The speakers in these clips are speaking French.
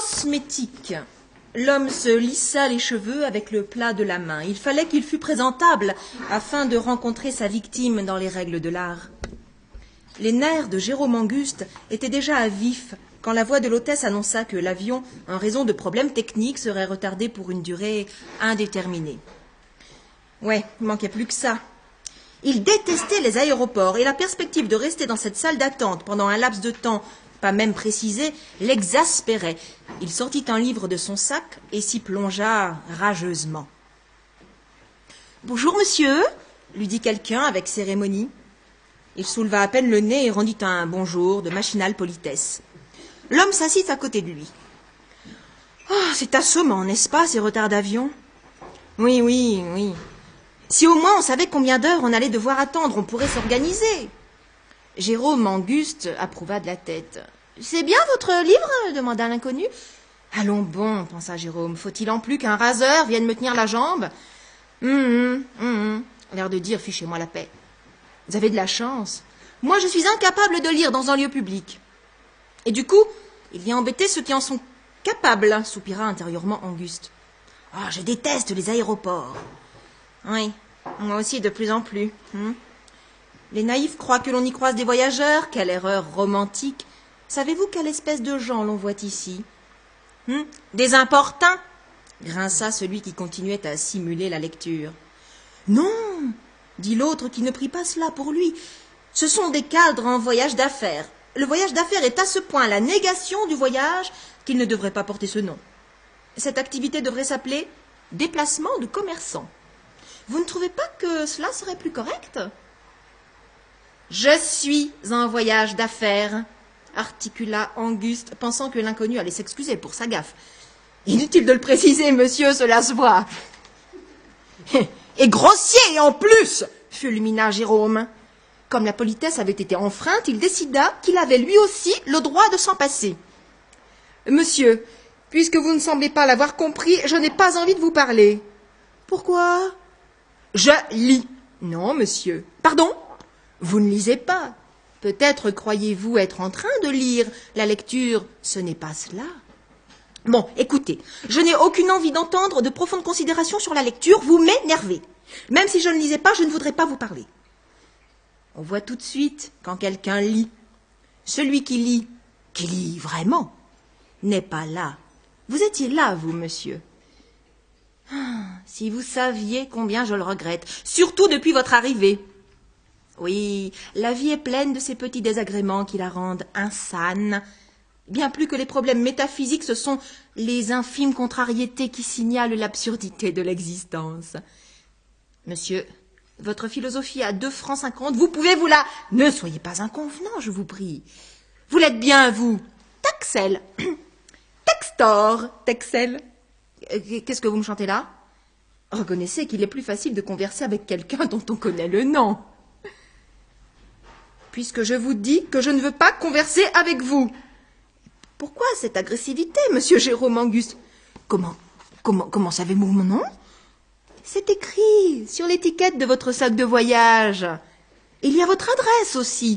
Cosmétique. L'homme se lissa les cheveux avec le plat de la main. Il fallait qu'il fût présentable afin de rencontrer sa victime dans les règles de l'art. Les nerfs de Jérôme Anguste étaient déjà à vif quand la voix de l'hôtesse annonça que l'avion, en raison de problèmes techniques, serait retardé pour une durée indéterminée. Ouais, il manquait plus que ça. Il détestait les aéroports et la perspective de rester dans cette salle d'attente pendant un laps de temps pas même précisé, l'exaspérait. Il sortit un livre de son sac et s'y plongea rageusement. « Bonjour, monsieur » lui dit quelqu'un avec cérémonie. Il souleva à peine le nez et rendit un bonjour de machinale politesse. L'homme s'assit à côté de lui. « Oh, c'est assommant, n'est-ce pas, ces retards d'avion ?»« Oui. Si au moins on savait combien d'heures on allait devoir attendre, on pourrait s'organiser. » Jérôme Anguste approuva de la tête. « C'est bien votre livre ?» demanda l'inconnu. « Allons bon, pensa Jérôme, faut-il en plus qu'un raseur vienne me tenir la jambe ?»« L'air de dire, fichez-moi la paix. Vous avez de la chance. Moi, je suis incapable de lire dans un lieu public. Et du coup, il vient embêter ceux qui en sont capables, soupira intérieurement Anguste. Ah, je déteste les aéroports. Oui, moi aussi de plus en plus. Les naïfs croient que l'on y croise des voyageurs. Quelle erreur romantique. Savez-vous quelle espèce de gens l'on voit ici? Des importuns, grinça celui qui continuait à simuler la lecture. Non, dit l'autre qui ne prit pas cela pour lui. Ce sont des cadres en voyage d'affaires. Le voyage d'affaires est à ce point la négation du voyage qu'il ne devrait pas porter ce nom. Cette activité devrait s'appeler déplacement de commerçants. Vous ne trouvez pas que cela serait plus correct? Je suis en voyage d'affaires, articula Anguste, pensant que l'inconnu allait s'excuser pour sa gaffe. Inutile de le préciser, monsieur, cela se voit. Et grossier en plus, fulmina Jérôme. Comme la politesse avait été enfreinte, il décida qu'il avait lui aussi le droit de s'en passer. Monsieur, puisque vous ne semblez pas l'avoir compris, je n'ai pas envie de vous parler. Pourquoi? Je lis. Non, monsieur. Pardon? Vous ne lisez pas. Peut-être croyez-vous être en train de lire. La lecture, ce n'est pas cela. Bon, écoutez, je n'ai aucune envie d'entendre de profondes considérations sur la lecture. Vous m'énervez. Même si je ne lisais pas, je ne voudrais pas vous parler. On voit tout de suite quand quelqu'un lit. Celui qui lit vraiment, n'est pas là. Vous étiez là, vous, monsieur. Si vous saviez combien je le regrette, surtout depuis votre arrivée. Oui, la vie est pleine de ces petits désagréments qui la rendent insane. Bien plus que les problèmes métaphysiques, ce sont les infimes contrariétés qui signalent l'absurdité de l'existence. Monsieur, votre philosophie à 2,50 francs, vous pouvez vous la... Ne soyez pas inconvenant, je vous prie. Vous l'êtes bien, vous. Taxel. Textor, Texel. Qu'est-ce que vous me chantez là? Reconnaissez qu'il est plus facile de converser avec quelqu'un dont on connaît le nom. Puisque je vous dis que je ne veux pas converser avec vous. Pourquoi cette agressivité, monsieur Jérôme Anguste? Comment savez-vous mon nom? C'est écrit sur l'étiquette de votre sac de voyage. Il y a votre adresse aussi.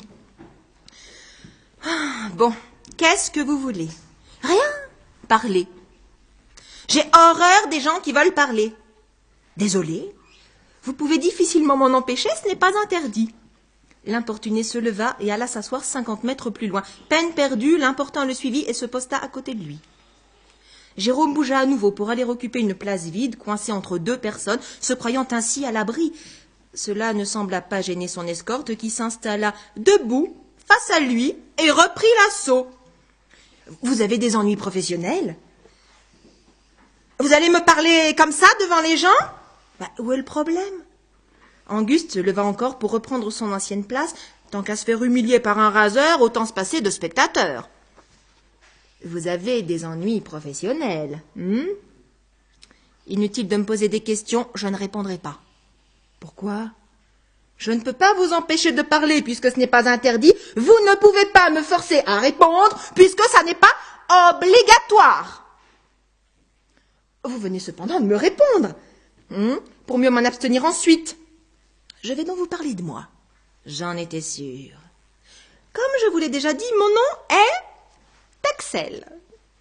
Bon, qu'est-ce que vous voulez? Rien. Parlez. J'ai horreur des gens qui veulent parler. Désolé. Vous pouvez difficilement m'en empêcher, ce n'est pas interdit. L'importuné se leva et alla s'asseoir 50 mètres plus loin. Peine perdue, l'importun le suivit et se posta à côté de lui. Jérôme bougea à nouveau pour aller occuper une place vide, coincée entre deux personnes, se croyant ainsi à l'abri. Cela ne sembla pas gêner son escorte qui s'installa debout face à lui et reprit l'assaut. « Vous avez des ennuis professionnels? Vous allez me parler comme ça devant les gens? Où est le problème ?» Anguste se leva encore pour reprendre son ancienne place. Tant qu'à se faire humilier par un raseur, autant se passer de spectateur. Vous avez des ennuis professionnels, Inutile de me poser des questions, je ne répondrai pas. Pourquoi? Je ne peux pas vous empêcher de parler puisque ce n'est pas interdit. Vous ne pouvez pas me forcer à répondre puisque ça n'est pas obligatoire. Vous venez cependant de me répondre, pour mieux m'en abstenir ensuite. Je vais donc vous parler de moi. J'en étais sûre. Comme je vous l'ai déjà dit, mon nom est Texel. Textor.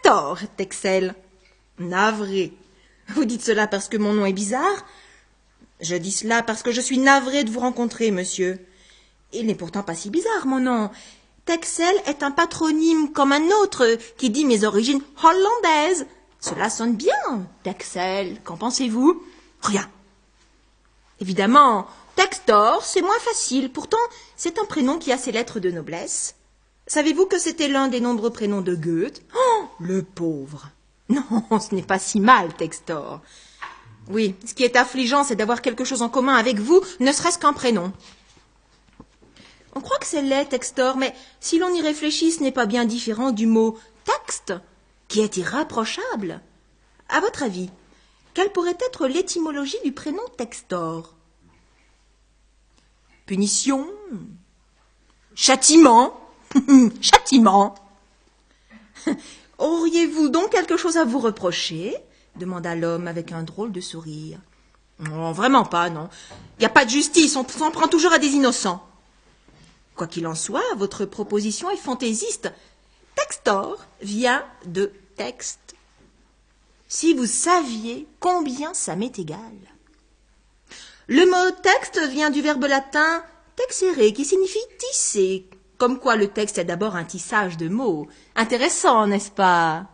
tort, Texel. Navré. Vous dites cela parce que mon nom est bizarre? Je dis cela parce que je suis navré de vous rencontrer, monsieur. Il n'est pourtant pas si bizarre, mon nom. Texel est un patronyme comme un autre qui dit mes origines hollandaises. Cela sonne bien, Texel. Qu'en pensez-vous? Rien. Évidemment, Textor, c'est moins facile. Pourtant, c'est un prénom qui a ses lettres de noblesse. Savez-vous que c'était l'un des nombreux prénoms de Goethe? Oh, le pauvre. Non, ce n'est pas si mal, Textor. Oui, ce qui est affligeant, c'est d'avoir quelque chose en commun avec vous, ne serait-ce qu'un prénom. On croit que c'est laid, Textor, mais si l'on y réfléchit, ce n'est pas bien différent du mot texte, qui est irrapprochable. À votre avis, quelle pourrait être l'étymologie du prénom Textor? Punition? Châtiment? Châtiment? Auriez-vous donc quelque chose à vous reprocher? Demanda l'homme avec un drôle de sourire. Non, vraiment pas, non. Il n'y a pas de justice, on s'en prend toujours à des innocents. Quoi qu'il en soit, votre proposition est fantaisiste. Textor vient de texte. Si vous saviez combien ça m'est égal. Le mot texte vient du verbe latin texere, qui signifie tisser. Comme quoi le texte est d'abord un tissage de mots. Intéressant, n'est-ce pas?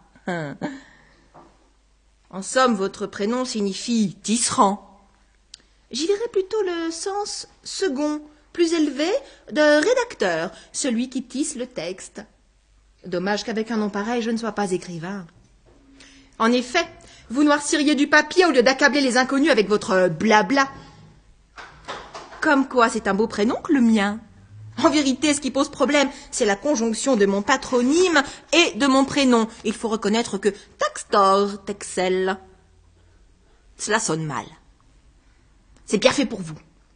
En somme, votre prénom signifie tisserand. J'y verrais plutôt le sens second, plus élevé, de rédacteur, celui qui tisse le texte. Dommage qu'avec un nom pareil, je ne sois pas écrivain. En effet, vous noirciriez du papier au lieu d'accabler les inconnus avec votre blabla. Comme quoi, c'est un beau prénom que le mien. En vérité, ce qui pose problème, c'est la conjonction de mon patronyme et de mon prénom. Il faut reconnaître que Textor, Texel, cela sonne mal. C'est bien fait pour vous.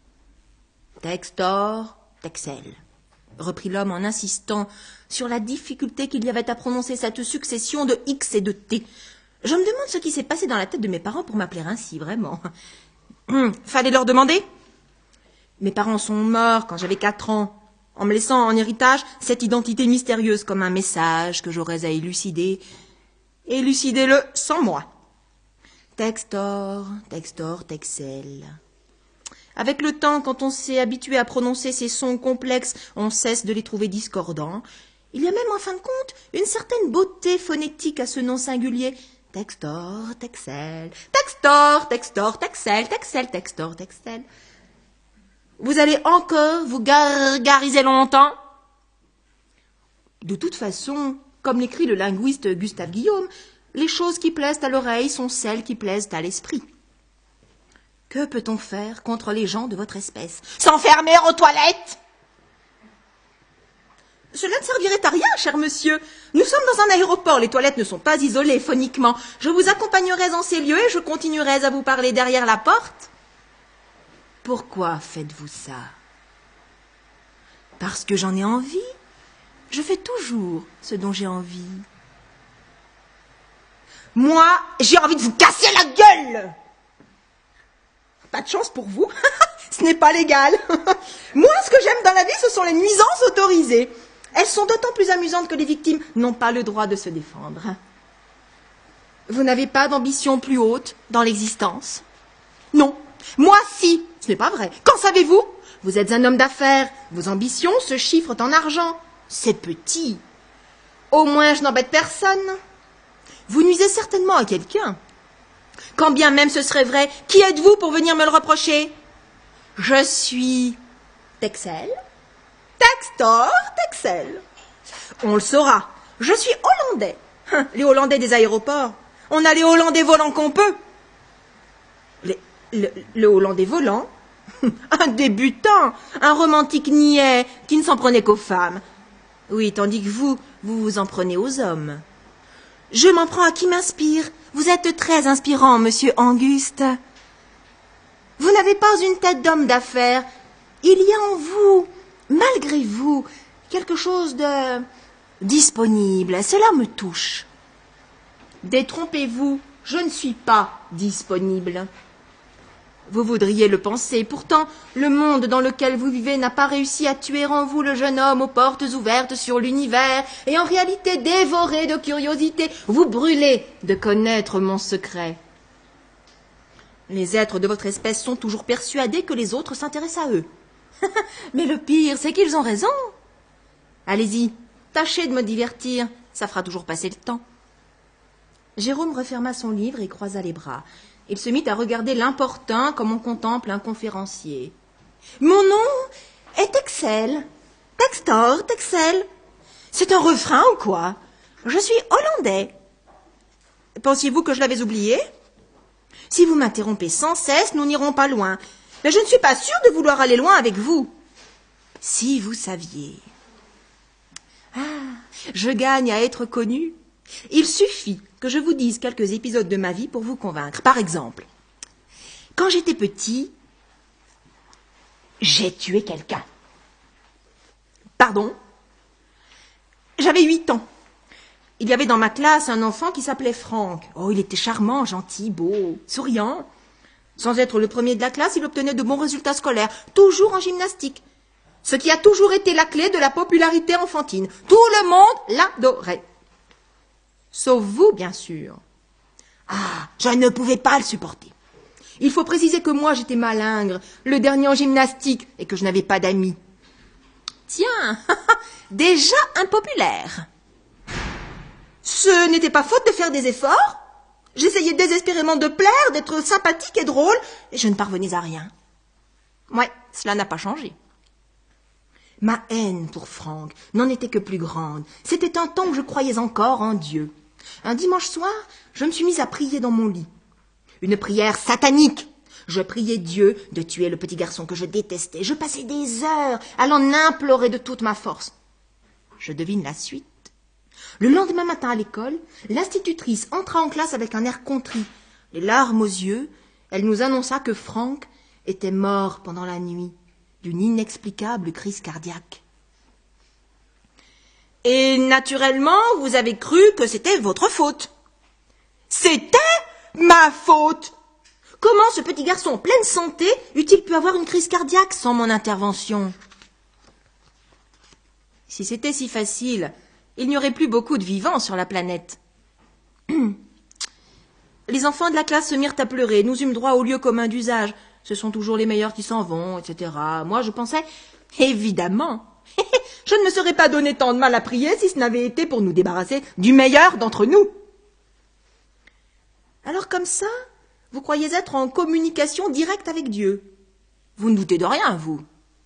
Textor, Texel, reprit l'homme en insistant sur la difficulté qu'il y avait à prononcer cette succession de X et de T. Je me demande ce qui s'est passé dans la tête de mes parents pour m'appeler ainsi, vraiment. Fallait leur demander. Mes parents sont morts quand j'avais 4 ans, en me laissant en héritage cette identité mystérieuse comme un message que j'aurais à élucider. Élucidez-le sans moi. Textor, Textor, Texel. Avec le temps, quand on s'est habitué à prononcer ces sons complexes, on cesse de les trouver discordants. Il y a même, en fin de compte, une certaine beauté phonétique à ce nom singulier. Textor, Texel, Textor, Textor, Texel, Texel, Textor, Texel. Vous allez encore vous gargariser longtemps? De toute façon, comme l'écrit le linguiste Gustave Guillaume, les choses qui plaisent à l'oreille sont celles qui plaisent à l'esprit. Que peut-on faire contre les gens de votre espèce? S'enfermer aux toilettes? Cela ne servirait à rien, cher monsieur. Nous sommes dans un aéroport, les toilettes ne sont pas isolées phoniquement. Je vous accompagnerai en ces lieux et je continuerai à vous parler derrière la porte. Pourquoi faites-vous ça? Parce que j'en ai envie. Je fais toujours ce dont j'ai envie. Moi, j'ai envie de vous casser la gueule! Pas de chance pour vous, ce n'est pas légal. Moi, ce que j'aime dans la vie, ce sont les nuisances autorisées. Elles sont d'autant plus amusantes que les victimes n'ont pas le droit de se défendre. Vous n'avez pas d'ambition plus haute dans l'existence? Non. Moi, si. Ce n'est pas vrai. Qu'en savez-vous? Vous êtes un homme d'affaires. Vos ambitions se chiffrent en argent. C'est petit. Au moins, je n'embête personne. Vous nuisez certainement à quelqu'un. Quand bien même ce serait vrai, qui êtes-vous pour venir me le reprocher? Je suis Texel, Textor, Texel. On le saura. Je suis hollandais. Les Hollandais des aéroports. On a les Hollandais volants qu'on peut. Le Hollandais volant? Un débutant, un romantique niais qui ne s'en prenait qu'aux femmes. Oui, tandis que vous vous en prenez aux hommes. Je m'en prends à qui m'inspire. Vous êtes très inspirant, monsieur Anguste. Vous n'avez pas une tête d'homme d'affaires. Il y a en vous, malgré vous, quelque chose de disponible. Cela me touche. Détrompez-vous, je ne suis pas disponible. Vous voudriez le penser, pourtant le monde dans lequel vous vivez n'a pas réussi à tuer en vous le jeune homme aux portes ouvertes sur l'univers, et en réalité dévoré de curiosité, vous brûlez de connaître mon secret. Les êtres de votre espèce sont toujours persuadés que les autres s'intéressent à eux. Mais le pire, c'est qu'ils ont raison. Allez-y, tâchez de me divertir, ça fera toujours passer le temps. Jérôme referma son livre et croisa les bras. Il se mit à regarder l'importun comme on contemple un conférencier. « Mon nom est Texel. Textor, Texel. C'est un refrain ou quoi? Je suis hollandais. Pensiez-vous que je l'avais oublié? Si vous m'interrompez sans cesse, nous n'irons pas loin. Mais je ne suis pas sûre de vouloir aller loin avec vous. Si vous saviez. Ah, je gagne à être connue. Il suffit que je vous dise quelques épisodes de ma vie pour vous convaincre. Par exemple, quand j'étais petit, j'ai tué quelqu'un. Pardon? J'avais 8 ans. Il y avait dans ma classe un enfant qui s'appelait Franck. Oh, il était charmant, gentil, beau, souriant. Sans être le premier de la classe, il obtenait de bons résultats scolaires, toujours en gymnastique. Ce qui a toujours été la clé de la popularité enfantine. Tout le monde l'adorait. Sauf vous, bien sûr. Ah, je ne pouvais pas le supporter. Il faut préciser que moi, j'étais malingre, le dernier en gymnastique, et que je n'avais pas d'amis. Tiens, déjà impopulaire. Ce n'était pas faute de faire des efforts. J'essayais désespérément de plaire, d'être sympathique et drôle, et je ne parvenais à rien. Ouais, cela n'a pas changé. Ma haine pour Franck n'en était que plus grande. C'était un temps où je croyais encore en Dieu. Un dimanche soir, je me suis mise à prier dans mon lit. Une prière satanique. Je priais Dieu de tuer le petit garçon que je détestais. Je passais des heures à l'en implorer de toute ma force. Je devine la suite. Le lendemain matin à l'école, l'institutrice entra en classe avec un air contrit. Les larmes aux yeux, elle nous annonça que Franck était mort pendant la nuit d'une inexplicable crise cardiaque. Et naturellement, vous avez cru que c'était votre faute. C'était ma faute. Comment ce petit garçon en pleine santé eût-il pu avoir une crise cardiaque sans mon intervention? Si c'était si facile, il n'y aurait plus beaucoup de vivants sur la planète. Les enfants de la classe se mirent à pleurer. Nous eûmes droit au lieu commun d'usage. Ce sont toujours les meilleurs qui s'en vont, etc. Moi, je pensais, évidemment, je ne me serais pas donné tant de mal à prier si ce n'avait été pour nous débarrasser du meilleur d'entre nous. Alors comme ça, vous croyez être en communication directe avec Dieu. Vous ne doutez de rien, vous.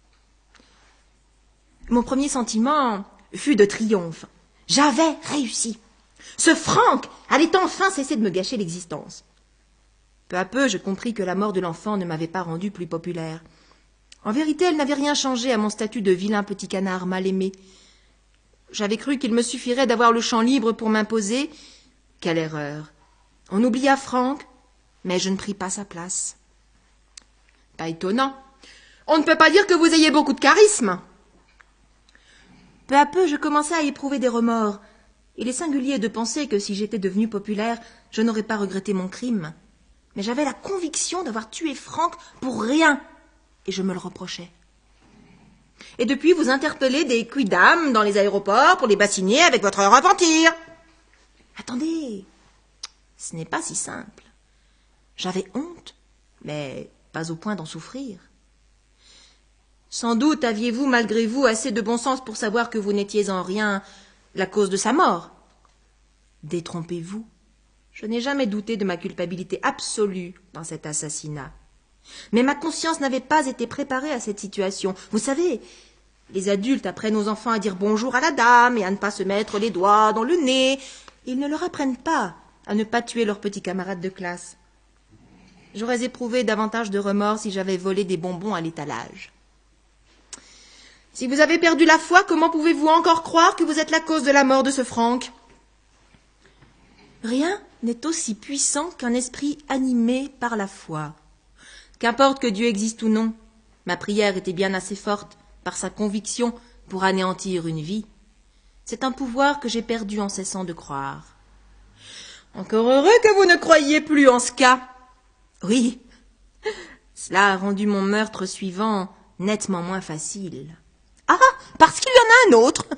Mon premier sentiment fut de triomphe. J'avais réussi. Ce Franck allait enfin cesser de me gâcher l'existence. Peu à peu, je compris que la mort de l'enfant ne m'avait pas rendu plus populaire. En vérité, elle n'avait rien changé à mon statut de vilain petit canard mal aimé. J'avais cru qu'il me suffirait d'avoir le champ libre pour m'imposer. Quelle erreur! On oublia Franck, mais je ne pris pas sa place. Pas étonnant. On ne peut pas dire que vous ayez beaucoup de charisme. Peu à peu, je commençais à éprouver des remords. Il est singulier de penser que si j'étais devenue populaire, je n'aurais pas regretté mon crime. Mais j'avais la conviction d'avoir tué Franck pour rien, et je me le reprochais. Et depuis, vous interpellez des quidam dans les aéroports pour les bassiner avec votre repentir. Attendez, ce n'est pas si simple. J'avais honte, mais pas au point d'en souffrir. Sans doute aviez-vous, malgré vous, assez de bon sens pour savoir que vous n'étiez en rien la cause de sa mort. Détrompez-vous. Je n'ai jamais douté de ma culpabilité absolue dans cet assassinat. Mais ma conscience n'avait pas été préparée à cette situation. Vous savez, les adultes apprennent aux enfants à dire bonjour à la dame et à ne pas se mettre les doigts dans le nez. Ils ne leur apprennent pas à ne pas tuer leurs petits camarades de classe. J'aurais éprouvé davantage de remords si j'avais volé des bonbons à l'étalage. Si vous avez perdu la foi, comment pouvez-vous encore croire que vous êtes la cause de la mort de ce Franck? Rien n'est aussi puissant qu'un esprit animé par la foi. Qu'importe que Dieu existe ou non, ma prière était bien assez forte par sa conviction pour anéantir une vie. C'est un pouvoir que j'ai perdu en cessant de croire. Encore heureux que vous ne croyiez plus en ce cas. Oui, Cela a rendu mon meurtre suivant nettement moins facile. Ah, parce qu'il y en a un autre.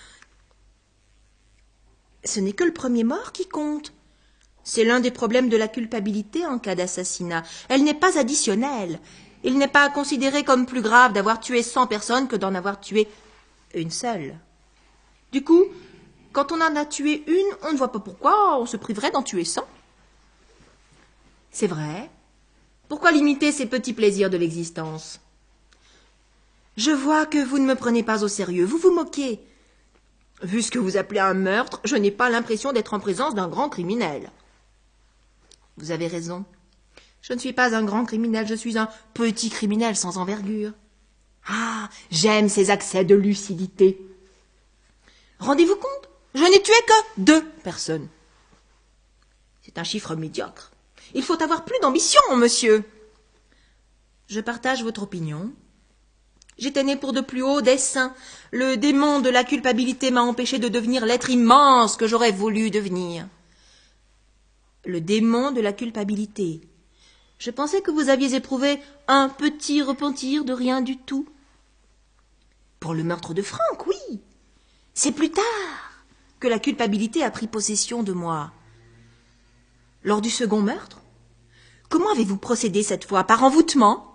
Ce n'est que le premier mort qui compte. C'est l'un des problèmes de la culpabilité en cas d'assassinat. Elle n'est pas additionnelle. Il n'est pas considéré comme plus grave d'avoir tué 100 personnes que d'en avoir tué une seule. Du coup, quand on en a tué une, on ne voit pas pourquoi on se priverait d'en tuer 100. C'est vrai. Pourquoi limiter ces petits plaisirs de l'existence? Je vois que vous ne me prenez pas au sérieux, vous vous moquez. Vu ce que vous appelez un meurtre, je n'ai pas l'impression d'être en présence d'un grand criminel. Vous avez raison. Je ne suis pas un grand criminel, je suis un petit criminel sans envergure. Ah, j'aime ces accès de lucidité. Rendez-vous compte, je n'ai tué que 2 personnes. C'est un chiffre médiocre. Il faut avoir plus d'ambition, monsieur. Je partage votre opinion. J'étais né pour de plus hauts desseins. Le démon de la culpabilité m'a empêché de devenir l'être immense que j'aurais voulu devenir. Le démon de la culpabilité. Je pensais que vous aviez éprouvé un petit repentir de rien du tout. Pour le meurtre de Franck, oui. C'est plus tard que la culpabilité a pris possession de moi. Lors du second meurtre, comment avez-vous procédé cette fois? Par envoûtement?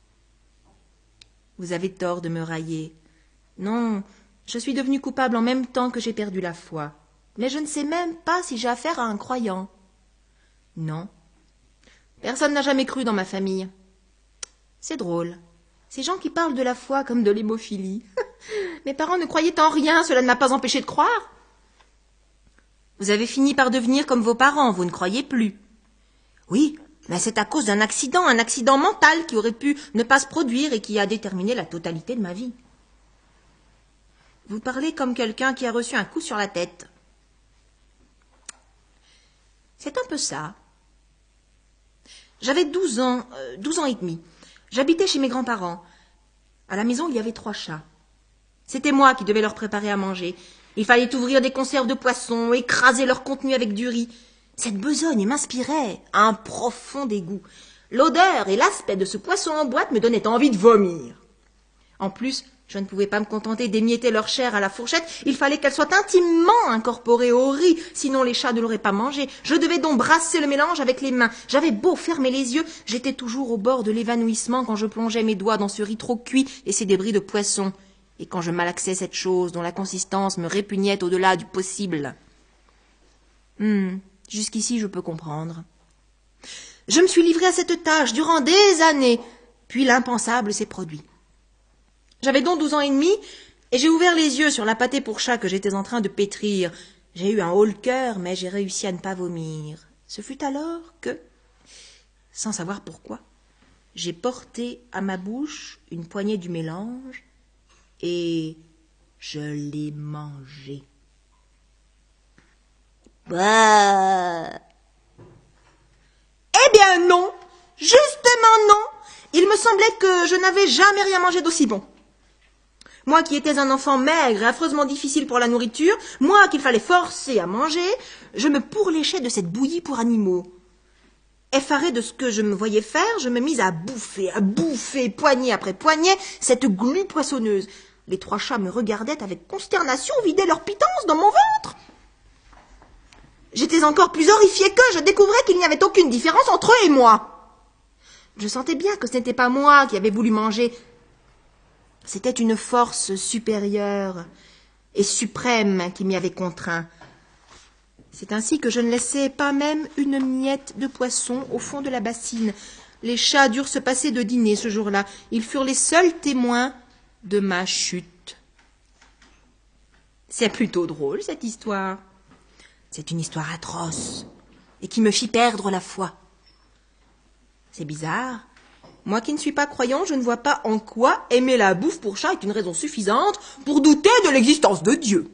Vous avez tort de me railler. Non, je suis devenu coupable en même temps que j'ai perdu la foi. Mais je ne sais même pas si j'ai affaire à un croyant. Non. Personne n'a jamais cru dans ma famille. C'est drôle. Ces gens qui parlent de la foi comme de l'hémophilie. Mes parents ne croyaient en rien, cela ne m'a pas empêché de croire. Vous avez fini par devenir comme vos parents, vous ne croyez plus. Oui, mais c'est à cause d'un accident, un accident mental qui aurait pu ne pas se produire et qui a déterminé la totalité de ma vie. Vous parlez comme quelqu'un qui a reçu un coup sur la tête. C'est un peu ça. J'avais 12 ans et demi. J'habitais chez mes grands-parents. À la maison, il y avait 3 chats. C'était moi qui devais leur préparer à manger. Il fallait ouvrir des conserves de poisson, écraser leur contenu avec du riz. Cette besogne m'inspirait un profond dégoût. L'odeur et l'aspect de ce poisson en boîte me donnaient envie de vomir. En plus, je ne pouvais pas me contenter d'émietter leur chair à la fourchette. Il fallait qu'elle soit intimement incorporée au riz, sinon les chats ne l'auraient pas mangé. Je devais donc brasser le mélange avec les mains. J'avais beau fermer les yeux, j'étais toujours au bord de l'évanouissement quand je plongeais mes doigts dans ce riz trop cuit et ces débris de poisson. Et quand je malaxais cette chose dont la consistance me répugnait au-delà du possible. Jusqu'ici, je peux comprendre. Je me suis livrée à cette tâche durant des années, puis l'impensable s'est produit. J'avais donc 12 ans et demi, et j'ai ouvert les yeux sur la pâtée pour chat que j'étais en train de pétrir. J'ai eu un haut-le-cœur, mais j'ai réussi à ne pas vomir. Ce fut alors que, sans savoir pourquoi, j'ai porté à ma bouche une poignée du mélange, et je l'ai mangé. Bah. Eh bien non, justement non. Il me semblait que je n'avais jamais rien mangé d'aussi bon. Moi qui étais un enfant maigre et affreusement difficile pour la nourriture, moi qu'il fallait forcer à manger, je me pourléchais de cette bouillie pour animaux. Effarée de ce que je me voyais faire, je me mis à bouffer, poignée après poignée, cette glu poissonneuse. Les 3 chats me regardaient avec consternation vider leur pitance dans mon ventre. J'étais encore plus horrifiée qu'eux, je découvrais qu'il n'y avait aucune différence entre eux et moi. Je sentais bien que ce n'était pas moi qui avais voulu manger. C'était une force supérieure et suprême qui m'y avait contraint. C'est ainsi que je ne laissais pas même une miette de poisson au fond de la bassine. Les chats durent se passer de dîner ce jour-là. Ils furent les seuls témoins de ma chute. C'est plutôt drôle, cette histoire. C'est une histoire atroce et qui me fit perdre la foi. C'est bizarre. Moi qui ne suis pas croyant, je ne vois pas en quoi aimer la bouffe pour chat est une raison suffisante pour douter de l'existence de Dieu.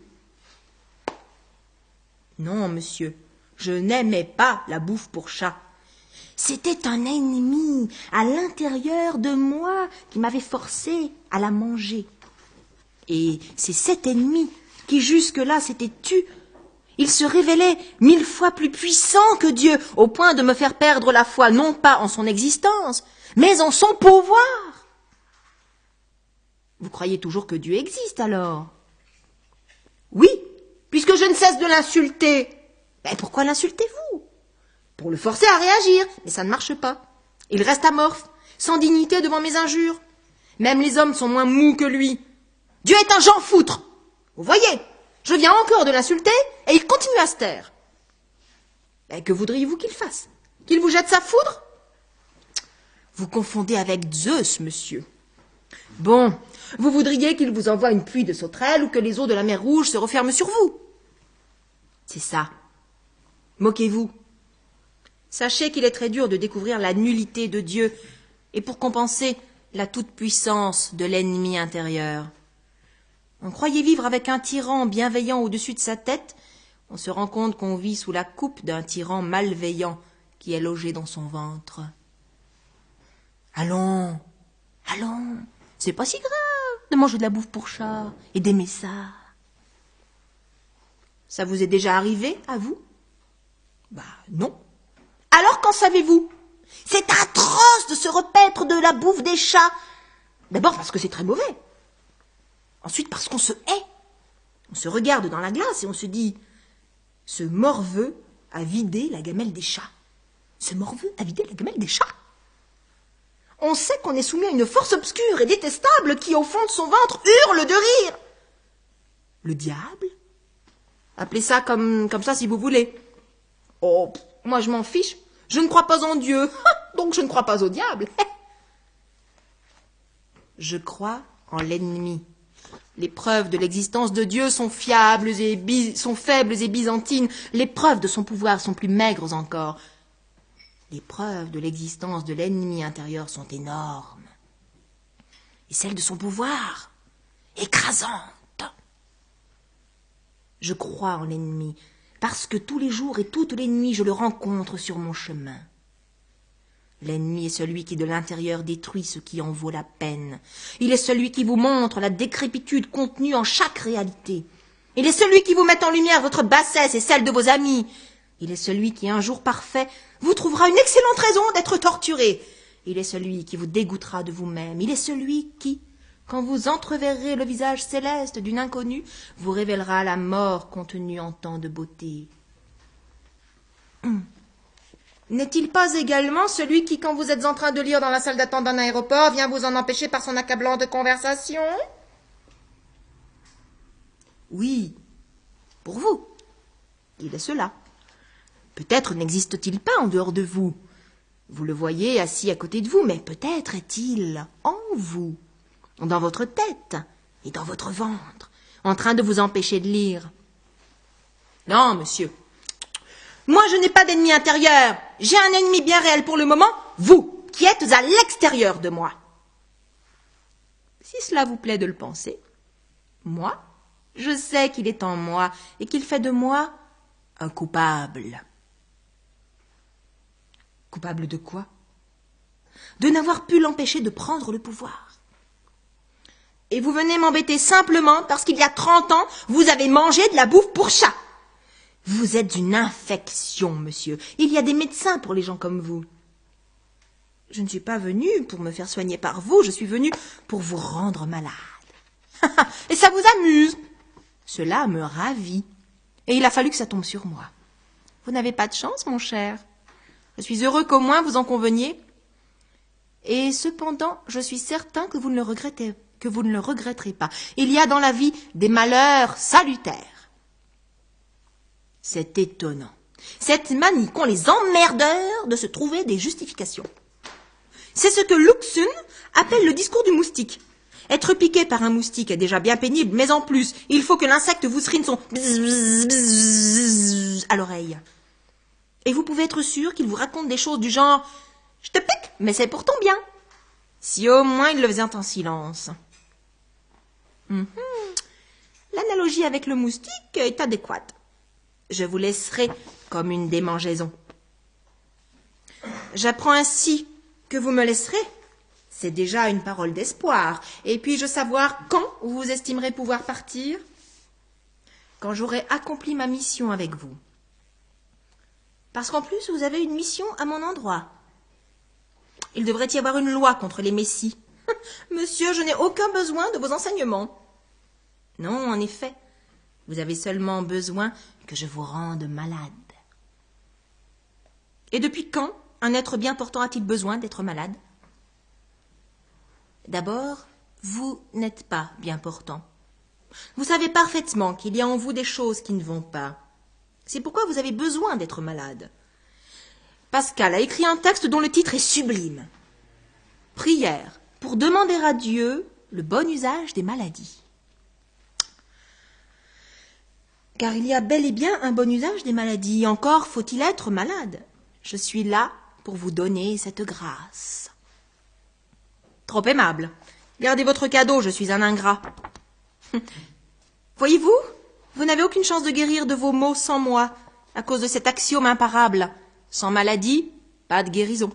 Non, monsieur, je n'aimais pas la bouffe pour chat. C'était un ennemi à l'intérieur de moi qui m'avait forcé à la manger. Et c'est cet ennemi qui jusque-là s'était tu. Il se révélait 1000 fois plus puissant que Dieu, au point de me faire perdre la foi, non pas en son existence, mais en son pouvoir. Vous croyez toujours que Dieu existe alors? Oui, puisque je ne cesse de l'insulter. Mais pourquoi l'insultez-vous? Pour le forcer à réagir, mais ça ne marche pas. Il reste amorphe, sans dignité devant mes injures. Même les hommes sont moins mous que lui. Dieu est un Jean foutre. Vous voyez, je viens encore de l'insulter et il continue à se taire. Mais que voudriez-vous qu'il fasse? Qu'il vous jette sa foudre? Vous confondez avec Zeus, monsieur. Bon, vous voudriez qu'il vous envoie une pluie de sauterelles ou que les eaux de la mer Rouge se referment sur vous. C'est ça. Moquez-vous. Sachez qu'il est très dur de découvrir la nullité de Dieu et pour compenser la toute-puissance de l'ennemi intérieur. On croyait vivre avec un tyran bienveillant au-dessus de sa tête, on se rend compte qu'on vit sous la coupe d'un tyran malveillant qui est logé dans son ventre. Allons, allons, c'est pas si grave de manger de la bouffe pour chat et d'aimer ça. Ça vous est déjà arrivé, à vous? Bah non. Alors qu'en savez-vous? C'est atroce de se repaître de la bouffe des chats. D'abord parce que c'est très mauvais. Ensuite parce qu'on se hait. On se regarde dans la glace et on se dit « Ce morveux a vidé la gamelle des chats. Ce morveux a vidé la gamelle des chats. » On sait qu'on est soumis à une force obscure et détestable qui, au fond de son ventre, hurle de rire. Le diable? Appelez ça comme ça si vous voulez. Oh, moi je m'en fiche. Je ne crois pas en Dieu, donc je ne crois pas au diable. Je crois en l'ennemi. Les preuves de l'existence de Dieu sont faibles et byzantines. Les preuves de son pouvoir sont plus maigres encore. Les preuves de l'existence de l'ennemi intérieur sont énormes. Et celles de son pouvoir, écrasantes. Je crois en l'ennemi, parce que tous les jours et toutes les nuits je le rencontre sur mon chemin. L'ennemi est celui qui de l'intérieur détruit ce qui en vaut la peine. Il est celui qui vous montre la décrépitude contenue en chaque réalité. Il est celui qui vous met en lumière votre bassesse et celle de vos amis. Il est celui qui, un jour parfait, vous trouvera une excellente raison d'être torturé. Il est celui qui vous dégoûtera de vous-même. Il est celui qui, quand vous entreverrez le visage céleste d'une inconnue, vous révélera la mort contenue en tant de beauté. N'est-il pas également celui qui, quand vous êtes en train de lire dans la salle d'attente d'un aéroport, vient vous en empêcher par son accablante conversation? Oui, pour vous. Il est cela. Peut-être n'existe-t-il pas en dehors de vous. Vous le voyez assis à côté de vous, mais peut-être est-il en vous, dans votre tête et dans votre ventre, en train de vous empêcher de lire. Non, monsieur. Moi, je n'ai pas d'ennemi intérieur. J'ai un ennemi bien réel pour le moment, vous, qui êtes à l'extérieur de moi. Si cela vous plaît de le penser, moi, je sais qu'il est en moi et qu'il fait de moi un coupable. Coupable de quoi? De n'avoir pu l'empêcher de prendre le pouvoir. Et vous venez m'embêter simplement parce qu'il y a 30 ans, vous avez mangé de la bouffe pour chat. Vous êtes une infection, monsieur. Il y a des médecins pour les gens comme vous. Je ne suis pas venue pour me faire soigner par vous, je suis venue pour vous rendre malade. Et ça vous amuse? Cela me ravit. Et il a fallu que ça tombe sur moi. Vous n'avez pas de chance, mon cher. Je suis heureux qu'au moins vous en conveniez. Et cependant, je suis certain que vous ne le regretterez pas. Il y a dans la vie des malheurs salutaires. C'est étonnant. Cette manie qu'ont les emmerdeurs de se trouver des justifications. C'est ce que Luxun appelle le discours du moustique. Être piqué par un moustique est déjà bien pénible, mais en plus, il faut que l'insecte vous srine son bzz, bzz, bzz à l'oreille. Et vous pouvez être sûr qu'il vous raconte des choses du genre « Je te pique, mais c'est pour ton bien ». Si au moins il le faisait en silence. L'analogie avec le moustique est adéquate. Je vous laisserai comme une démangeaison. J'apprends ainsi que vous me laisserez. C'est déjà une parole d'espoir. Et puis-je savoir quand vous estimerez pouvoir partir? Quand j'aurai accompli ma mission avec vous. Parce qu'en plus, vous avez une mission à mon endroit. Il devrait y avoir une loi contre les messies. Monsieur, je n'ai aucun besoin de vos enseignements. Non, en effet, vous avez seulement besoin que je vous rende malade. Et depuis quand un être bien portant a-t-il besoin d'être malade? D'abord, vous n'êtes pas bien portant. Vous savez parfaitement qu'il y a en vous des choses qui ne vont pas. C'est pourquoi vous avez besoin d'être malade. Pascal a écrit un texte dont le titre est sublime. Prière pour demander à Dieu le bon usage des maladies. Car il y a bel et bien un bon usage des maladies, encore faut-il être malade. Je suis là pour vous donner cette grâce. Trop aimable. Gardez votre cadeau, je suis un ingrat. Voyez-vous, vous n'avez aucune chance de guérir de vos maux sans moi, à cause de cet axiome imparable. Sans maladie, pas de guérison.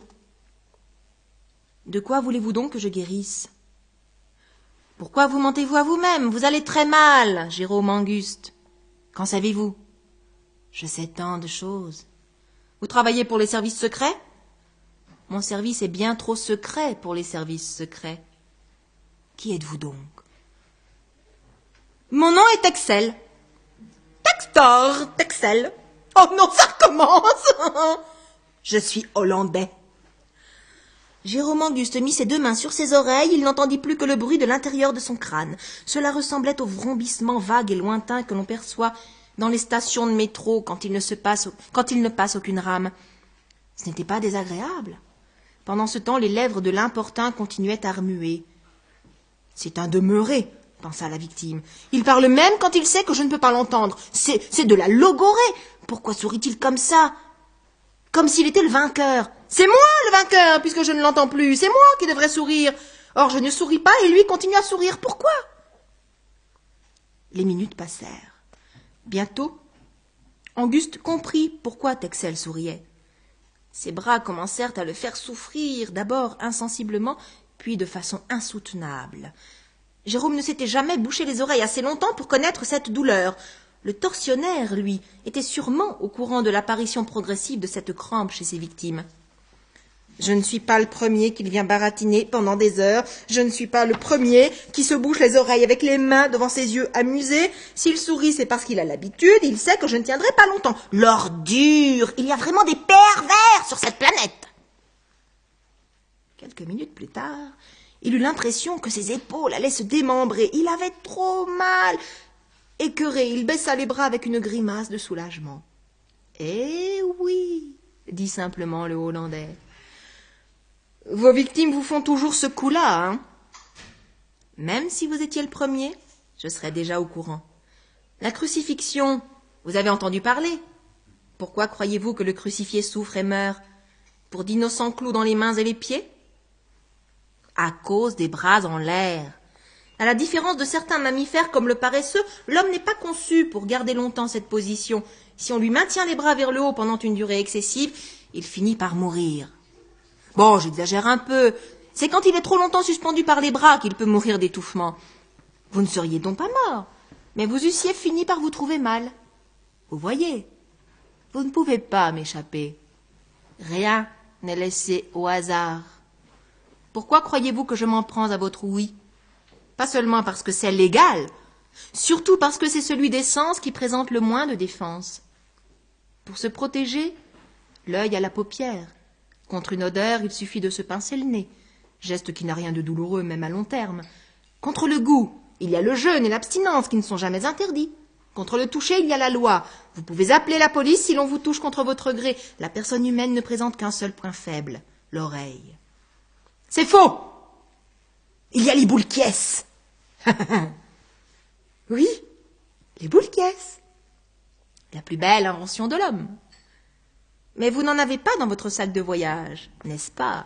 De quoi voulez-vous donc que je guérisse? Pourquoi vous mentez-vous à vous-même? Vous allez très mal, Jérôme Anguste. Qu'en savez-vous? Je sais tant de choses. Vous travaillez pour les services secrets? Mon service est bien trop secret pour les services secrets. Qui êtes-vous donc? Mon nom est Texel. Textor, Texel. Oh non, ça recommence. Je suis hollandais. Jérôme Anguste mit ses 2 mains sur ses oreilles, il n'entendit plus que le bruit de l'intérieur de son crâne. Cela ressemblait au vrombissement vague et lointain que l'on perçoit dans les stations de métro quand il ne passe aucune rame. Ce n'était pas désagréable. Pendant ce temps, les lèvres de l'importun continuaient à remuer. C'est un demeuré, pensa la victime. Il parle même quand il sait que je ne peux pas l'entendre. C'est de la logorée. Pourquoi sourit-il comme ça? Comme s'il était le vainqueur. C'est moi le vainqueur, puisque je ne l'entends plus. C'est moi qui devrais sourire. Or, je ne souris pas et lui continue à sourire. Pourquoi? Les minutes passèrent. Bientôt, Anguste comprit pourquoi Texel souriait. Ses bras commencèrent à le faire souffrir, d'abord insensiblement, puis de façon insoutenable. Jérôme ne s'était jamais bouché les oreilles assez longtemps pour connaître cette douleur. Le tortionnaire, lui, était sûrement au courant de l'apparition progressive de cette crampe chez ses victimes. Je ne suis pas le premier qu'il vient baratiner pendant des heures. Je ne suis pas le premier qui se bouche les oreilles avec les mains devant ses yeux amusés. S'il sourit, c'est parce qu'il a l'habitude. Il sait que je ne tiendrai pas longtemps. L'ordure! Il y a vraiment des pervers sur cette planète! Quelques minutes plus tard, il eut l'impression que ses épaules allaient se démembrer. Il avait trop mal. Écœuré, il baissa les bras avec une grimace de soulagement. « Eh oui, dit simplement le Hollandais. Vos victimes vous font toujours ce coup-là, hein? Même si vous étiez le premier, je serais déjà au courant. La crucifixion, vous avez entendu parler? Pourquoi croyez-vous que le crucifié souffre et meurt? Pour d'innocents clous dans les mains et les pieds? À cause des bras en l'air. À la différence de certains mammifères comme le paresseux, l'homme n'est pas conçu pour garder longtemps cette position. Si on lui maintient les bras vers le haut pendant une durée excessive, il finit par mourir. Bon, j'exagère un peu. C'est quand il est trop longtemps suspendu par les bras qu'il peut mourir d'étouffement. Vous ne seriez donc pas mort, mais vous eussiez fini par vous trouver mal. Vous voyez, vous ne pouvez pas m'échapper. Rien n'est laissé au hasard. Pourquoi croyez-vous que je m'en prends à votre ouïe? Pas seulement parce que c'est légal, surtout parce que c'est celui des sens qui présente le moins de défense. Pour se protéger, l'œil à la paupière. Contre une odeur, il suffit de se pincer le nez, geste qui n'a rien de douloureux même à long terme. Contre le goût, il y a le jeûne et l'abstinence qui ne sont jamais interdits. Contre le toucher, il y a la loi. Vous pouvez appeler la police si l'on vous touche contre votre gré. La personne humaine ne présente qu'un seul point faible, l'oreille. C'est faux! Il y a les boules caisses. Oui, les boules caisses. La plus belle invention de l'homme. Mais vous n'en avez pas dans votre sac de voyage, n'est-ce pas?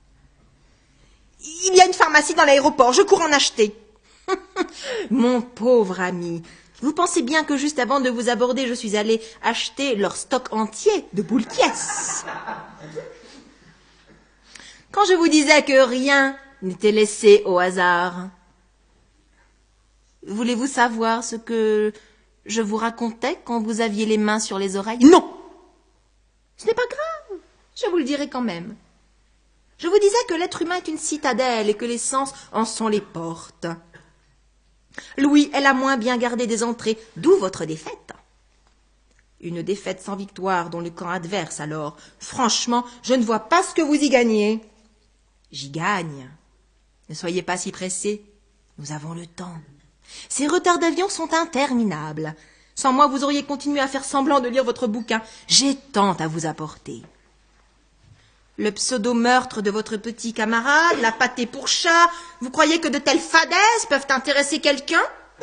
Il y a une pharmacie dans l'aéroport, je cours en acheter. Mon pauvre ami, vous pensez bien que juste avant de vous aborder, je suis allée acheter leur stock entier de boules caisses. Quand je vous disais que rien n'était laissé au hasard. Voulez-vous savoir ce que je vous racontais quand vous aviez les mains sur les oreilles? Non! Ce n'est pas grave, je vous le dirai quand même. Je vous disais que l'être humain est une citadelle et que les sens en sont les portes. Louis est la moins bien gardée des entrées, d'où votre défaite. Une défaite sans victoire dans le camp adverse, alors. Franchement, je ne vois pas ce que vous y gagnez. J'y gagne. Ne soyez pas si pressés. Nous avons le temps. Ces retards d'avion sont interminables. Sans moi, vous auriez continué à faire semblant de lire votre bouquin. J'ai tant à vous apporter. Le pseudo-meurtre de votre petit camarade, la pâtée pour chat, vous croyez que de telles fadaises peuvent intéresser quelqu'un?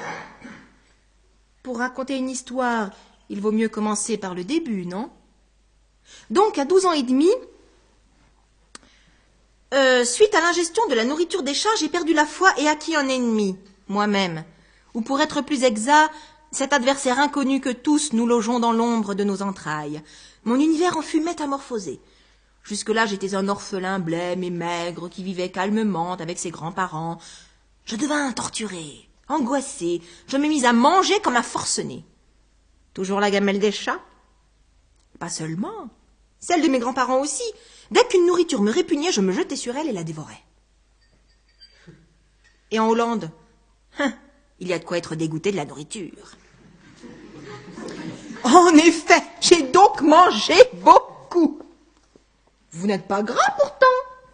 Pour raconter une histoire, il vaut mieux commencer par le début, non? Donc, à 12 ans et demi, suite à l'ingestion de la nourriture des chats, j'ai perdu la foi et acquis un ennemi, moi-même. Ou pour être plus exact, cet adversaire inconnu que tous nous logeons dans l'ombre de nos entrailles. Mon univers en fut métamorphosé. Jusque-là, j'étais un orphelin blême et maigre qui vivait calmement avec ses grands-parents. Je devins torturé, angoissé. Je me mis à manger comme un forcené. Toujours la gamelle des chats? Pas seulement. Celle de mes grands-parents aussi. Dès qu'une nourriture me répugnait, je me jetais sur elle et la dévorais. Et en Hollande, il y a de quoi être dégoûté de la nourriture. En effet, j'ai donc mangé beaucoup. Vous n'êtes pas gras pourtant.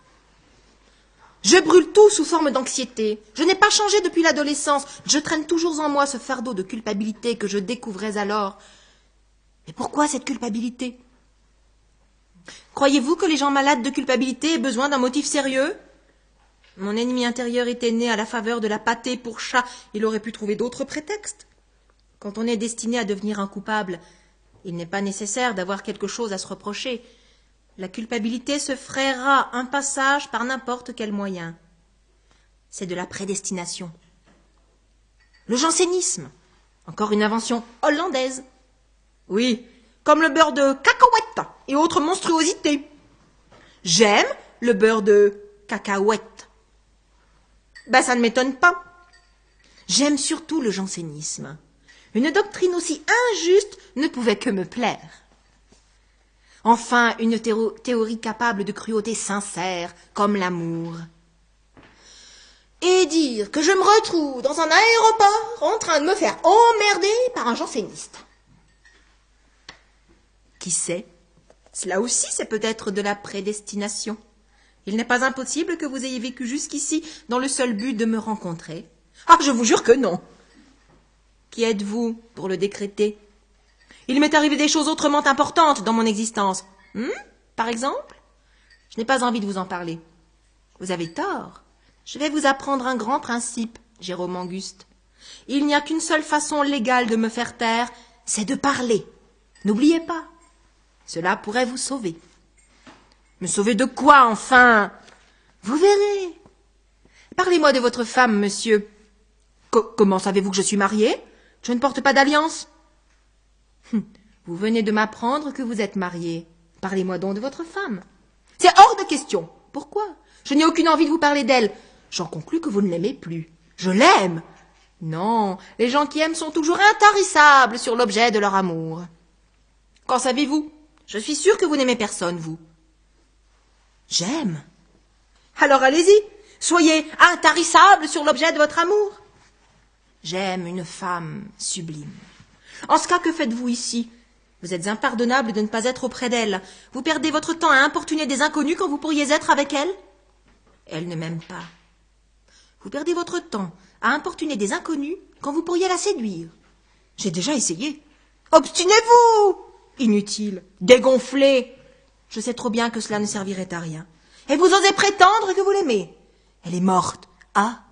Je brûle tout sous forme d'anxiété. Je n'ai pas changé depuis l'adolescence. Je traîne toujours en moi ce fardeau de culpabilité que je découvrais alors. Mais pourquoi cette culpabilité? Croyez-vous que les gens malades de culpabilité aient besoin d'un motif sérieux? Mon ennemi intérieur était né à la faveur de la pâtée pour chat. Il aurait pu trouver d'autres prétextes. Quand on est destiné à devenir un coupable, il n'est pas nécessaire d'avoir quelque chose à se reprocher. La culpabilité se frayera un passage par n'importe quel moyen. C'est de la prédestination. Le jansénisme, encore une invention hollandaise. Oui, comme le beurre de cacahuète et autres monstruosités. J'aime le beurre de cacahuète. Ça ne m'étonne pas. J'aime surtout le jansénisme. Une doctrine aussi injuste ne pouvait que me plaire. Enfin, une théorie capable de cruauté sincère, comme l'amour. Et dire que je me retrouve dans un aéroport en train de me faire emmerder par un janséniste. Qui sait? Cela aussi, c'est peut-être de la prédestination. Il n'est pas impossible que vous ayez vécu jusqu'ici dans le seul but de me rencontrer. Ah, je vous jure que non. Qui êtes-vous pour le décréter? Il m'est arrivé des choses autrement importantes dans mon existence. Par exemple? Je n'ai pas envie de vous en parler. Vous avez tort. Je vais vous apprendre un grand principe, Jérôme Anguste. Il n'y a qu'une seule façon légale de me faire taire, c'est de parler. N'oubliez pas. Cela pourrait vous sauver. Me sauver de quoi, enfin? Vous verrez. Parlez-moi de votre femme, monsieur. Comment savez-vous que je suis marié? Je ne porte pas d'alliance. Vous venez de m'apprendre que vous êtes marié. Parlez-moi donc de votre femme. C'est hors de question. Pourquoi? Je n'ai aucune envie de vous parler d'elle. J'en conclus que vous ne l'aimez plus. Je l'aime. Non, les gens qui aiment sont toujours intarissables sur l'objet de leur amour. Qu'en savez-vous? Je suis sûre que vous n'aimez personne, vous. J'aime. Alors allez-y, soyez intarissable sur l'objet de votre amour. J'aime une femme sublime. En ce cas, que faites-vous ici? Vous êtes impardonnable de ne pas être auprès d'elle. Vous perdez votre temps à importuner des inconnus quand vous pourriez être avec elle. Elle ne m'aime pas. Vous perdez votre temps à importuner des inconnus quand vous pourriez la séduire. J'ai déjà essayé. Obstinez-vous! Inutile, dégonflé. Je sais trop bien que cela ne servirait à rien. Et vous osez prétendre que vous l'aimez. Elle est morte. Ah!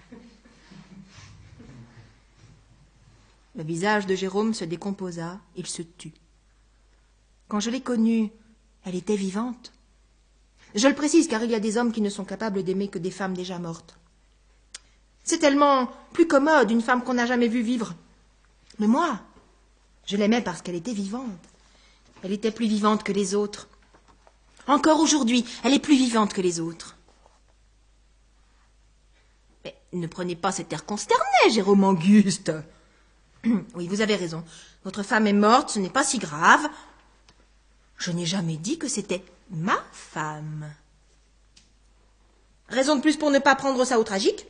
Le visage de Jérôme se décomposa, il se tut. Quand je l'ai connue, elle était vivante. Je le précise car il y a des hommes qui ne sont capables d'aimer que des femmes déjà mortes. C'est tellement plus commode une femme qu'on n'a jamais vue vivre. Mais moi, je l'aimais parce qu'elle était vivante. Elle était plus vivante que les autres. Encore aujourd'hui, elle est plus vivante que les autres. Mais ne prenez pas cet air consterné, Jérôme Anguste. Oui, vous avez raison. Votre femme est morte, ce n'est pas si grave. Je n'ai jamais dit que c'était ma femme. Raison de plus pour ne pas prendre ça au tragique.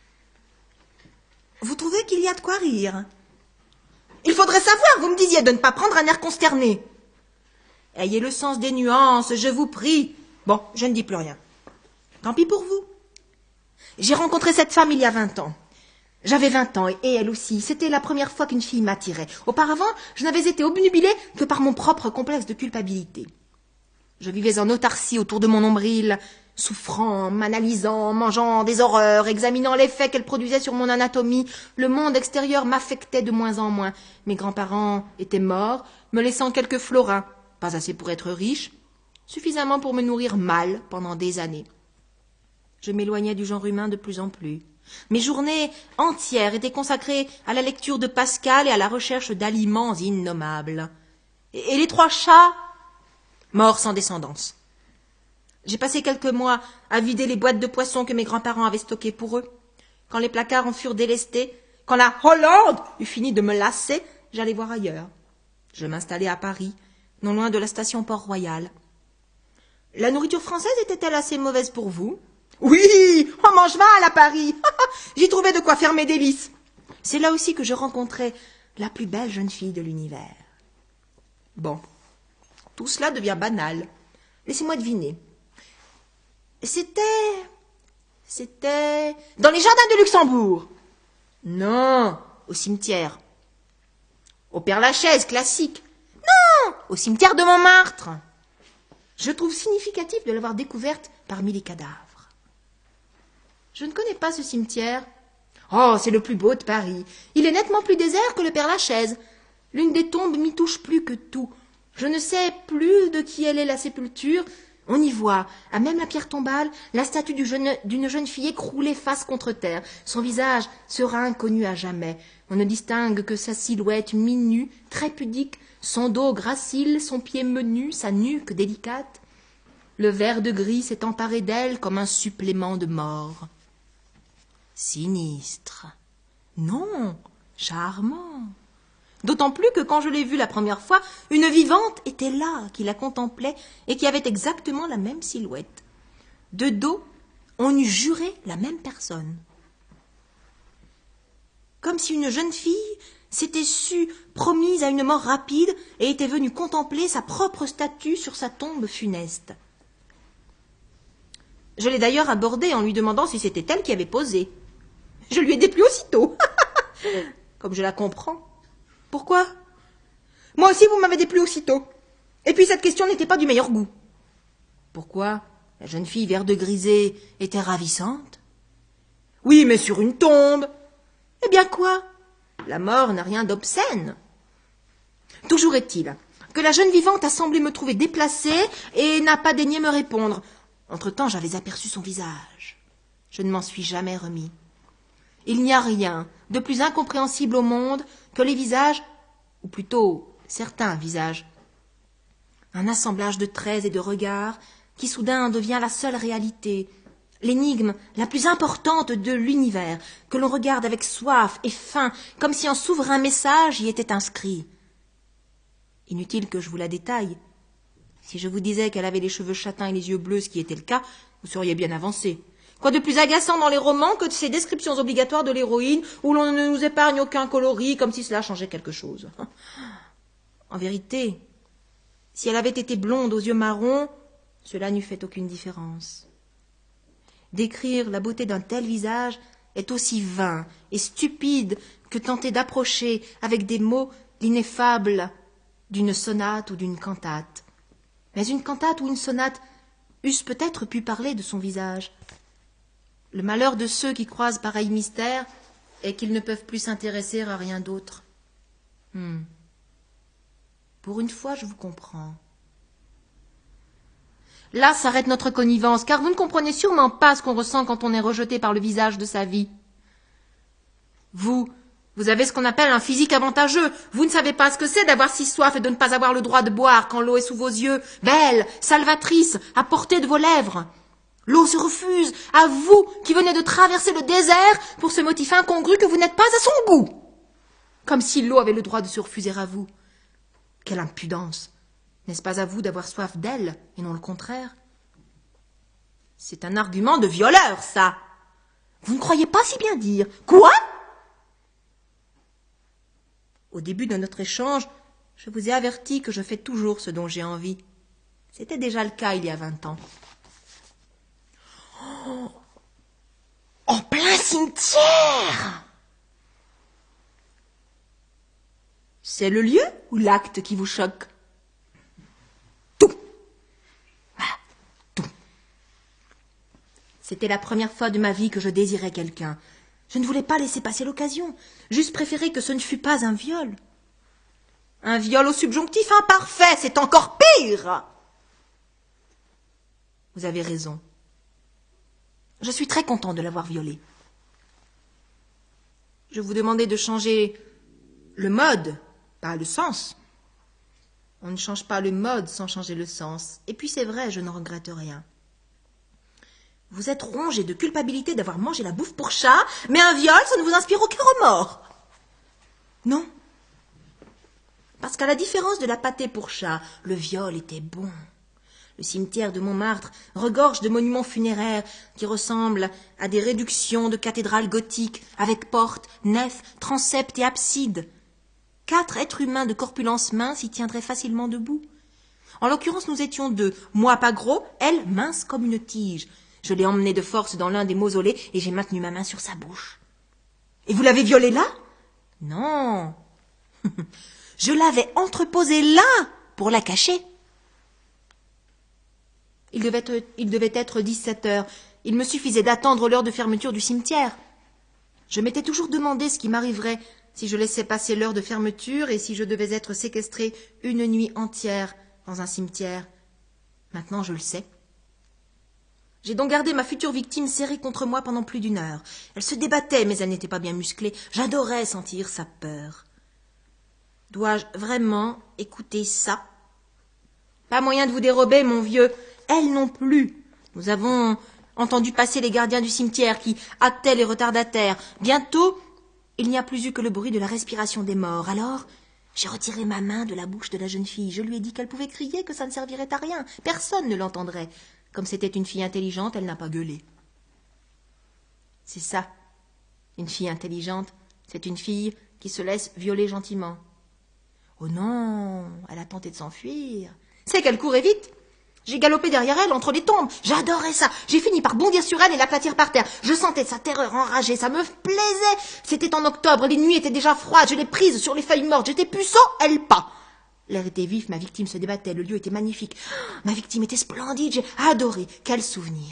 Vous trouvez qu'il y a de quoi rire? Il faudrait savoir, vous me disiez, de ne pas prendre un air consterné. Ayez le sens des nuances, je vous prie. Bon, je ne dis plus rien. Tant pis pour vous. J'ai rencontré cette femme il y a 20 ans. J'avais 20 ans et elle aussi. C'était la première fois qu'une fille m'attirait. Auparavant, je n'avais été obnubilée que par mon propre complexe de culpabilité. Je vivais en autarcie autour de mon nombril, souffrant, m'analysant, mangeant des horreurs, examinant l'effet qu'elle produisait sur mon anatomie. Le monde extérieur m'affectait de moins en moins. Mes grands-parents étaient morts, me laissant quelques florins, pas assez pour être riche, suffisamment pour me nourrir mal pendant des années. Je m'éloignais du genre humain de plus en plus. Mes journées entières étaient consacrées à la lecture de Pascal et à la recherche d'aliments innommables. Et les 3 chats, morts sans descendance. J'ai passé quelques mois à vider les boîtes de poissons que mes grands-parents avaient stockées pour eux. Quand les placards en furent délestés, quand la Hollande eut fini de me lasser, j'allais voir ailleurs. Je m'installai à Paris, non loin de la station Port-Royal. La nourriture française était-elle assez mauvaise pour vous? Oui, on mange mal à Paris. J'y trouvais de quoi faire mes délices. C'est là aussi que je rencontrai la plus belle jeune fille de l'univers. Bon, tout cela devient banal. Laissez-moi deviner. C'était dans les jardins de Luxembourg. Non, au cimetière. Au Père-Lachaise, classique. Non, au cimetière de Montmartre. Je trouve significatif de l'avoir découverte parmi les cadavres. Je ne connais pas ce cimetière. Oh, c'est le plus beau de Paris. Il est nettement plus désert que le Père-Lachaise. L'une des tombes m'y touche plus que tout. Je ne sais plus de qui elle est la sépulture. On y voit, à même la pierre tombale, la statue d'une jeune fille écroulée face contre terre. Son visage sera inconnu à jamais. On ne distingue que sa silhouette mi-nue, très pudique, son dos gracile, son pied menu, sa nuque délicate. Le vert de gris s'est emparé d'elle comme un supplément de mort. Sinistre. Non, charmant. D'autant plus que quand je l'ai vue la première fois, une vivante était là, qui la contemplait et qui avait exactement la même silhouette. De dos, on eût juré la même personne. Comme si une jeune fille s'était sue promise à une mort rapide et était venue contempler sa propre statue sur sa tombe funeste. Je l'ai d'ailleurs abordée en lui demandant si c'était elle qui avait posé. Je lui ai déplu aussitôt. Comme je la comprends. Pourquoi? Moi aussi, vous m'avez déplu aussitôt. Et puis, cette question n'était pas du meilleur goût. Pourquoi? La jeune fille vert de grisé était ravissante. Oui, mais sur une tombe. Eh bien quoi? La mort n'a rien d'obscène. Toujours est-il que la jeune vivante a semblé me trouver déplacée et n'a pas daigné me répondre. Entre-temps, j'avais aperçu son visage. Je ne m'en suis jamais remis. Il n'y a rien de plus incompréhensible au monde que les visages, ou plutôt certains visages. Un assemblage de traits et de regards qui soudain devient la seule réalité, l'énigme la plus importante de l'univers, que l'on regarde avec soif et faim, comme si un souverain message y était inscrit. Inutile que je vous la détaille. Si je vous disais qu'elle avait les cheveux châtains et les yeux bleus, ce qui était le cas, vous seriez bien avancé. Quoi de plus agaçant dans les romans que ces descriptions obligatoires de l'héroïne où l'on ne nous épargne aucun coloris, comme si cela changeait quelque chose. En vérité, si elle avait été blonde aux yeux marrons, cela n'eût fait aucune différence. Décrire la beauté d'un tel visage est aussi vain et stupide que tenter d'approcher avec des mots l'ineffable d'une sonate ou d'une cantate. Mais une cantate ou une sonate eussent peut-être pu parler de son visage. Le malheur de ceux qui croisent pareil mystère est qu'ils ne peuvent plus s'intéresser à rien d'autre. Pour une fois, je vous comprends. Là s'arrête notre connivence, car vous ne comprenez sûrement pas ce qu'on ressent quand on est rejeté par le visage de sa vie. Vous avez ce qu'on appelle un physique avantageux. Vous ne savez pas ce que c'est d'avoir si soif et de ne pas avoir le droit de boire quand l'eau est sous vos yeux, belle, salvatrice, à portée de vos lèvres. L'eau se refuse à vous qui venez de traverser le désert pour ce motif incongru que vous n'êtes pas à son goût. Comme si l'eau avait le droit de se refuser à vous. Quelle impudence! N'est-ce pas à vous d'avoir soif d'elle et non le contraire? C'est un argument de violeur, ça. Vous ne croyez pas si bien dire. Quoi? Au début de notre échange, je vous ai averti que je fais toujours ce dont j'ai envie. C'était déjà le cas il y a 20 ans. Oh, en plein cimetière! C'est le lieu ou l'acte qui vous choque? Tout. Tout. C'était la première fois de ma vie que je désirais quelqu'un. Je ne voulais pas laisser passer l'occasion. J'eusse préféré que ce ne fût pas un viol. Un viol au subjonctif imparfait, c'est encore pire. Vous avez raison. Je suis très content de l'avoir violé. Je vous demandais de changer le mode, pas le sens. On ne change pas le mode sans changer le sens. Et puis c'est vrai, je ne regrette rien. Vous êtes rongé de culpabilité d'avoir mangé la bouffe pour chat, mais un viol, ça ne vous inspire aucun remords. Non. Parce qu'à la différence de la pâtée pour chat, le viol était bon. Le cimetière de Montmartre regorge de monuments funéraires qui ressemblent à des réductions de cathédrales gothiques avec portes, nefs, transepts et absides. 4 êtres humains de corpulence mince y tiendraient facilement debout. En l'occurrence, nous étions 2, moi pas gros, elle mince comme une tige. Je l'ai emmené de force dans l'un des mausolées et j'ai maintenu ma main sur sa bouche. Et vous l'avez violée là? Non. Je l'avais entreposée là pour la cacher. Il devait être 17 heures. Il me suffisait d'attendre l'heure de fermeture du cimetière. Je m'étais toujours demandé ce qui m'arriverait si je laissais passer l'heure de fermeture et si je devais être séquestrée une nuit entière dans un cimetière. Maintenant, je le sais. J'ai donc gardé ma future victime serrée contre moi pendant plus d'1 heure. Elle se débattait, mais elle n'était pas bien musclée. J'adorais sentir sa peur. Dois-je vraiment écouter ça? Pas moyen de vous dérober, mon vieux. Elle non plus. Nous avons entendu passer les gardiens du cimetière qui hâtaient les retardataires. Bientôt, il n'y a plus eu que le bruit de la respiration des morts. Alors, j'ai retiré ma main de la bouche de la jeune fille. Je lui ai dit qu'elle pouvait crier, que ça ne servirait à rien. Personne ne l'entendrait. Comme c'était une fille intelligente, elle n'a pas gueulé. C'est ça, une fille intelligente. C'est une fille qui se laisse violer gentiment. Oh non, elle a tenté de s'enfuir. C'est qu'elle courait vite. J'ai galopé derrière elle entre les tombes. J'adorais ça. J'ai fini par bondir sur elle et l'aplatir par terre. Je sentais sa terreur enragée. Ça me plaisait. C'était en octobre. Les nuits étaient déjà froides. Je l'ai prise sur les feuilles mortes. J'étais puceau, elle pas. L'air était vif. Ma victime se débattait. Le lieu était magnifique. Ma victime était splendide. J'ai adoré. Quel souvenir.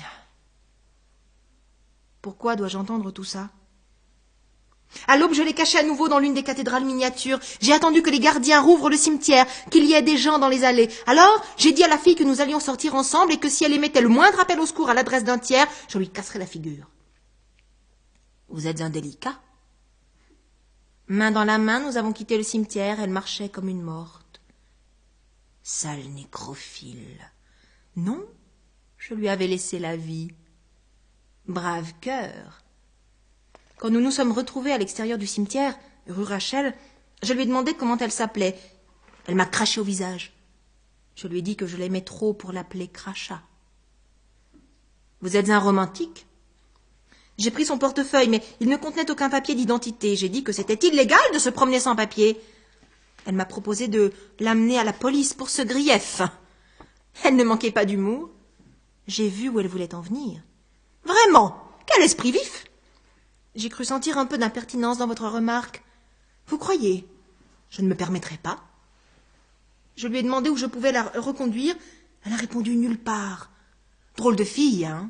Pourquoi dois-je entendre tout ça? À l'aube, je l'ai cachée à nouveau dans l'une des cathédrales miniatures. J'ai attendu que les gardiens rouvrent le cimetière, qu'il y ait des gens dans les allées. Alors, j'ai dit à la fille que nous allions sortir ensemble et que si elle émettait le moindre appel au secours à l'adresse d'un tiers, je lui casserais la figure. Vous êtes indélicat. Main dans la main, nous avons quitté le cimetière. Elle marchait comme une morte. Sale nécrophile. Non, je lui avais laissé la vie. Brave cœur. Quand nous nous sommes retrouvés à l'extérieur du cimetière, rue Rachel, je lui ai demandé comment elle s'appelait. Elle m'a craché au visage. Je lui ai dit que je l'aimais trop pour l'appeler Crachat. Vous êtes un romantique? J'ai pris son portefeuille, mais il ne contenait aucun papier d'identité. J'ai dit que c'était illégal de se promener sans papier. Elle m'a proposé de l'amener à la police pour ce grief. Elle ne manquait pas d'humour. J'ai vu où elle voulait en venir. Vraiment, quel esprit vif! J'ai cru sentir un peu d'impertinence dans votre remarque. Vous croyez? Je ne me permettrai pas. Je lui ai demandé où je pouvais la reconduire. Elle a répondu nulle part. Drôle de fille, hein?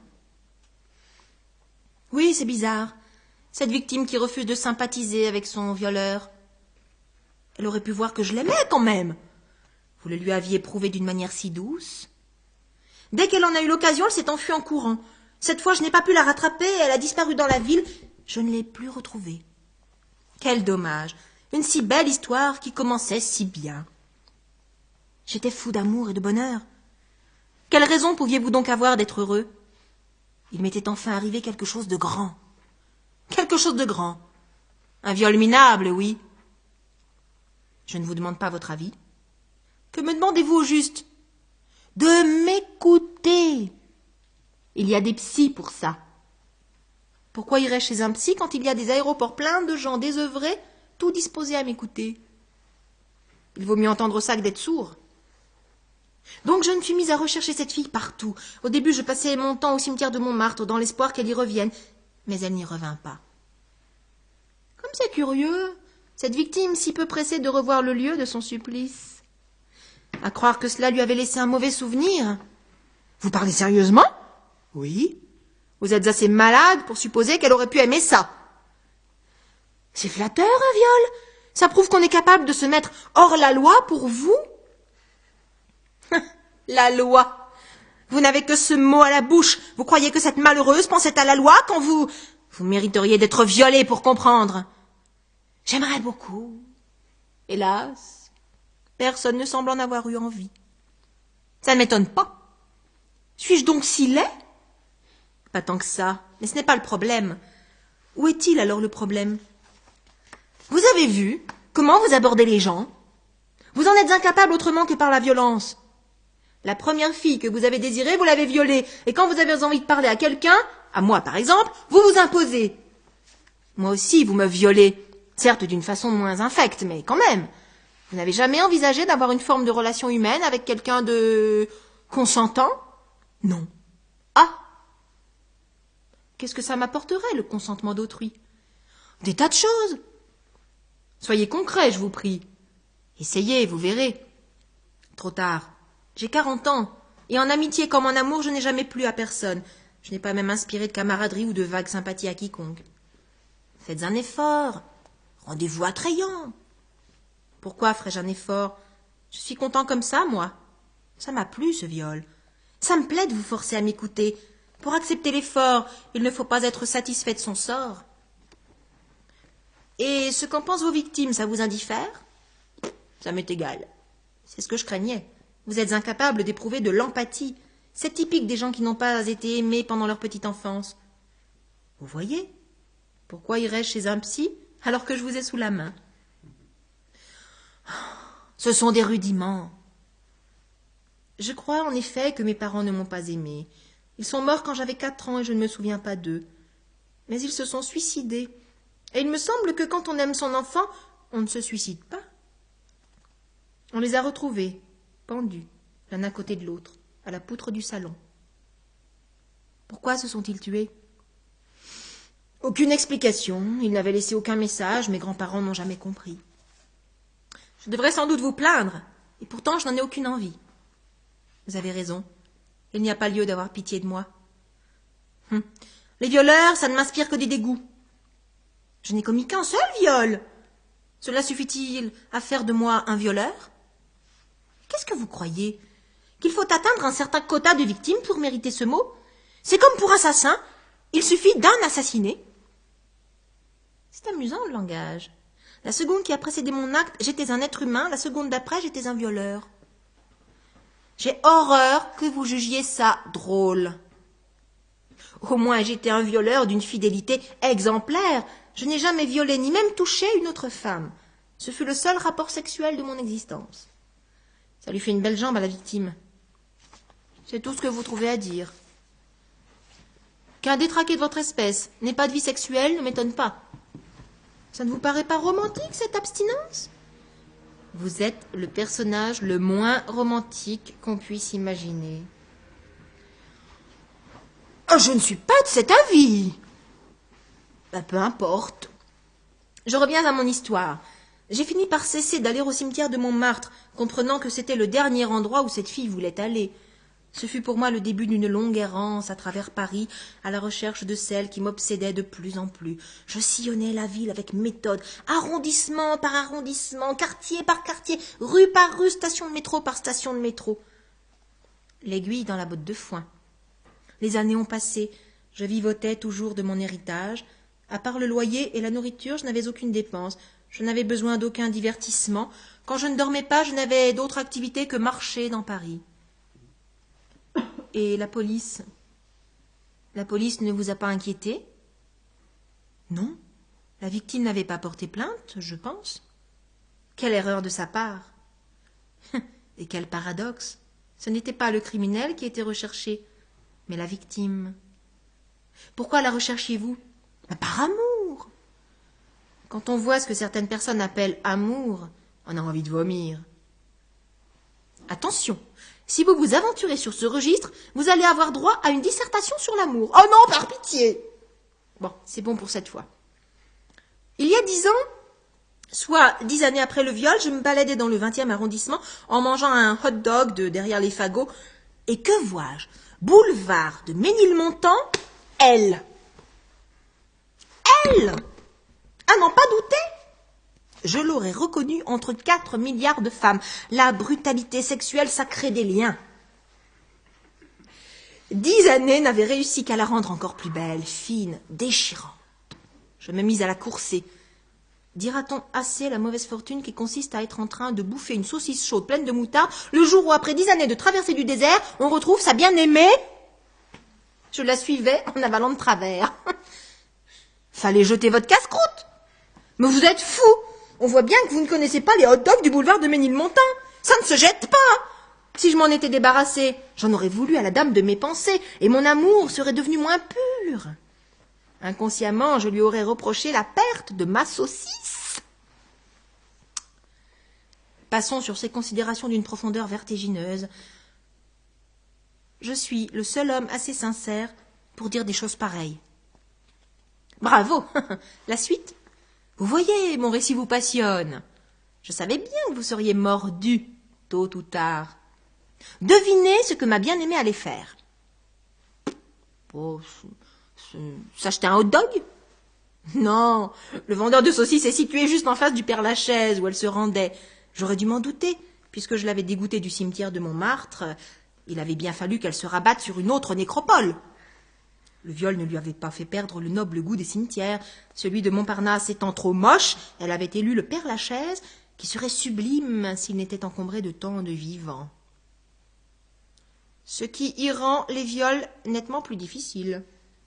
Oui, c'est bizarre. Cette victime qui refuse de sympathiser avec son violeur. Elle aurait pu voir que je l'aimais quand même. Vous le lui aviez prouvé d'une manière si douce. Dès qu'elle en a eu l'occasion, elle s'est enfuie en courant. Cette fois, je n'ai pas pu la rattraper et elle a disparu dans la ville. Je ne l'ai plus retrouvée. Quel dommage. Une si belle histoire qui commençait si bien. J'étais fou d'amour et de bonheur. Quelle raison pouviez-vous donc avoir d'être heureux? Il m'était enfin arrivé quelque chose de grand. Quelque chose de grand. Un viol minable, oui. Je ne vous demande pas votre avis. Que me demandez-vous au juste? De m'écouter. Il Il y a des psys pour ça. Pourquoi irais-je chez un psy quand il y a des aéroports pleins de gens désœuvrés, tout disposés à m'écouter? Il vaut mieux entendre ça que d'être sourd. Donc je me suis mise à rechercher cette fille partout. Au début, je passais mon temps au cimetière de Montmartre dans l'espoir qu'elle y revienne, mais elle n'y revint pas. Comme c'est curieux, cette victime si peu pressée de revoir le lieu de son supplice. À croire que cela lui avait laissé un mauvais souvenir. Vous parlez sérieusement? Oui. Vous êtes assez malade pour supposer qu'elle aurait pu aimer ça. C'est flatteur, un viol. Ça prouve qu'on est capable de se mettre hors la loi pour vous. La loi. Vous n'avez que ce mot à la bouche. Vous croyez que cette malheureuse pensait à la loi quand vous mériteriez d'être violée pour comprendre. J'aimerais beaucoup. Hélas, personne ne semble en avoir eu envie. Ça ne m'étonne pas. Suis-je donc si laid? Pas tant que ça, mais ce n'est pas le problème. Où est-il alors le problème? Vous avez vu comment vous abordez les gens? Vous en êtes incapable autrement que par la violence. La première fille que vous avez désirée, vous l'avez violée. Et quand vous avez envie de parler à quelqu'un, à moi par exemple, vous vous imposez. Moi aussi, vous me violez. Certes d'une façon moins infecte, mais quand même. Vous n'avez jamais envisagé d'avoir une forme de relation humaine avec quelqu'un de consentant? Non. Ah! Qu'est-ce que ça m'apporterait, le consentement d'autrui? Des tas de choses. Soyez concret, je vous prie. Essayez, vous verrez. Trop tard. J'ai 40 ans, et en amitié comme en amour, je n'ai jamais plu à personne. Je n'ai pas même inspiré de camaraderie ou de vague sympathie à quiconque. Faites un effort. Rendez-vous attrayant. Pourquoi ferais-je un effort? Je suis content comme ça, moi. Ça m'a plu, ce viol. Ça me plaît de vous forcer à m'écouter. Pour accepter l'effort, il ne faut pas être satisfait de son sort. Et ce qu'en pensent vos victimes, ça vous indiffère? Ça m'est égal. C'est ce que je craignais. Vous êtes incapable d'éprouver de l'empathie. C'est typique des gens qui n'ont pas été aimés pendant leur petite enfance. Vous voyez? Pourquoi irais-je chez un psy alors que je vous ai sous la main? Ce sont des rudiments. Je crois en effet que mes parents ne m'ont pas aimée. Ils sont morts quand j'avais 4 ans et je ne me souviens pas d'eux. Mais ils se sont suicidés. Et il me semble que quand on aime son enfant, on ne se suicide pas. On les a retrouvés, pendus, l'un à côté de l'autre, à la poutre du salon. Pourquoi se sont-ils tués? Aucune explication. Ils n'avaient laissé aucun message. Mes grands-parents n'ont jamais compris. Je devrais sans doute vous plaindre, et pourtant je n'en ai aucune envie. Vous avez raison. Il n'y a pas lieu d'avoir pitié de moi. Les violeurs, ça ne m'inspire que des dégoûts. Je n'ai commis qu'un seul viol. Cela suffit-il à faire de moi un violeur? Qu'est-ce que vous croyez? Qu'il faut atteindre un certain quota de victimes pour mériter ce mot? C'est comme pour assassin. Il suffit d'un assassiné. C'est amusant le langage. La seconde qui a précédé mon acte, j'étais un être humain. La seconde d'après, j'étais un violeur. J'ai horreur que vous jugiez ça drôle. Au moins, j'étais un violeur d'une fidélité exemplaire. Je n'ai jamais violé ni même touché une autre femme. Ce fut le seul rapport sexuel de mon existence. Ça lui fait une belle jambe à la victime. C'est tout ce que vous trouvez à dire. Qu'un détraqué de votre espèce n'ait pas de vie sexuelle ne m'étonne pas. Ça ne vous paraît pas romantique, cette abstinence? Vous êtes le personnage le moins romantique qu'on puisse imaginer. Oh, je ne suis pas de cet avis. Peu importe. Je reviens à mon histoire. J'ai fini par cesser d'aller au cimetière de Montmartre, comprenant que c'était le dernier endroit où cette fille voulait aller. Ce fut pour moi le début d'une longue errance à travers Paris, à la recherche de celle qui m'obsédait de plus en plus. Je sillonnais la ville avec méthode, arrondissement par arrondissement, quartier par quartier, rue par rue, station de métro par station de métro. L'aiguille dans la botte de foin. Les années ont passé, je vivotais toujours de mon héritage. À part le loyer et la nourriture, je n'avais aucune dépense. Je n'avais besoin d'aucun divertissement. Quand je ne dormais pas, je n'avais d'autre activité que marcher dans Paris. Et la police? La police ne vous a pas inquiété? Non. La victime n'avait pas porté plainte, je pense. Quelle erreur de sa part. Et quel paradoxe. Ce n'était pas le criminel qui était recherché, Mais la victime, pourquoi la recherchiez-vous? Par amour. Quand on voit ce que certaines personnes appellent amour, on a envie de vomir. Attention, si vous vous aventurez sur ce registre, vous allez avoir droit à une dissertation sur l'amour. Oh non, par pitié! Bon, c'est bon pour cette fois. Il y a 10 ans, soit 10 années après le viol, je me baladais dans le 20e arrondissement en mangeant un hot dog de derrière les fagots. Et que vois-je? Boulevard de Ménilmontant, elle. Elle! À n'en pas douter! Je l'aurais reconnue entre 4 milliards de femmes. La brutalité sexuelle, ça crée des liens. 10 années n'avaient réussi qu'à la rendre encore plus belle, fine, déchirante. Je me mis à la courser. Dira-t-on assez la mauvaise fortune qui consiste à être en train de bouffer une saucisse chaude pleine de moutarde le jour où, après 10 années de traversée du désert, on retrouve sa bien-aimée? Je la suivais en avalant de travers. Fallait jeter votre casse-croûte. Mais vous êtes fous. On voit bien que vous ne connaissez pas les hot dogs du boulevard de Ménilmontant. Ça ne se jette pas. Si je m'en étais débarrassée, j'en aurais voulu à la dame de mes pensées, et mon amour serait devenu moins pur. Inconsciemment, je lui aurais reproché la perte de ma saucisse. Passons sur ces considérations d'une profondeur vertigineuse. Je suis le seul homme assez sincère pour dire des choses pareilles. Bravo. La suite? Vous voyez, mon récit vous passionne. Je savais bien que vous seriez mordu, tôt ou tard. Devinez ce que ma bien-aimée allait faire. Oh, s'acheter un hot dog? Non, le vendeur de saucisses est situé juste en face du Père-Lachaise où elle se rendait. J'aurais dû m'en douter, puisque je l'avais dégoûtée du cimetière de Montmartre. Il avait bien fallu qu'elle se rabatte sur une autre nécropole. Le viol ne lui avait pas fait perdre le noble goût des cimetières. Celui de Montparnasse étant trop moche, elle avait élu le Père-Lachaise, qui serait sublime s'il n'était encombré de tant de vivants. Ce qui y rend les viols nettement plus difficiles.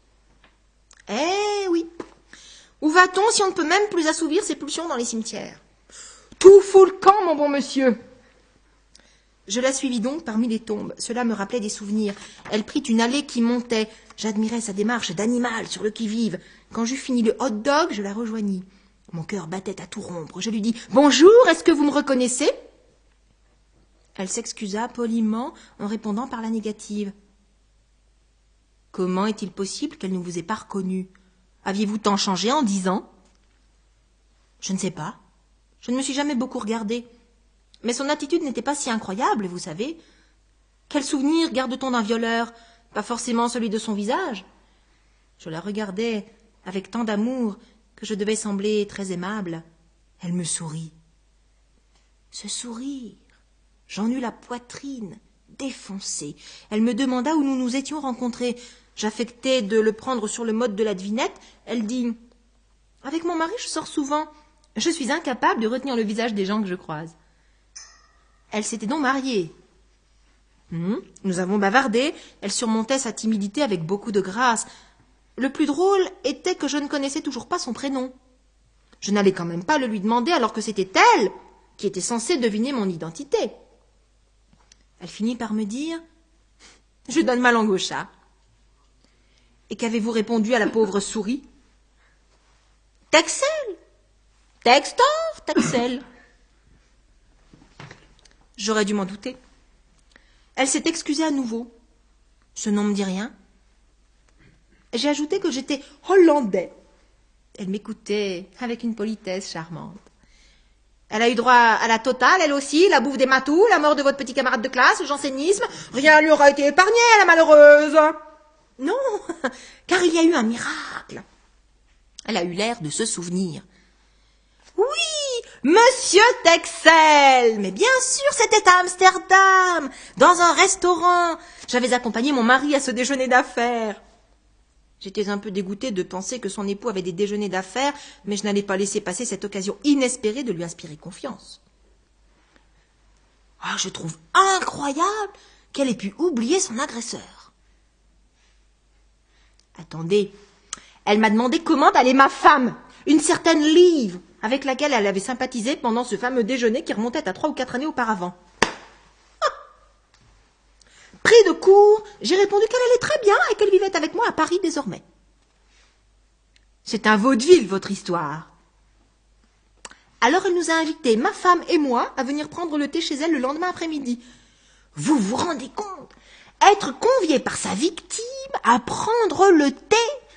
Eh oui. Où va-t-on si on ne peut même plus assouvir ses pulsions dans les cimetières? Tout fout le camp, mon bon monsieur. Je la suivis donc parmi les tombes. Cela me rappelait des souvenirs. Elle prit une allée qui montait. J'admirais sa démarche d'animal sur le qui-vive. Quand j'eus fini le hot dog, je la rejoignis. Mon cœur battait à tout rompre. Je lui dis « Bonjour, est-ce que vous me reconnaissez ?» Elle s'excusa poliment en répondant par la négative. « Comment est-il possible qu'elle ne vous ait pas reconnu? Aviez-vous tant changé en 10 ans ?»« Je ne sais pas. Je ne me suis jamais beaucoup regardée. Mais son attitude n'était pas si incroyable, vous savez. Quel souvenir garde-t-on d'un violeur? Pas forcément celui de son visage. Je la regardais avec tant d'amour que je devais sembler très aimable. Elle me sourit. Ce sourire, j'en eus la poitrine défoncée. Elle me demanda où nous nous étions rencontrés. J'affectai de le prendre sur le mode de la devinette. Elle dit « Avec mon mari, je sors souvent. Je suis incapable de retenir le visage des gens que je croise. » Elle s'était donc mariée. Nous avons bavardé. Elle surmontait sa timidité avec beaucoup de grâce. Le plus drôle était que je ne connaissais toujours pas son prénom. Je n'allais quand même pas le lui demander alors que c'était elle qui était censée deviner mon identité. Elle finit par me dire « Je donne ma langue au chat. » Et qu'avez-vous répondu à la pauvre souris? « Texel. Textor, Texel. » J'aurais dû m'en douter. Elle s'est excusée à nouveau. Ce nom me dit rien. J'ai ajouté que j'étais hollandais. Elle m'écoutait avec une politesse charmante. Elle a eu droit à la totale, elle aussi, la bouffe des matous, la mort de votre petit camarade de classe, le jansénisme. Rien lui aura été épargné, la malheureuse. Non, car il y a eu un miracle. Elle a eu l'air de se souvenir. Oui, Monsieur Texel. Mais bien sûr, c'était à Amsterdam, dans un restaurant. J'avais accompagné mon mari à ce déjeuner d'affaires. J'étais un peu dégoûtée de penser que son époux avait des déjeuners d'affaires, mais je n'allais pas laisser passer cette occasion inespérée de lui inspirer confiance. Ah, je trouve incroyable qu'elle ait pu oublier son agresseur. Attendez, elle m'a demandé comment allait ma femme, une certaine Liv, avec laquelle elle avait sympathisé pendant ce fameux déjeuner qui remontait à 3 ou 4 années auparavant. Pris de court, j'ai répondu qu'elle allait très bien et qu'elle vivait avec moi à Paris désormais. C'est un vaudeville, votre histoire. Alors elle nous a invités, ma femme et moi, à venir prendre le thé chez elle le lendemain après-midi. Vous vous rendez compte? Être convié par sa victime à prendre le thé?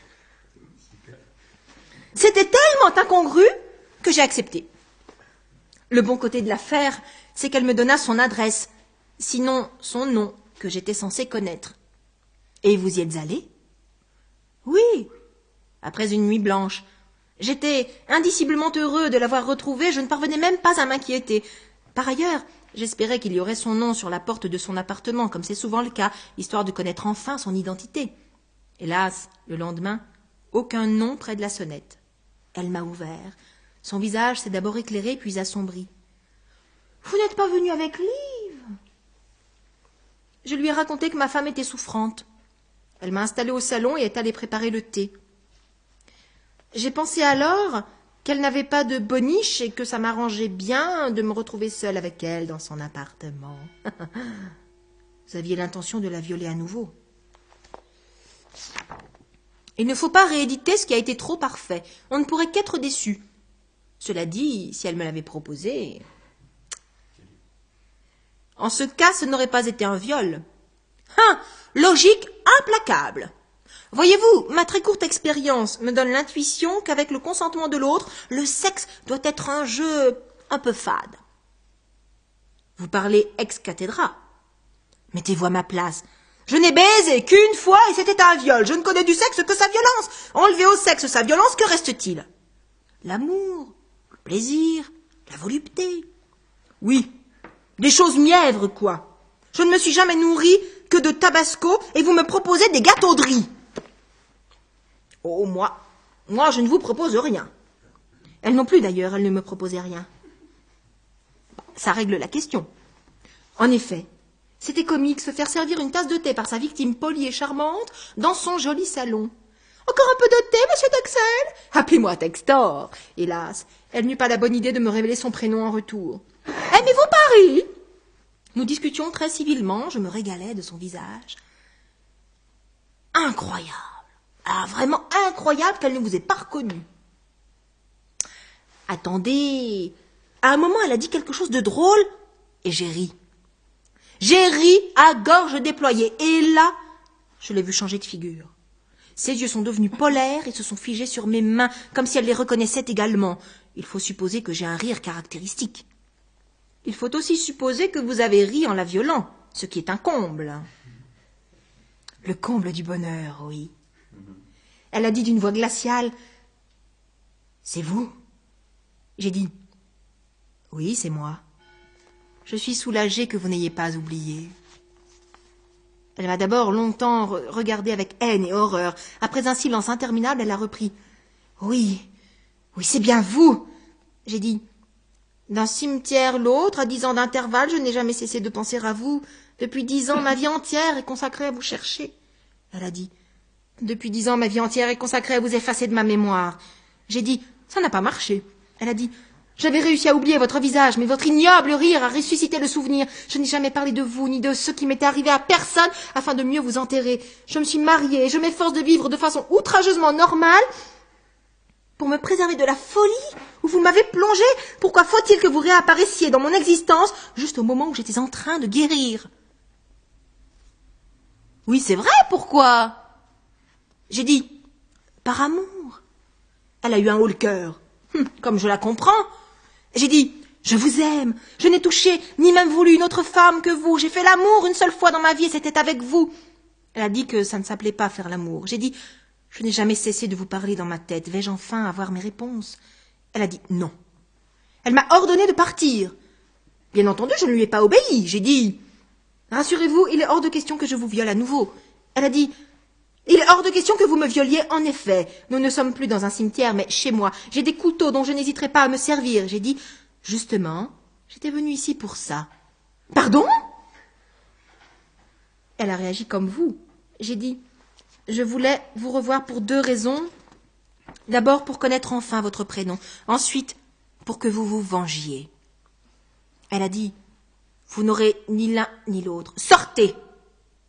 C'était tellement incongru que j'ai accepté. Le bon côté de l'affaire, c'est qu'elle me donna son adresse, sinon son nom, que j'étais censée connaître. Et vous y êtes allé? Oui, après une nuit blanche. J'étais indiciblement heureux de l'avoir retrouvée, je ne parvenais même pas à m'inquiéter. Par ailleurs, j'espérais qu'il y aurait son nom sur la porte de son appartement, comme c'est souvent le cas, histoire de connaître enfin son identité. Hélas, le lendemain, aucun nom près de la sonnette. Elle m'a ouvert. Son visage s'est d'abord éclairé, puis assombri. « Vous n'êtes pas venu avec Liv ?» Je lui ai raconté que ma femme était souffrante. Elle m'a installée au salon et est allée préparer le thé. J'ai pensé alors qu'elle n'avait pas de boniche et que ça m'arrangeait bien de me retrouver seule avec elle dans son appartement. Vous aviez l'intention de la violer à nouveau. Il ne faut pas rééditer ce qui a été trop parfait. On ne pourrait qu'être déçu. Cela dit, si elle me l'avait proposé... En ce cas, ce n'aurait pas été un viol. Logique implacable. Voyez-vous, ma très courte expérience me donne l'intuition qu'avec le consentement de l'autre, le sexe doit être un jeu un peu fade. Vous parlez ex cathedra. Mettez-vous à ma place. Je n'ai baisé qu'une fois et c'était un viol. Je ne connais du sexe que sa violence. Enlevez au sexe sa violence, que reste-t-il? L'amour, le plaisir, la volupté. Oui, des choses mièvres, quoi. Je ne me suis jamais nourrie que de tabasco et vous me proposez des gâteaux de riz. Oh, moi, je ne vous propose rien. Elle non plus, d'ailleurs, elle ne me proposait rien. Ça règle la question. En effet, c'était comique se faire servir une tasse de thé par sa victime polie et charmante dans son joli salon. Encore un peu de thé, monsieur Texel? Appelez-moi Textor. Hélas, elle n'eut pas la bonne idée de me révéler son prénom en retour. Aimez-vous Paris? Nous discutions très civilement, je me régalais de son visage. Incroyable. Ah, vraiment incroyable qu'elle ne vous ait pas reconnu. Attendez. À un moment, elle a dit quelque chose de drôle et j'ai ri. J'ai ri à gorge déployée. Et là, je l'ai vue changer de figure. Ses yeux sont devenus polaires et se sont figés sur mes mains, comme si elle les reconnaissait également. Il faut supposer que j'ai un rire caractéristique. Il faut aussi supposer que vous avez ri en la violant, ce qui est un comble. Le comble du bonheur, oui. Elle a dit d'une voix glaciale, « C'est vous ?» J'ai dit, « Oui, c'est moi. Je suis soulagée que vous n'ayez pas oublié. » Elle m'a d'abord longtemps regardé avec haine et horreur. Après un silence interminable, elle a repris, « Oui, c'est bien vous. » J'ai dit, « D'un cimetière l'autre, à 10 ans d'intervalle, je n'ai jamais cessé de penser à vous. Depuis 10 ans, ma vie entière est consacrée à vous chercher. » Elle a dit, « Depuis 10 ans, ma vie entière est consacrée à vous effacer de ma mémoire. » J'ai dit, « Ça n'a pas marché. » Elle a dit, « J'avais réussi à oublier votre visage, mais votre ignoble rire a ressuscité le souvenir. Je n'ai jamais parlé de vous, ni de ce qui m'était arrivé à personne, afin de mieux vous enterrer. Je me suis mariée et je m'efforce de vivre de façon outrageusement normale pour me préserver de la folie où vous m'avez plongée. Pourquoi faut-il que vous réapparaissiez dans mon existence juste au moment où j'étais en train de guérir? » Oui, c'est vrai, pourquoi? J'ai dit, par amour. Elle a eu un haut le cœur. Comme je la comprends. J'ai dit, je vous aime. Je n'ai touché, ni même voulu une autre femme que vous. J'ai fait l'amour une seule fois dans ma vie et c'était avec vous. Elle a dit que ça ne s'appelait pas faire l'amour. J'ai dit, je n'ai jamais cessé de vous parler dans ma tête. Vais-je enfin avoir mes réponses? Elle a dit non. Elle m'a ordonné de partir. Bien entendu, je ne lui ai pas obéi. J'ai dit, rassurez-vous, il est hors de question que je vous viole à nouveau. Elle a dit, il est hors de question que vous me violiez en effet. Nous ne sommes plus dans un cimetière, mais chez moi. J'ai des couteaux dont je n'hésiterai pas à me servir. J'ai dit, justement, j'étais venue ici pour ça. Pardon? Elle a réagi comme vous. J'ai dit, je voulais vous revoir pour 2 raisons. D'abord, pour connaître enfin votre prénom. Ensuite, pour que vous vous vengiez. Elle a dit, vous n'aurez ni l'un ni l'autre. Sortez!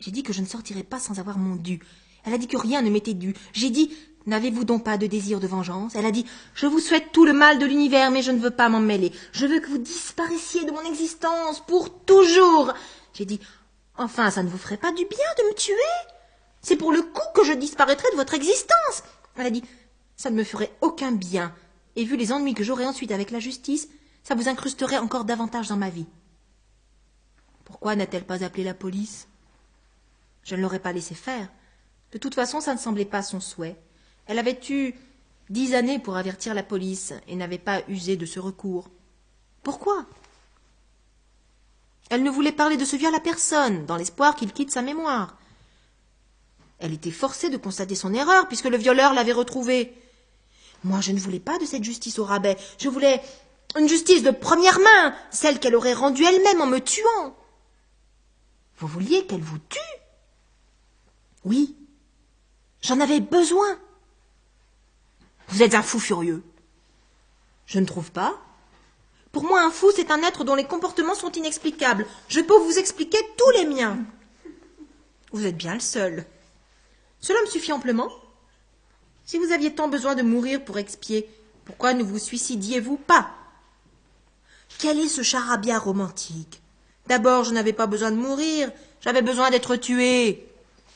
J'ai dit que je ne sortirais pas sans avoir mon dû. Elle a dit que rien ne m'était dû. J'ai dit, n'avez-vous donc pas de désir de vengeance? Elle a dit, je vous souhaite tout le mal de l'univers, mais je ne veux pas m'en mêler. Je veux que vous disparaissiez de mon existence pour toujours. J'ai dit, enfin, ça ne vous ferait pas du bien de me tuer? C'est pour le coup que je disparaîtrais de votre existence. Elle a dit, ça ne me ferait aucun bien. Et vu les ennuis que j'aurais ensuite avec la justice, ça vous incrusterait encore davantage dans ma vie. Pourquoi n'a-t-elle pas appelé la police? Je ne l'aurais pas laissé faire. De toute façon, ça ne semblait pas son souhait. Elle avait eu 10 années pour avertir la police et n'avait pas usé de ce recours. Pourquoi? Elle ne voulait parler de ce viol à personne, dans l'espoir qu'il quitte sa mémoire. Elle était forcée de constater son erreur, puisque le violeur l'avait retrouvée. Moi, je ne voulais pas de cette justice au rabais. Je voulais une justice de première main, celle qu'elle aurait rendue elle-même en me tuant. Vous vouliez qu'elle vous tue? Oui, j'en avais besoin. Vous êtes un fou furieux. Je ne trouve pas. Pour moi, un fou, c'est un être dont les comportements sont inexplicables. Je peux vous expliquer tous les miens. Vous êtes bien le seul. Cela me suffit amplement. Si vous aviez tant besoin de mourir pour expier, pourquoi ne vous suicidiez-vous pas? Quel est ce charabia romantique? D'abord, je n'avais pas besoin de mourir, j'avais besoin d'être tué.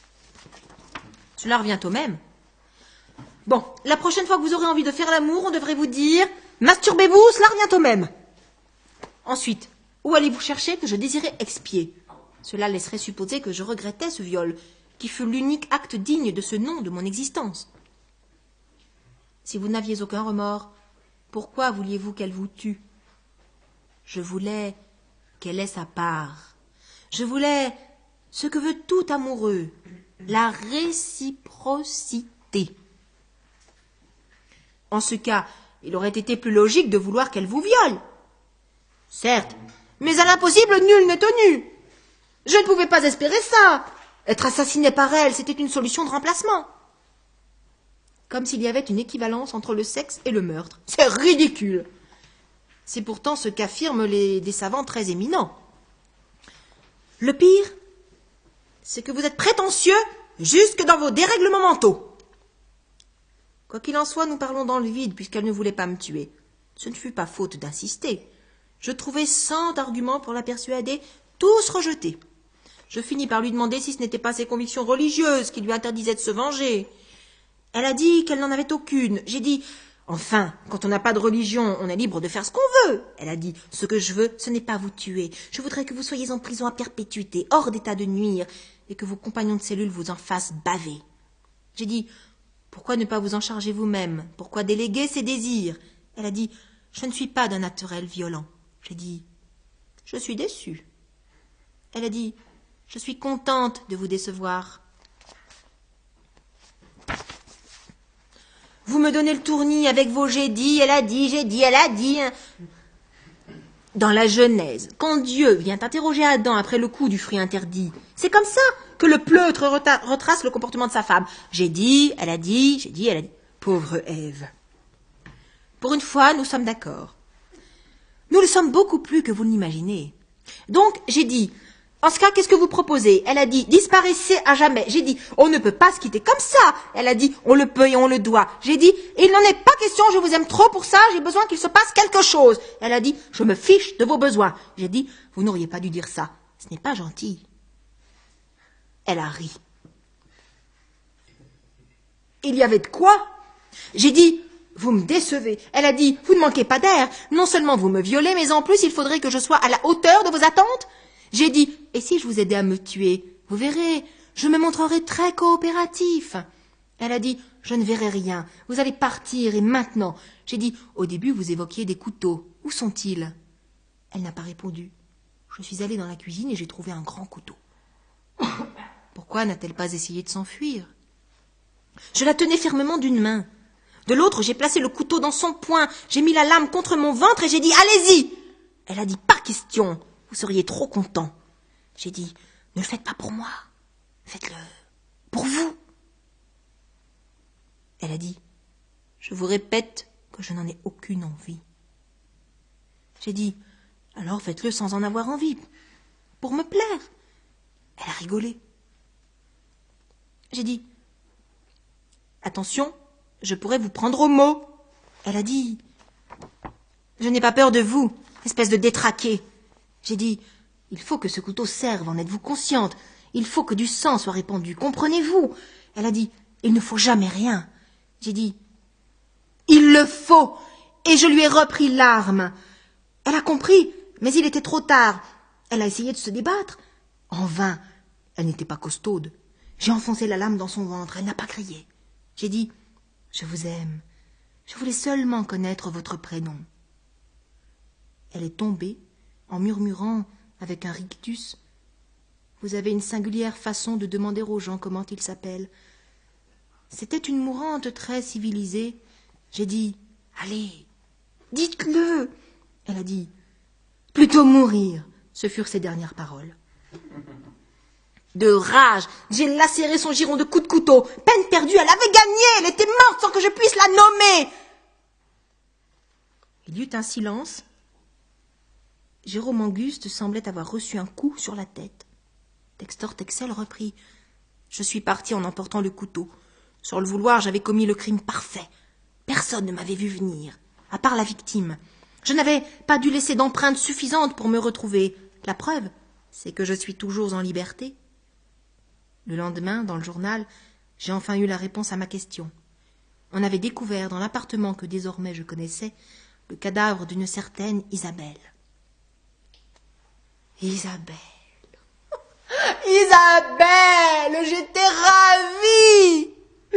Cela revient au même. Bon, la prochaine fois que vous aurez envie de faire l'amour, on devrait vous dire « Masturbez-vous, cela revient au même ». Ensuite, où allez-vous chercher que je désirais expier? Cela laisserait supposer que je regrettais ce viol, qui fut l'unique acte digne de ce nom de mon existence. Si vous n'aviez aucun remords, pourquoi vouliez-vous qu'elle vous tue? Je voulais qu'elle ait sa part. Je voulais ce que veut tout amoureux, la réciprocité. En ce cas, il aurait été plus logique de vouloir qu'elle vous viole. Certes, mais à l'impossible, nul n'est tenu. Je ne pouvais pas espérer ça. Être assassiné par elle, c'était une solution de remplacement. Comme s'il y avait une équivalence entre le sexe et le meurtre. C'est ridicule. C'est pourtant ce qu'affirment des savants très éminents. Le pire, c'est que vous êtes prétentieux jusque dans vos dérèglements mentaux. Quoi qu'il en soit, nous parlons dans le vide puisqu'elle ne voulait pas me tuer. Ce ne fut pas faute d'insister. Je trouvai 100 arguments pour la persuader, tous rejetés. Je finis par lui demander si ce n'était pas ses convictions religieuses qui lui interdisaient de se venger. Elle a dit qu'elle n'en avait aucune. J'ai dit, enfin, quand on n'a pas de religion, on est libre de faire ce qu'on veut. Elle a dit, ce que je veux, ce n'est pas vous tuer. Je voudrais que vous soyez en prison à perpétuité, hors d'état de nuire, et que vos compagnons de cellule vous en fassent baver. J'ai dit, pourquoi ne pas vous en charger vous-même? Pourquoi déléguer ses désirs? Elle a dit, je ne suis pas d'un naturel violent. J'ai dit, je suis déçue. Elle a dit, je suis contente de vous décevoir. Vous me donnez le tournis avec vos j'ai dit, elle a dit, j'ai dit, elle a dit. Dans la Genèse, quand Dieu vient interroger Adam après le coup du fruit interdit, c'est comme ça que le pleutre retrace le comportement de sa femme. J'ai dit, elle a dit, j'ai dit, elle a dit. Pauvre Ève. Pour une fois, nous sommes d'accord. Nous le sommes beaucoup plus que vous l'imaginez. Donc, j'ai dit, en ce cas, qu'est-ce que vous proposez? Elle a dit, disparaissez à jamais. J'ai dit, on ne peut pas se quitter comme ça. Elle a dit, on le peut et on le doit. J'ai dit, il n'en est pas question, je vous aime trop pour ça, j'ai besoin qu'il se passe quelque chose. Elle a dit, je me fiche de vos besoins. J'ai dit, vous n'auriez pas dû dire ça. Ce n'est pas gentil. Elle a ri. Il y avait de quoi? J'ai dit, vous me décevez. Elle a dit, vous ne manquez pas d'air. Non seulement vous me violez, mais en plus, il faudrait que je sois à la hauteur de vos attentes. J'ai dit, et si je vous aidais à me tuer? Vous verrez, je me montrerai très coopératif. Elle a dit, je ne verrai rien. Vous allez partir et maintenant. J'ai dit, au début, vous évoquiez des couteaux. Où sont-ils? Elle n'a pas répondu. Je suis allée dans la cuisine et j'ai trouvé un grand couteau. Pourquoi n'a-t-elle pas essayé de s'enfuir? Je la tenais fermement d'une main. De l'autre, j'ai placé le couteau dans son poing. J'ai mis la lame contre mon ventre et j'ai dit, allez-y! Elle a dit, pas question. Vous seriez trop content. J'ai dit, ne le faites pas pour moi. Faites-le pour vous. Elle a dit, je vous répète que je n'en ai aucune envie. J'ai dit, alors faites-le sans en avoir envie, pour me plaire. Elle a rigolé. J'ai dit, attention, je pourrais vous prendre au mot. Elle a dit, je n'ai pas peur de vous, espèce de détraqué. J'ai dit, il faut que ce couteau serve, en êtes-vous consciente? Il faut que du sang soit répandu, comprenez-vous? Elle a dit, il ne faut jamais rien. J'ai dit, il le faut. Et je lui ai repris l'arme. Elle a compris, mais il était trop tard. Elle a essayé de se débattre. En vain, elle n'était pas costaude. J'ai enfoncé la lame dans son ventre, elle n'a pas crié. J'ai dit, je vous aime. Je voulais seulement connaître votre prénom. Elle est tombée en murmurant avec un rictus. Vous avez une singulière façon de demander aux gens comment ils s'appellent. C'était une mourante très civilisée. J'ai dit, allez, dites-le. Elle a dit, plutôt mourir. Ce furent ses dernières paroles. De rage, j'ai lacéré son giron de coups de couteau. Peine perdue, elle avait gagné, elle était morte sans que je puisse la nommer. Il y eut un silence. Jérôme Anguste semblait avoir reçu un coup sur la tête. Textor Texel reprit. Je suis parti en emportant le couteau. Sur le vouloir, j'avais commis le crime parfait. Personne ne m'avait vu venir, à part la victime. Je n'avais pas dû laisser d'empreintes suffisantes pour me retrouver. La preuve, c'est que je suis toujours en liberté. Le lendemain, dans le journal, j'ai enfin eu la réponse à ma question. On avait découvert dans l'appartement que désormais je connaissais le cadavre d'une certaine Isabelle. Isabelle, j'étais ravie.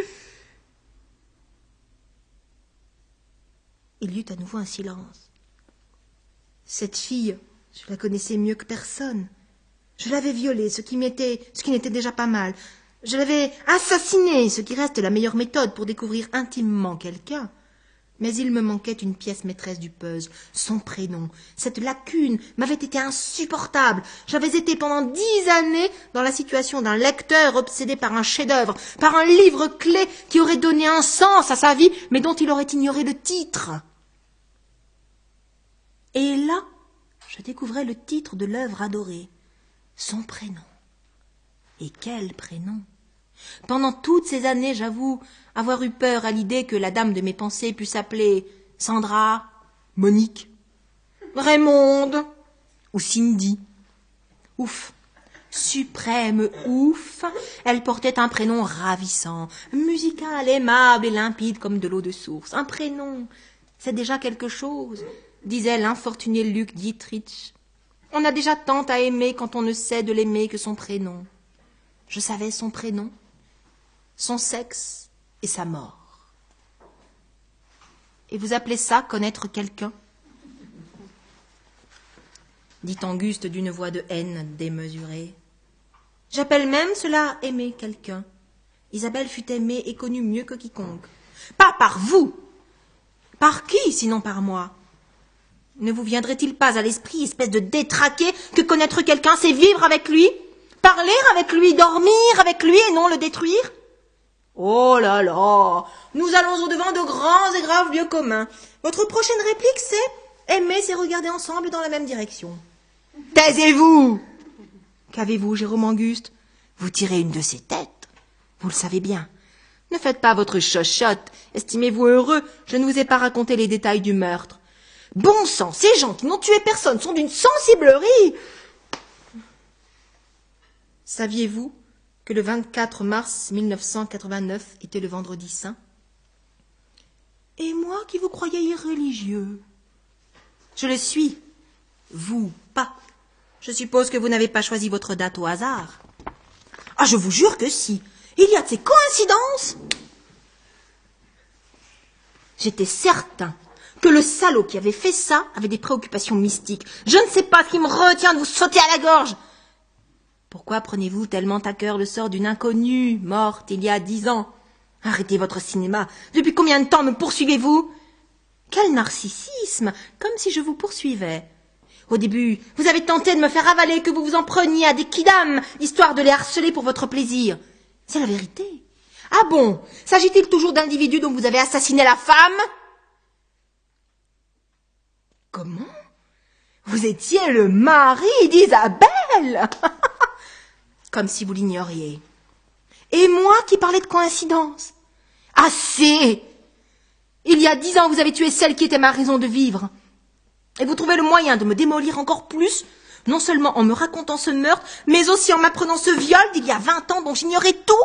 Il y eut à nouveau un silence. Cette fille, je la connaissais mieux que personne. Je l'avais violée, ce qui n'était déjà pas mal. Je l'avais assassinée, ce qui reste la meilleure méthode pour découvrir intimement quelqu'un. Mais il me manquait une pièce maîtresse du puzzle, son prénom. Cette lacune m'avait été insupportable. J'avais été pendant 10 années dans la situation d'un lecteur obsédé par un chef-d'œuvre, par un livre clé qui aurait donné un sens à sa vie, mais dont il aurait ignoré le titre. Et là, je découvrais le titre de l'œuvre adorée, son prénom. Et quel prénom! Pendant toutes ces années, j'avoue avoir eu peur à l'idée que la dame de mes pensées pût s'appeler Sandra, Monique, Raymonde ou Cindy. Ouf, suprême ouf, elle portait un prénom ravissant, musical, aimable et limpide comme de l'eau de source. Un prénom, c'est déjà quelque chose, disait l'infortuné Luc Dietrich. On a déjà tant à aimer quand on ne sait de l'aimer que son prénom. Je savais son prénom, son sexe et sa mort. Et vous appelez ça connaître quelqu'un? Dit Anguste d'une voix de haine démesurée. J'appelle même cela aimer quelqu'un. Isabelle fut aimée et connue mieux que quiconque. Pas par vous. Par qui, sinon par moi? Ne vous viendrait-il pas à l'esprit, espèce de détraqué, que connaître quelqu'un, c'est vivre avec lui, parler avec lui, dormir avec lui et non le détruire? Oh là là, nous allons au-devant de grands et graves lieux communs. Votre prochaine réplique, c'est aimer, c'est regarder ensemble dans la même direction. Taisez-vous! Qu'avez-vous, Jérôme Anguste? Vous tirez une de ses têtes. Vous le savez bien. Ne faites pas votre chochotte. Estimez-vous heureux, je ne vous ai pas raconté les détails du meurtre. Bon sang, ces gens qui n'ont tué personne sont d'une sensiblerie. Saviez-vous que le 24 mars 1989 était le vendredi saint? Et moi qui vous croyais irréligieux? Je le suis. Vous, pas. Je suppose que vous n'avez pas choisi votre date au hasard. Ah, je vous jure que si. Il y a de ces coïncidences. J'étais certain que le salaud qui avait fait ça avait des préoccupations mystiques. Je ne sais pas ce qui me retient de vous sauter à la gorge. Pourquoi prenez-vous tellement à cœur le sort d'une inconnue morte il y a 10 ans? Arrêtez votre cinéma. Depuis combien de temps me poursuivez-vous? Quel narcissisme, comme si je vous poursuivais. Au début, vous avez tenté de me faire avaler que vous vous en preniez à des kidams, histoire de les harceler pour votre plaisir. C'est la vérité. Ah bon, s'agit-il toujours d'individus dont vous avez assassiné la femme? Comment? Vous étiez le mari d'Isabelle? Comme si vous l'ignoriez. Et moi qui parlais de coïncidence. Assez! Il y a 10 ans, vous avez tué celle qui était ma raison de vivre. Et vous trouvez le moyen de me démolir encore plus, non seulement en me racontant ce meurtre, mais aussi en m'apprenant ce viol d'il y a 20 ans dont j'ignorais tout.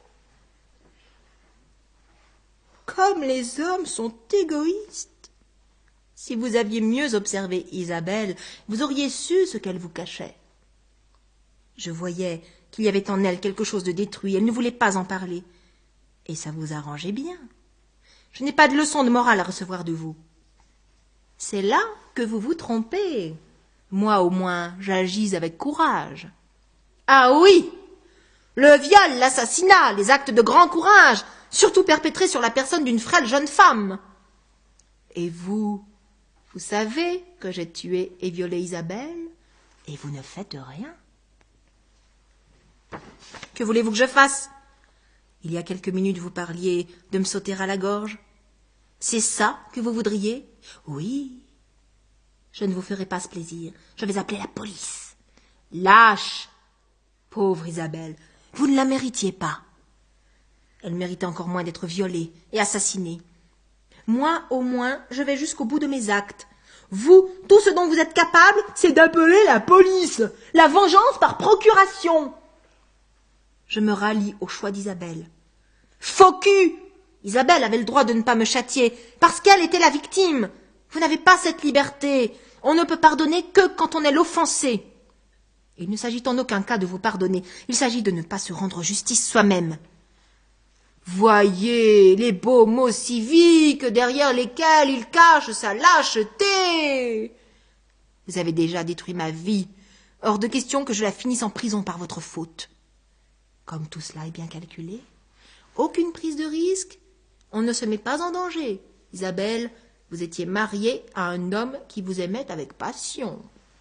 Comme les hommes sont égoïstes. Si vous aviez mieux observé Isabelle, vous auriez su ce qu'elle vous cachait. Je voyais qu'il y avait en elle quelque chose de détruit, elle ne voulait pas en parler. Et ça vous arrangeait bien. Je n'ai pas de leçon de morale à recevoir de vous. C'est là que vous vous trompez. Moi, au moins, j'agis avec courage. Ah oui! Le viol, l'assassinat, les actes de grand courage, surtout perpétrés sur la personne d'une frêle jeune femme. Et vous savez que j'ai tué et violé Isabelle, et vous ne faites rien. Que voulez-vous que je fasse? Il y a quelques minutes, vous parliez de me sauter à la gorge. C'est ça que vous voudriez? Oui. Je ne vous ferai pas ce plaisir. Je vais appeler la police. Lâche! Pauvre Isabelle, vous ne la méritiez pas. Elle méritait encore moins d'être violée et assassinée. Moi, au moins, je vais jusqu'au bout de mes actes. Vous, tout ce dont vous êtes capable, c'est d'appeler la police. La vengeance par procuration. Je me rallie au choix d'Isabelle. Faux cul! Isabelle avait le droit de ne pas me châtier, parce qu'elle était la victime. Vous n'avez pas cette liberté. On ne peut pardonner que quand on est l'offensé. Il ne s'agit en aucun cas de vous pardonner. Il s'agit de ne pas se rendre justice soi-même. Voyez les beaux mots civiques derrière lesquels il cache sa lâcheté. Vous avez déjà détruit ma vie. Hors de question que je la finisse en prison par votre faute. Comme tout cela est bien calculé, aucune prise de risque, on ne se met pas en danger. Isabelle, vous étiez mariée à un homme qui vous aimait avec passion.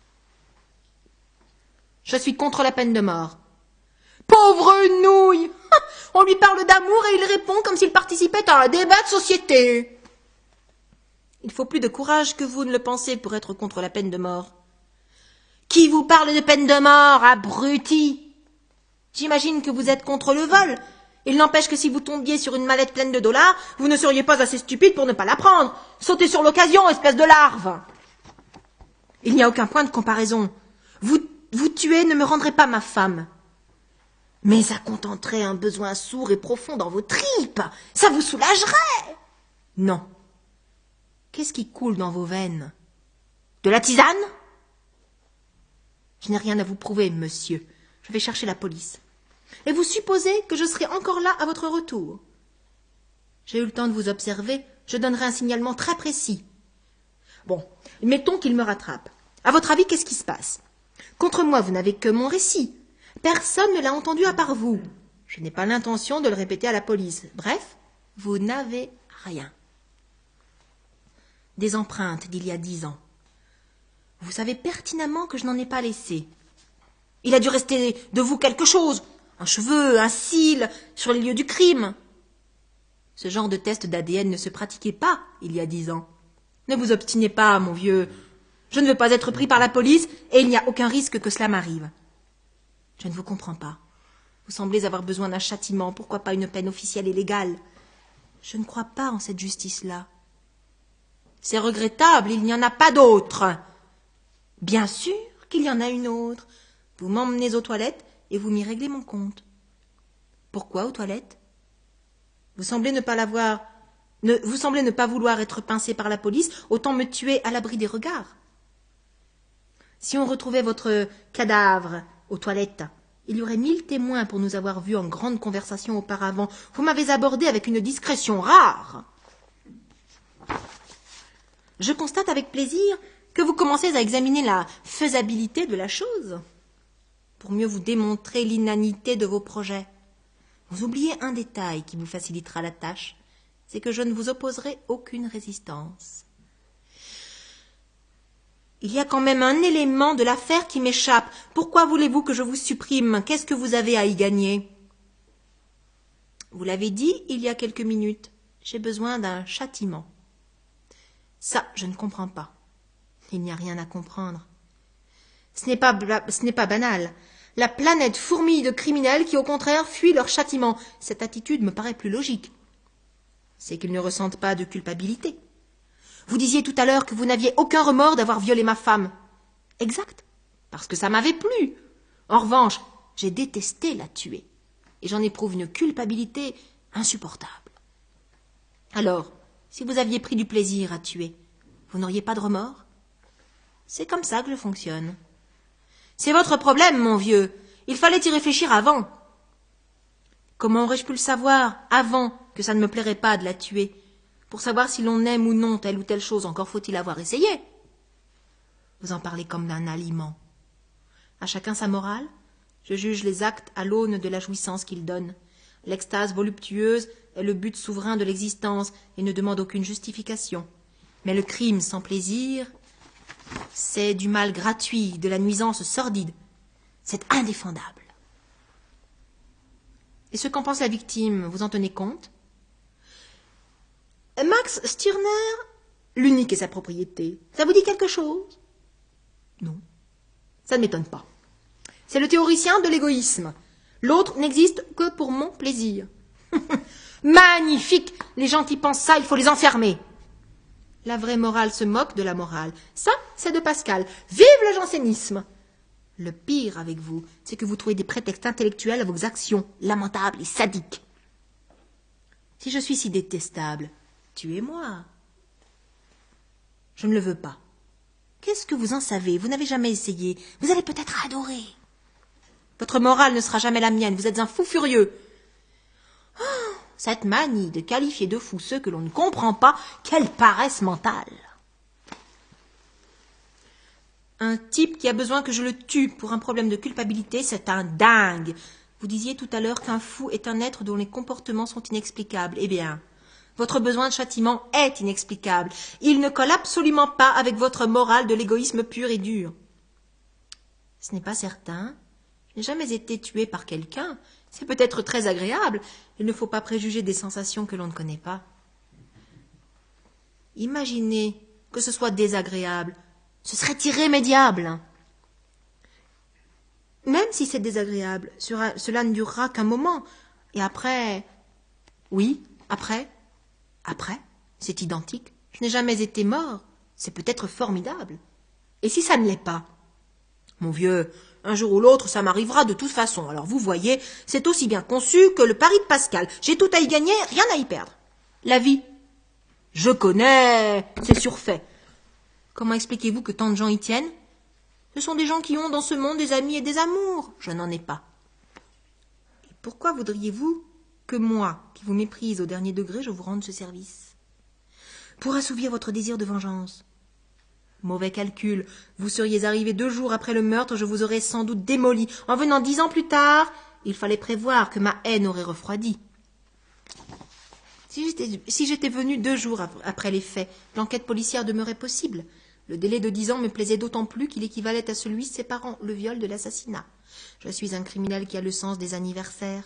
Je suis contre la peine de mort. Pauvre nouille! On lui parle d'amour et il répond comme s'il participait à un débat de société. Il faut plus de courage que vous ne le pensez pour être contre la peine de mort. Qui vous parle de peine de mort, abruti? J'imagine que vous êtes contre le vol. Il n'empêche que si vous tombiez sur une mallette pleine de dollars, vous ne seriez pas assez stupide pour ne pas la prendre. Sautez sur l'occasion, espèce de larve. Il n'y a aucun point de comparaison. Vous tuer ne me rendrait pas ma femme. Mais ça contenterait un besoin sourd et profond dans vos tripes. Ça vous soulagerait. Non. Qu'est-ce qui coule dans vos veines? De la tisane? Je n'ai rien à vous prouver, monsieur. Je vais chercher la police. Et vous supposez que je serai encore là à votre retour? J'ai eu le temps de vous observer, je donnerai un signalement très précis. Bon, mettons qu'il me rattrape. À votre avis, qu'est-ce qui se passe? Contre moi, vous n'avez que mon récit. Personne ne l'a entendu à part vous. Je n'ai pas l'intention de le répéter à la police. Bref, vous n'avez rien. Des empreintes d'il y a 10 ans. Vous savez pertinemment que je n'en ai pas laissé. Il a dû rester de vous quelque chose, un cheveu, un cil, sur les lieux du crime. Ce genre de test d'ADN ne se pratiquait pas il y a 10 ans. Ne vous obstinez pas, mon vieux. Je ne veux pas être pris par la police et il n'y a aucun risque que cela m'arrive. Je ne vous comprends pas. Vous semblez avoir besoin d'un châtiment, pourquoi pas une peine officielle et légale? Je ne crois pas en cette justice-là. C'est regrettable, il n'y en a pas d'autre. Bien sûr qu'il y en a une autre. Vous m'emmenez aux toilettes et vous m'y réglez mon compte. Pourquoi aux toilettes? Vous semblez ne pas vouloir être pincé par la police, autant me tuer à l'abri des regards. Si on retrouvait votre cadavre aux toilettes, il y aurait 1000 témoins pour nous avoir vus en grande conversation auparavant. Vous m'avez abordé avec une discrétion rare. Je constate avec plaisir que vous commencez à examiner la faisabilité de la chose, pour mieux vous démontrer l'inanité de vos projets. Vous oubliez un détail qui vous facilitera la tâche, c'est que je ne vous opposerai aucune résistance. Il y a quand même un élément de l'affaire qui m'échappe. Pourquoi voulez-vous que je vous supprime? Qu'est-ce que vous avez à y gagner? Vous l'avez dit il y a quelques minutes, j'ai besoin d'un châtiment. Ça, je ne comprends pas. Il n'y a rien à comprendre. Ce n'est pas banal. La planète fourmille de criminels qui, au contraire, fuient leur châtiment. Cette attitude me paraît plus logique. C'est qu'ils ne ressentent pas de culpabilité. Vous disiez tout à l'heure que vous n'aviez aucun remords d'avoir violé ma femme. Exact, parce que ça m'avait plu. En revanche, j'ai détesté la tuer. Et j'en éprouve une culpabilité insupportable. Alors, si vous aviez pris du plaisir à tuer, vous n'auriez pas de remords? C'est comme ça que je fonctionne. C'est votre problème, mon vieux. Il fallait y réfléchir avant. Comment aurais-je pu le savoir avant que ça ne me plairait pas de la tuer? Pour savoir si l'on aime ou non telle ou telle chose, encore faut-il avoir essayé. Vous en parlez comme d'un aliment. À chacun sa morale. Je juge les actes à l'aune de la jouissance qu'ils donnent. L'extase voluptueuse est le but souverain de l'existence et ne demande aucune justification. Mais le crime sans plaisir, c'est du mal gratuit, de la nuisance sordide. C'est indéfendable. Et ce qu'en pense la victime, vous en tenez compte? Max Stirner, l'unique est sa propriété. Ça vous dit quelque chose? Non, ça ne m'étonne pas. C'est le théoricien de l'égoïsme. L'autre n'existe que pour mon plaisir. Magnifique! Les gens qui pensent ça, il faut les enfermer. La vraie morale se moque de la morale. Ça, c'est de Pascal. Vive le jansénisme! Le pire avec vous, c'est que vous trouvez des prétextes intellectuels à vos actions lamentables et sadiques. Si je suis si détestable, tuez-moi. Je ne le veux pas. Qu'est-ce que vous en savez? Vous n'avez jamais essayé. Vous allez peut-être adorer. Votre morale ne sera jamais la mienne. Vous êtes un fou furieux. Oh, cette manie de qualifier de fous ceux que l'on ne comprend pas, quelle paresse mentale. Un type qui a besoin que je le tue pour un problème de culpabilité, c'est un dingue. Vous disiez tout à l'heure qu'un fou est un être dont les comportements sont inexplicables. Eh bien, votre besoin de châtiment est inexplicable. Il ne colle absolument pas avec votre morale de l'égoïsme pur et dur. Ce n'est pas certain. Je n'ai jamais été tué par quelqu'un. C'est peut-être très agréable. Il ne faut pas préjuger des sensations que l'on ne connaît pas. Imaginez que ce soit désagréable. Ce serait irrémédiable. Même si c'est désagréable, cela ne durera qu'un moment. Et après... Oui, après, c'est identique. Je n'ai jamais été mort. C'est peut-être formidable. Et si ça ne l'est pas? Mon vieux, un jour ou l'autre, ça m'arrivera de toute façon. Alors vous voyez, c'est aussi bien conçu que le pari de Pascal. J'ai tout à y gagner, rien à y perdre. La vie. Je connais, c'est surfait. Comment expliquez-vous que tant de gens y tiennent? Ce sont des gens qui ont dans ce monde des amis et des amours. Je n'en ai pas. Et pourquoi voudriez-vous que moi, qui vous méprise au dernier degré, je vous rende ce service? Pour assouvir votre désir de vengeance. Mauvais calcul. Vous seriez arrivé 2 jours après le meurtre, je vous aurais sans doute démoli. En venant 10 ans plus tard, il fallait prévoir que ma haine aurait refroidi. Si j'étais venu 2 jours après les faits, l'enquête policière demeurait possible. Le délai de 10 ans me plaisait d'autant plus qu'il équivalait à celui séparant le viol de l'assassinat. Je suis un criminel qui a le sens des anniversaires.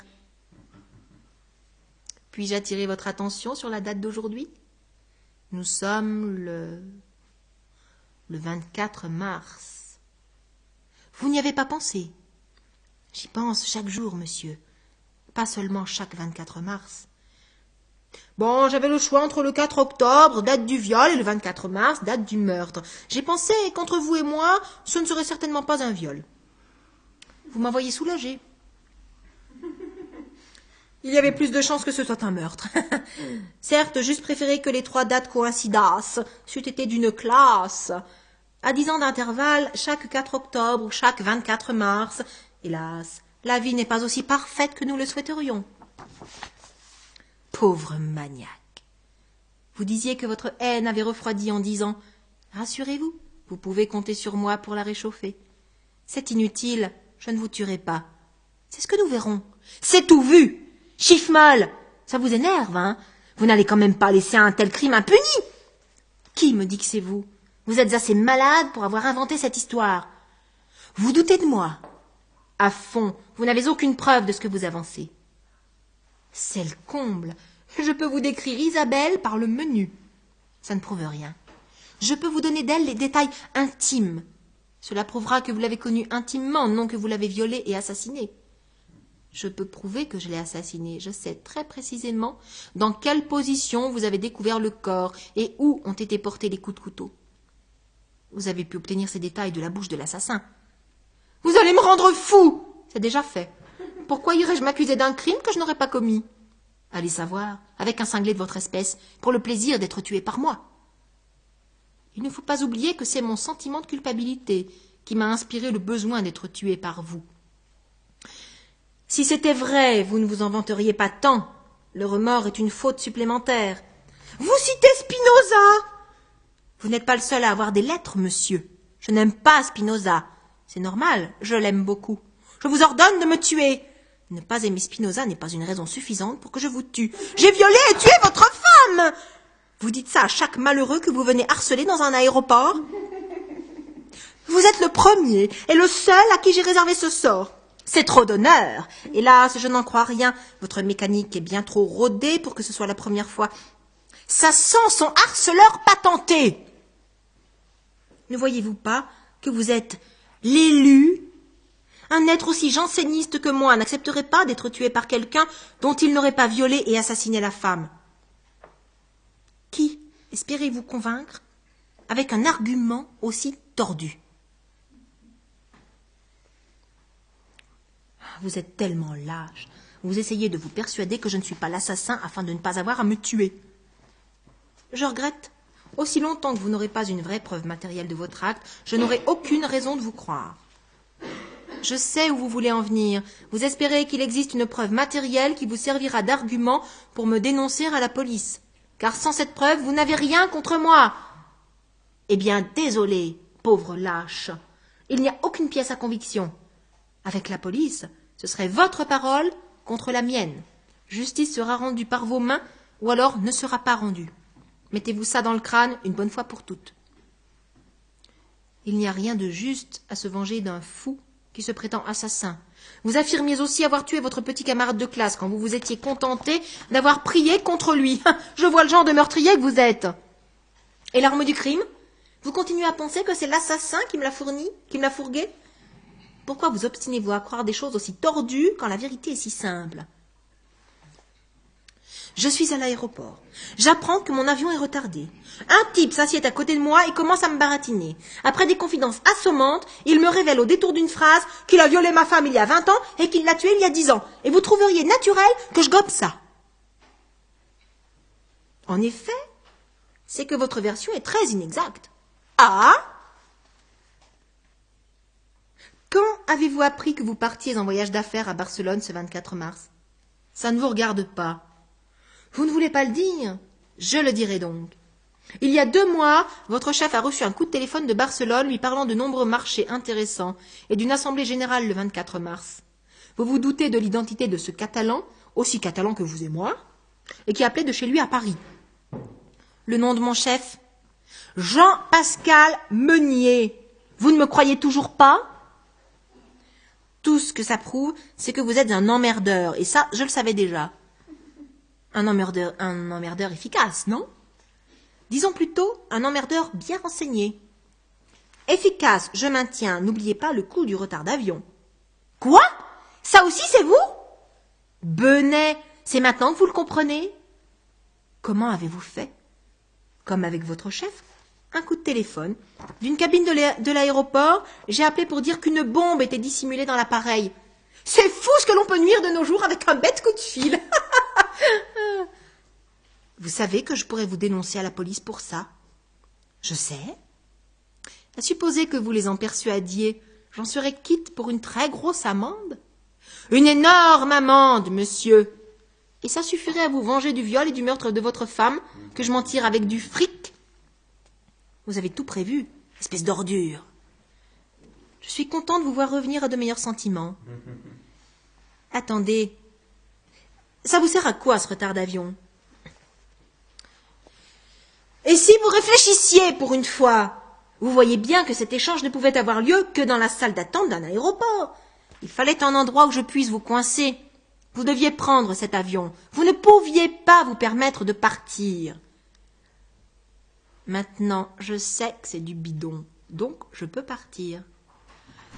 Puis-je attirer votre attention sur la date d'aujourd'hui? Nous sommes le 24 mars. Vous n'y avez pas pensé? J'y pense chaque jour, monsieur. Pas seulement chaque 24 mars. Bon, j'avais le choix entre le 4 octobre, date du viol, et le 24 mars, date du meurtre. J'ai pensé qu'entre vous et moi, ce ne serait certainement pas un viol. Vous m'envoyez soulagé. Il y avait plus de chances que ce soit un meurtre. Certes, j'eusse préféré que les 3 dates coïncidassent, c'eût été d'une classe. À 10 ans d'intervalle, chaque 4 octobre ou chaque 24 mars, hélas, la vie n'est pas aussi parfaite que nous le souhaiterions. Pauvre maniaque. Vous disiez que votre haine avait refroidi en 10 ans. Rassurez-vous, vous pouvez compter sur moi pour la réchauffer. C'est inutile, je ne vous tuerai pas. C'est ce que nous verrons. C'est tout vu. Chiffre-molle, ça vous énerve, hein? Vous n'allez quand même pas laisser un tel crime impuni. Qui me dit que c'est vous? Vous êtes assez malade pour avoir inventé cette histoire. Vous doutez de moi? À fond, vous n'avez aucune preuve de ce que vous avancez. C'est le comble. Je peux vous décrire Isabelle par le menu. Ça ne prouve rien. Je peux vous donner d'elle les détails intimes. Cela prouvera que vous l'avez connu intimement, non que vous l'avez violé et assassiné. Je peux prouver que je l'ai assassiné. Je sais très précisément dans quelle position vous avez découvert le corps et où ont été portés les coups de couteau. Vous avez pu obtenir ces détails de la bouche de l'assassin. Vous allez me rendre fou! C'est déjà fait. Pourquoi irais-je m'accuser d'un crime que je n'aurais pas commis? Allez savoir, avec un cinglé de votre espèce, pour le plaisir d'être tué par moi. Il ne faut pas oublier que c'est mon sentiment de culpabilité qui m'a inspiré le besoin d'être tué par vous. Si c'était vrai, vous ne vous en vanteriez pas tant. Le remords est une faute supplémentaire. Vous citez Spinoza! Vous n'êtes pas le seul à avoir des lettres, monsieur. Je n'aime pas Spinoza. C'est normal, je l'aime beaucoup. Je vous ordonne de me tuer. Ne pas aimer Spinoza n'est pas une raison suffisante pour que je vous tue. J'ai violé et tué votre femme! Vous dites ça à chaque malheureux que vous venez harceler dans un aéroport? Vous êtes le premier et le seul à qui j'ai réservé ce sort. C'est trop d'honneur. Hélas, je n'en crois rien. Votre mécanique est bien trop rodée pour que ce soit la première fois. Ça sent son harceleur patenté. Ne voyez-vous pas que vous êtes l'élu? Un être aussi janséniste que moi n'accepterait pas d'être tué par quelqu'un dont il n'aurait pas violé et assassiné la femme. Qui espérez-vous convaincre avec un argument aussi tordu? Vous êtes tellement lâche. Vous essayez de vous persuader que je ne suis pas l'assassin afin de ne pas avoir à me tuer. Je regrette. Aussi longtemps que vous n'aurez pas une vraie preuve matérielle de votre acte, je n'aurai aucune raison de vous croire. Je sais où vous voulez en venir. Vous espérez qu'il existe une preuve matérielle qui vous servira d'argument pour me dénoncer à la police. Car sans cette preuve, vous n'avez rien contre moi. Eh bien, désolé, pauvre lâche. Il n'y a aucune pièce à conviction. Avec la police, ce serait votre parole contre la mienne. Justice sera rendue par vos mains ou alors ne sera pas rendue. Mettez-vous ça dans le crâne une bonne fois pour toutes. Il n'y a rien de juste à se venger d'un fou qui se prétend assassin. Vous affirmiez aussi avoir tué votre petit camarade de classe quand vous vous étiez contenté d'avoir prié contre lui. Je vois le genre de meurtrier que vous êtes. Et l'arme du crime? Vous continuez à penser que c'est l'assassin qui me l'a fourni, qui me l'a fourgué? Pourquoi vous obstinez-vous à croire des choses aussi tordues quand la vérité est si simple? Je suis à l'aéroport. J'apprends que mon avion est retardé. Un type s'assied à côté de moi et commence à me baratiner. Après des confidences assommantes, il me révèle au détour d'une phrase qu'il a violé ma femme il y a 20 ans et qu'il l'a tuée il y a 10 ans. Et vous trouveriez naturel que je gobe ça? En effet, c'est que votre version est très inexacte. Ah? Quand avez-vous appris que vous partiez en voyage d'affaires à Barcelone ce 24 mars? Ça ne vous regarde pas. Vous ne voulez pas le dire? Je le dirai donc. Il y a 2 mois, votre chef a reçu un coup de téléphone de Barcelone lui parlant de nombreux marchés intéressants et d'une assemblée générale le 24 mars. Vous vous doutez de l'identité de ce Catalan, aussi Catalan que vous et moi, et qui appelait de chez lui à Paris. Le nom de mon chef? Jean-Pascal Meunier. Vous ne me croyez toujours pas? Tout ce que ça prouve, c'est que vous êtes un emmerdeur, et ça, je le savais déjà. Un emmerdeur efficace, non? Disons plutôt un emmerdeur bien renseigné. Efficace, je maintiens, n'oubliez pas le coût du retard d'avion. Quoi? Ça aussi c'est vous? Benet, c'est maintenant que vous le comprenez? Comment avez-vous fait? Comme avec votre chef? Un coup de téléphone. D'une cabine de l'aéroport, j'ai appelé pour dire qu'une bombe était dissimulée dans l'appareil. C'est fou ce que l'on peut nuire de nos jours avec un bête coup de fil. Vous savez que je pourrais vous dénoncer à la police pour ça? Je sais. À supposer que vous les en persuadiez, j'en serais quitte pour une très grosse amende. Une énorme amende, monsieur. Et ça suffirait à vous venger du viol et du meurtre de votre femme, que je m'en tire avec du fric. Vous avez tout prévu, espèce d'ordure. Je suis content de vous voir revenir à de meilleurs sentiments. Attendez. Ça vous sert à quoi, ce retard d'avion? Et si vous réfléchissiez pour une fois? Vous voyez bien que cet échange ne pouvait avoir lieu que dans la salle d'attente d'un aéroport. Il fallait un endroit où je puisse vous coincer. Vous deviez prendre cet avion. Vous ne pouviez pas vous permettre de partir. Maintenant, je sais que c'est du bidon, donc je peux partir.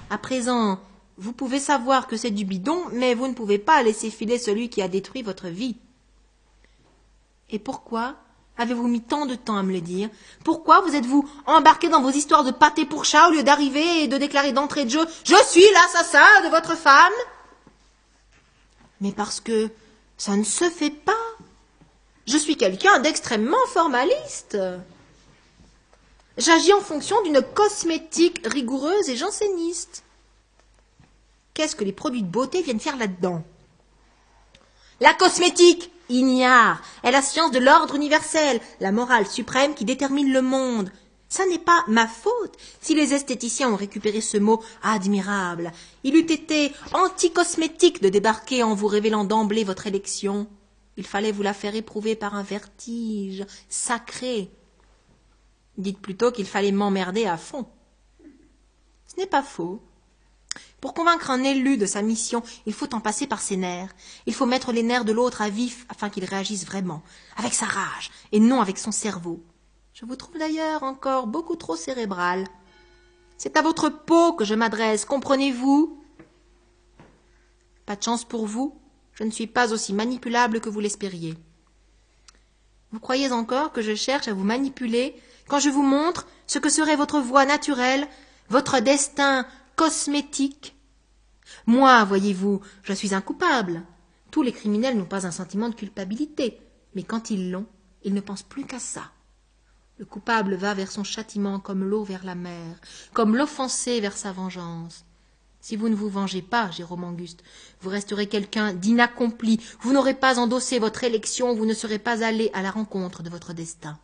À présent, vous pouvez savoir que c'est du bidon, mais vous ne pouvez pas laisser filer celui qui a détruit votre vie. Et pourquoi avez-vous mis tant de temps à me le dire? Pourquoi vous êtes-vous embarqué dans vos histoires de pâté pour chat au lieu d'arriver et de déclarer d'entrée de jeu « Je suis l'assassin de votre femme » Mais parce que ça ne se fait pas. Je suis quelqu'un d'extrêmement formaliste. J'agis en fonction d'une cosmétique rigoureuse et janséniste. Qu'est-ce que les produits de beauté viennent faire là-dedans? La cosmétique, ignare, est la science de l'ordre universel, la morale suprême qui détermine le monde. Ça n'est pas ma faute si les esthéticiens ont récupéré ce mot admirable. Il eût été anti-cosmétique de débarquer en vous révélant d'emblée votre élection. Il fallait vous la faire éprouver par un vertige sacré. Dites plutôt qu'il fallait m'emmerder à fond. Ce n'est pas faux. Pour convaincre un élu de sa mission, il faut en passer par ses nerfs. Il faut mettre les nerfs de l'autre à vif afin qu'il réagisse vraiment, avec sa rage et non avec son cerveau. Je vous trouve d'ailleurs encore beaucoup trop cérébral. C'est à votre peau que je m'adresse, comprenez-vous? Pas de chance pour vous, je ne suis pas aussi manipulable que vous l'espériez. Vous croyez encore que je cherche à vous manipuler quand je vous montre ce que serait votre voie naturelle, votre destin cosmétique? Moi, voyez-vous, je suis un coupable. Tous les criminels n'ont pas un sentiment de culpabilité, mais quand ils l'ont, ils ne pensent plus qu'à ça. Le coupable va vers son châtiment comme l'eau vers la mer, comme l'offensé vers sa vengeance. Si vous ne vous vengez pas, Jérôme Anguste, vous resterez quelqu'un d'inaccompli, vous n'aurez pas endossé votre élection, vous ne serez pas allé à la rencontre de votre destin.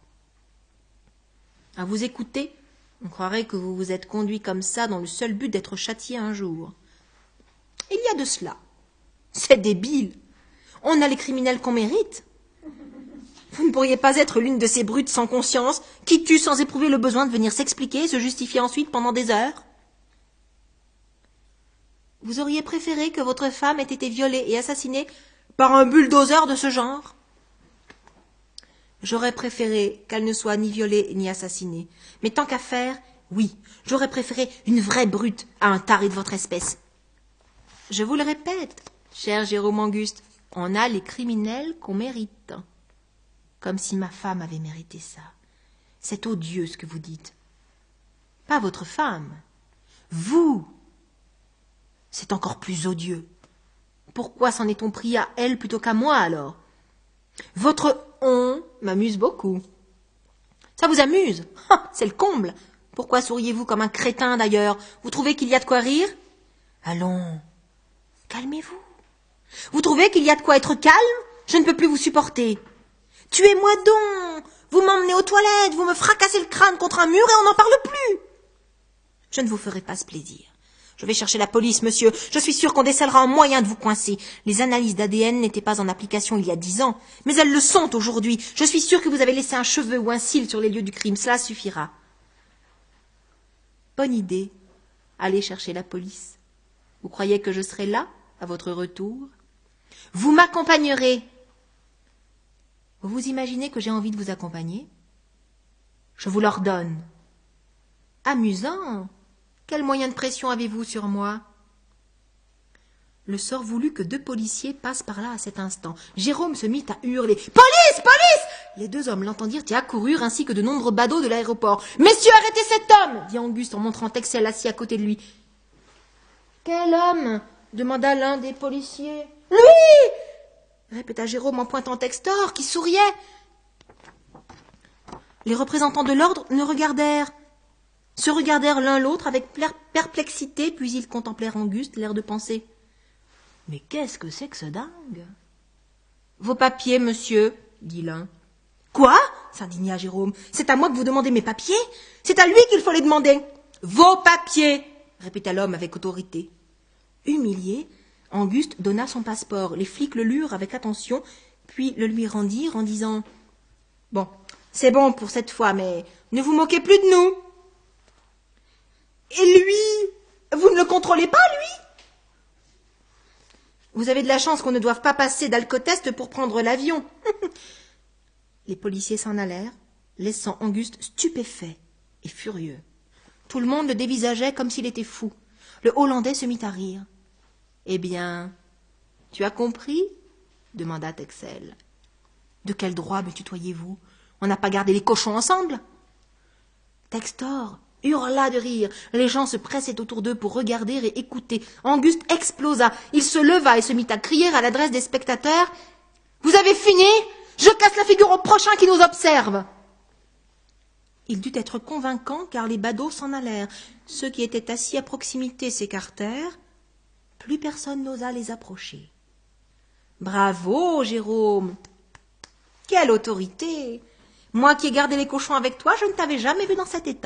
À vous écouter, on croirait que vous vous êtes conduit comme ça dans le seul but d'être châtié un jour. Il y a de cela. C'est débile. On a les criminels qu'on mérite. Vous ne pourriez pas être l'une de ces brutes sans conscience qui tuent sans éprouver le besoin de venir s'expliquer et se justifier ensuite pendant des heures. Vous auriez préféré que votre femme ait été violée et assassinée par un bulldozer de ce genre? J'aurais préféré qu'elle ne soit ni violée ni assassinée. Mais tant qu'à faire, oui, j'aurais préféré une vraie brute à un taré de votre espèce. Je vous le répète, cher Jérôme Anguste, on a les criminels qu'on mérite. Comme si ma femme avait mérité ça. C'est odieux ce que vous dites. Pas votre femme. Vous. C'est encore plus odieux. Pourquoi s'en est-on pris à elle plutôt qu'à moi alors? Votre on m'amuse beaucoup. Ça vous amuse? C'est le comble. Pourquoi souriez-vous comme un crétin d'ailleurs? Vous trouvez qu'il y a de quoi rire? Allons, calmez-vous. Vous trouvez qu'il y a de quoi être calme? Je ne peux plus vous supporter. Tuez-moi donc! Vous m'emmenez aux toilettes, vous me fracassez le crâne contre un mur et on n'en parle plus! Je ne vous ferai pas ce plaisir. Je vais chercher la police, monsieur. Je suis sûr qu'on décèlera un moyen de vous coincer. Les analyses d'ADN n'étaient pas en application il y a 10 ans, mais elles le sont aujourd'hui. Je suis sûr que vous avez laissé un cheveu ou un cil sur les lieux du crime. Cela suffira. Bonne idée. Allez chercher la police. Vous croyez que je serai là, à votre retour? Vous m'accompagnerez. Vous imaginez que j'ai envie de vous accompagner? Je vous l'ordonne. Amusant. Quel moyen de pression avez-vous sur moi? Le sort voulut que 2 policiers passent par là à cet instant. Jérôme se mit à hurler. « Police! Police !» Les 2 hommes l'entendirent et accoururent, ainsi que de nombreux badauds de l'aéroport. « Messieurs, arrêtez cet homme !» dit Anguste en montrant Texel assis à côté de lui. « Quel homme ?» demanda l'un des policiers. « Lui !» répéta Jérôme en pointant Textor, qui souriait. Les représentants de l'ordre se regardèrent l'un l'autre avec perplexité, puis ils contemplèrent Anguste, l'air de penser. « Mais qu'est-ce que c'est que ce dingue ?»« Vos papiers, monsieur, » dit l'un. « Quoi ?» s'indigna Jérôme. « C'est à moi que vous demandez mes papiers? C'est à lui qu'il faut les demander. »« Vos papiers !» répéta l'homme avec autorité. Humilié, Anguste donna son passeport. Les flics le lurent avec attention, puis le lui rendirent en disant « Bon, c'est bon pour cette fois, mais ne vous moquez plus de nous. » « Et lui, vous ne le contrôlez pas, lui? » « Vous avez de la chance qu'on ne doive pas passer d'alcotest pour prendre l'avion. » Les policiers s'en allèrent, laissant Anguste stupéfait et furieux. Tout le monde le dévisageait comme s'il était fou. Le Hollandais se mit à rire. « Eh bien, tu as compris ?» demanda Texel. « De quel droit me tutoyez-vous? On n'a pas gardé les cochons ensemble ?» Textor hurla de rire. Les gens se pressaient autour d'eux pour regarder et écouter. Anguste explosa. Il se leva et se mit à crier à l'adresse des spectateurs. « Vous avez fini? Je casse la figure au prochain qui nous observe !» Il dut être convaincant car les badauds s'en allèrent. Ceux qui étaient assis à proximité s'écartèrent. Plus personne n'osa les approcher. « Bravo, Jérôme! Quelle autorité! Moi qui ai gardé les cochons avec toi, je ne t'avais jamais vu dans cet état. »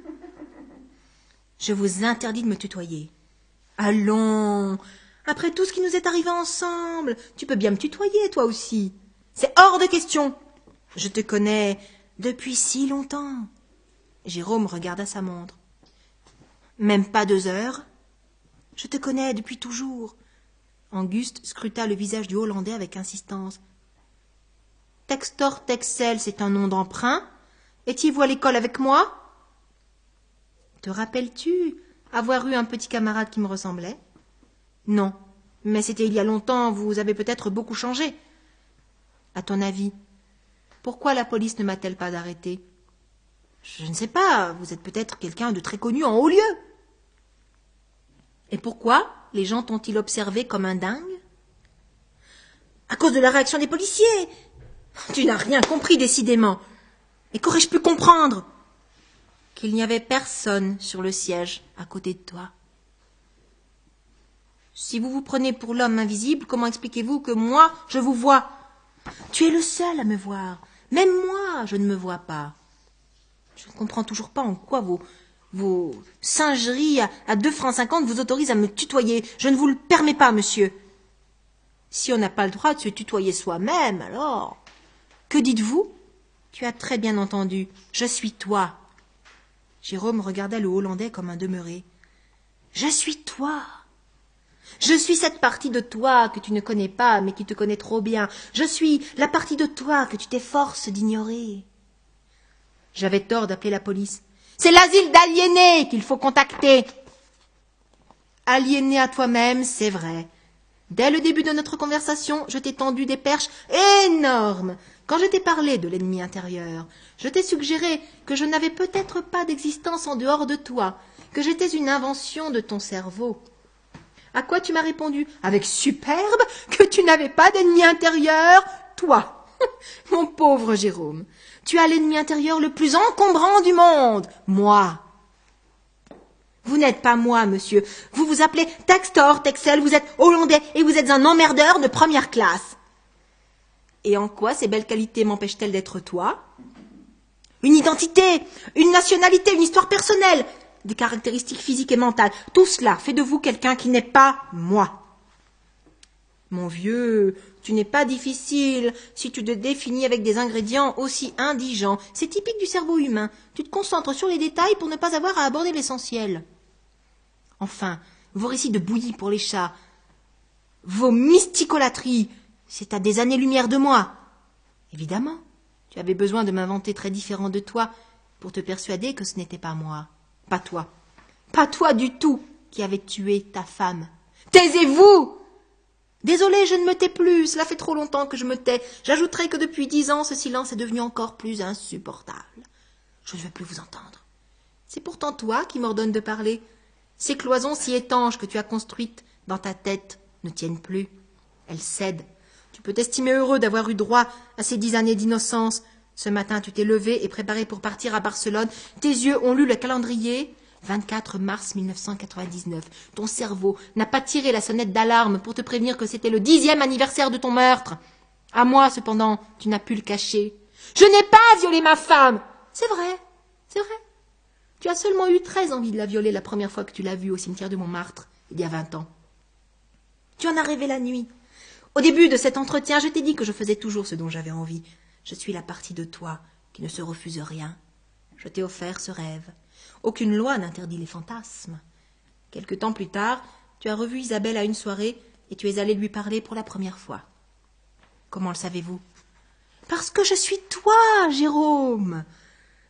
« Je vous interdis de me tutoyer. »« Allons, après tout ce qui nous est arrivé ensemble, tu peux bien me tutoyer, toi aussi. C'est hors de question. Je te connais depuis si longtemps. » Jérôme regarda sa montre. « Même pas 2 heures? Je te connais depuis toujours. » Anguste scruta le visage du Hollandais avec insistance. « Textor Texel, c'est un nom d'emprunt. Étiez-vous à l'école avec moi? Te rappelles-tu avoir eu un petit camarade qui me ressemblait? Non, mais c'était il y a longtemps, vous avez peut-être beaucoup changé. À ton avis, pourquoi la police ne m'a-t-elle pas arrêté? Je ne sais pas, vous êtes peut-être quelqu'un de très connu en haut lieu. Et pourquoi les gens t'ont-ils observé comme un dingue? À cause de la réaction des policiers. Tu n'as rien compris décidément. Et qu'aurais-je pu comprendre? Qu'il n'y avait personne sur le siège à côté de toi. Si vous vous prenez pour l'homme invisible, comment expliquez-vous que moi, je vous vois? Tu es le seul à me voir. Même moi, je ne me vois pas. Je ne comprends toujours pas en quoi vos singeries à 2,50 francs vous autorisent à me tutoyer. Je ne vous le permets pas, monsieur. Si on n'a pas le droit de se tutoyer soi-même, alors... Que dites-vous? Tu as très bien entendu. Je suis toi. Jérôme regarda le Hollandais comme un demeuré. « Je suis toi. Je suis cette partie de toi que tu ne connais pas, mais qui te connaît trop bien. Je suis la partie de toi que tu t'efforces d'ignorer. » J'avais tort d'appeler la police. C'est l'asile d'aliénés qu'il faut contacter. Aliéné à toi-même, c'est vrai. Dès le début de notre conversation, je t'ai tendu des perches énormes. Quand je t'ai parlé de l'ennemi intérieur, je t'ai suggéré que je n'avais peut-être pas d'existence en dehors de toi, que j'étais une invention de ton cerveau. À quoi tu m'as répondu, avec superbe, que tu n'avais pas d'ennemi intérieur, toi. Mon pauvre Jérôme, tu as l'ennemi intérieur le plus encombrant du monde, moi. Vous n'êtes pas moi, monsieur. Vous vous appelez Textor Texel, vous êtes hollandais et vous êtes un emmerdeur de première classe. Et en quoi ces belles qualités m'empêchent-elles d'être toi? Une identité, une nationalité, une histoire personnelle, des caractéristiques physiques et mentales. Tout cela fait de vous quelqu'un qui n'est pas moi. Mon vieux, tu n'es pas difficile si tu te définis avec des ingrédients aussi indigents. C'est typique du cerveau humain. Tu te concentres sur les détails pour ne pas avoir à aborder l'essentiel. Enfin, vos récits de bouillie pour les chats, vos mysticolateries, c'est à des années-lumière de moi. Évidemment, tu avais besoin de m'inventer très différent de toi pour te persuader que ce n'était pas moi, pas toi. Pas toi du tout qui avait tué ta femme. Taisez-vous! Désolé, je ne me tais plus, cela fait trop longtemps que je me tais. J'ajouterai que depuis 10 ans, ce silence est devenu encore plus insupportable. Je ne veux plus vous entendre. C'est pourtant toi qui m'ordonnes de parler. Ces cloisons si étanches que tu as construites dans ta tête ne tiennent plus. Elles cèdent. Tu peux t'estimer heureux d'avoir eu droit à ces 10 années d'innocence. Ce matin, tu t'es levé et préparé pour partir à Barcelone. Tes yeux ont lu le calendrier. 24 mars 1999. Ton cerveau n'a pas tiré la sonnette d'alarme pour te prévenir que c'était le 10e anniversaire de ton meurtre. À moi, cependant, tu n'as pu le cacher. Je n'ai pas violé ma femme. C'est vrai, c'est vrai. Tu as seulement eu très envie de la violer la première fois que tu l'as vue au cimetière de Montmartre, il y a 20 ans. Tu en as rêvé la nuit. Au début de cet entretien, je t'ai dit que je faisais toujours ce dont j'avais envie. Je suis la partie de toi qui ne se refuse rien. Je t'ai offert ce rêve. Aucune loi n'interdit les fantasmes. Quelque temps plus tard, tu as revu Isabelle à une soirée et tu es allé lui parler pour la première fois. Comment le savez-vous? Parce que je suis toi, Jérôme.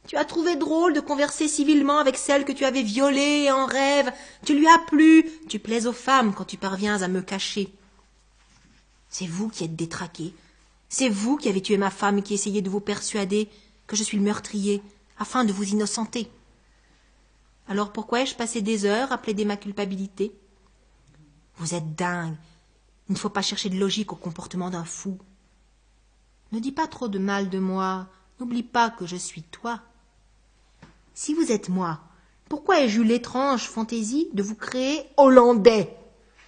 Tu as trouvé drôle de converser civilement avec celle que tu avais violée en rêve. Tu lui as plu. Tu plais aux femmes quand tu parviens à me cacher. C'est vous qui êtes détraqués. C'est vous qui avez tué ma femme et qui essayez de vous persuader que je suis le meurtrier, afin de vous innocenter. Alors pourquoi ai-je passé des heures à plaider ma culpabilité? Vous êtes dingue. Il ne faut pas chercher de logique au comportement d'un fou. Ne dis pas trop de mal de moi. N'oublie pas que je suis toi. Si vous êtes moi, pourquoi ai-je eu l'étrange fantaisie de vous créer hollandais?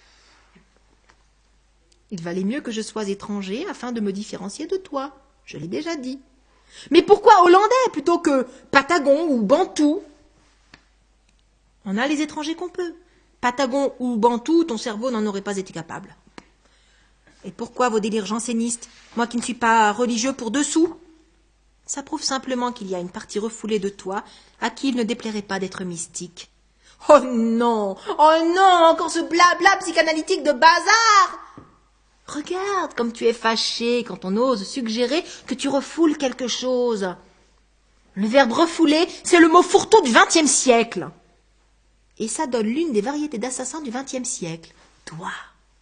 Il valait mieux que je sois étranger afin de me différencier de toi. Je l'ai déjà dit. Mais pourquoi hollandais plutôt que patagon ou bantou? On a les étrangers qu'on peut. Patagon ou bantou, ton cerveau n'en aurait pas été capable. Et pourquoi vos délires jansénistes, moi qui ne suis pas religieux pour dessous? Ça prouve simplement qu'il y a une partie refoulée de toi à qui il ne déplairait pas d'être mystique. Oh non, encore ce blabla psychanalytique de bazar! Regarde comme tu es fâché quand on ose suggérer que tu refoules quelque chose. Le verbe refouler, c'est le mot fourre-tout du XXe siècle. Et ça donne l'une des variétés d'assassins du XXe siècle. Toi.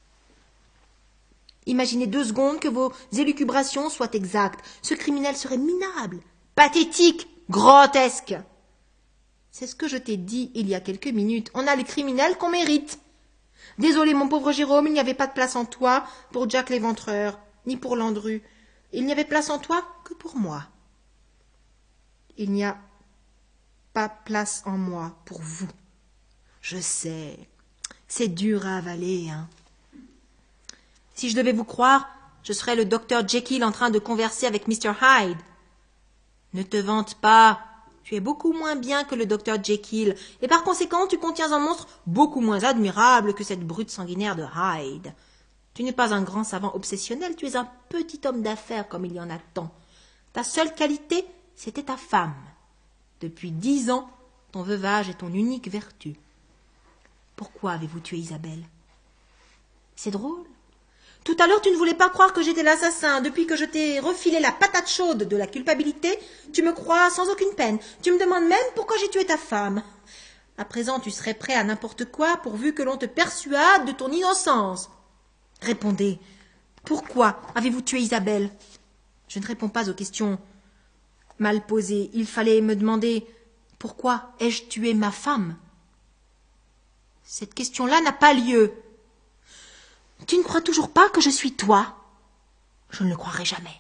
Imaginez 2 secondes que vos élucubrations soient exactes. Ce criminel serait minable, pathétique, grotesque. C'est ce que je t'ai dit il y a quelques minutes. On a les criminels qu'on mérite. Désolé, mon pauvre Jérôme, il n'y avait pas de place en toi pour Jack l'Éventreur, ni pour Landru. Il n'y avait place en toi que pour moi. Il n'y a pas place en moi pour vous. Je sais, c'est dur à avaler, hein. Si je devais vous croire, je serais le docteur Jekyll en train de converser avec Mr. Hyde. Ne te vante pas. Tu es beaucoup moins bien que le docteur Jekyll, et par conséquent tu contiens un monstre beaucoup moins admirable que cette brute sanguinaire de Hyde. Tu n'es pas un grand savant obsessionnel, tu es un petit homme d'affaires comme il y en a tant. Ta seule qualité, c'était ta femme. Depuis 10 ans, ton veuvage est ton unique vertu. Pourquoi avez-vous tué Isabelle? C'est drôle. Tout à l'heure, tu ne voulais pas croire que j'étais l'assassin. Depuis que je t'ai refilé la patate chaude de la culpabilité, tu me crois sans aucune peine. Tu me demandes même pourquoi j'ai tué ta femme. À présent, tu serais prêt à n'importe quoi pourvu que l'on te persuade de ton innocence. Répondez. Pourquoi avez-vous tué Isabelle? Je ne réponds pas aux questions mal posées. Il fallait me demander pourquoi ai-je tué ma femme? Cette question-là n'a pas lieu. Tu ne crois toujours pas que je suis toi? Je ne le croirai jamais.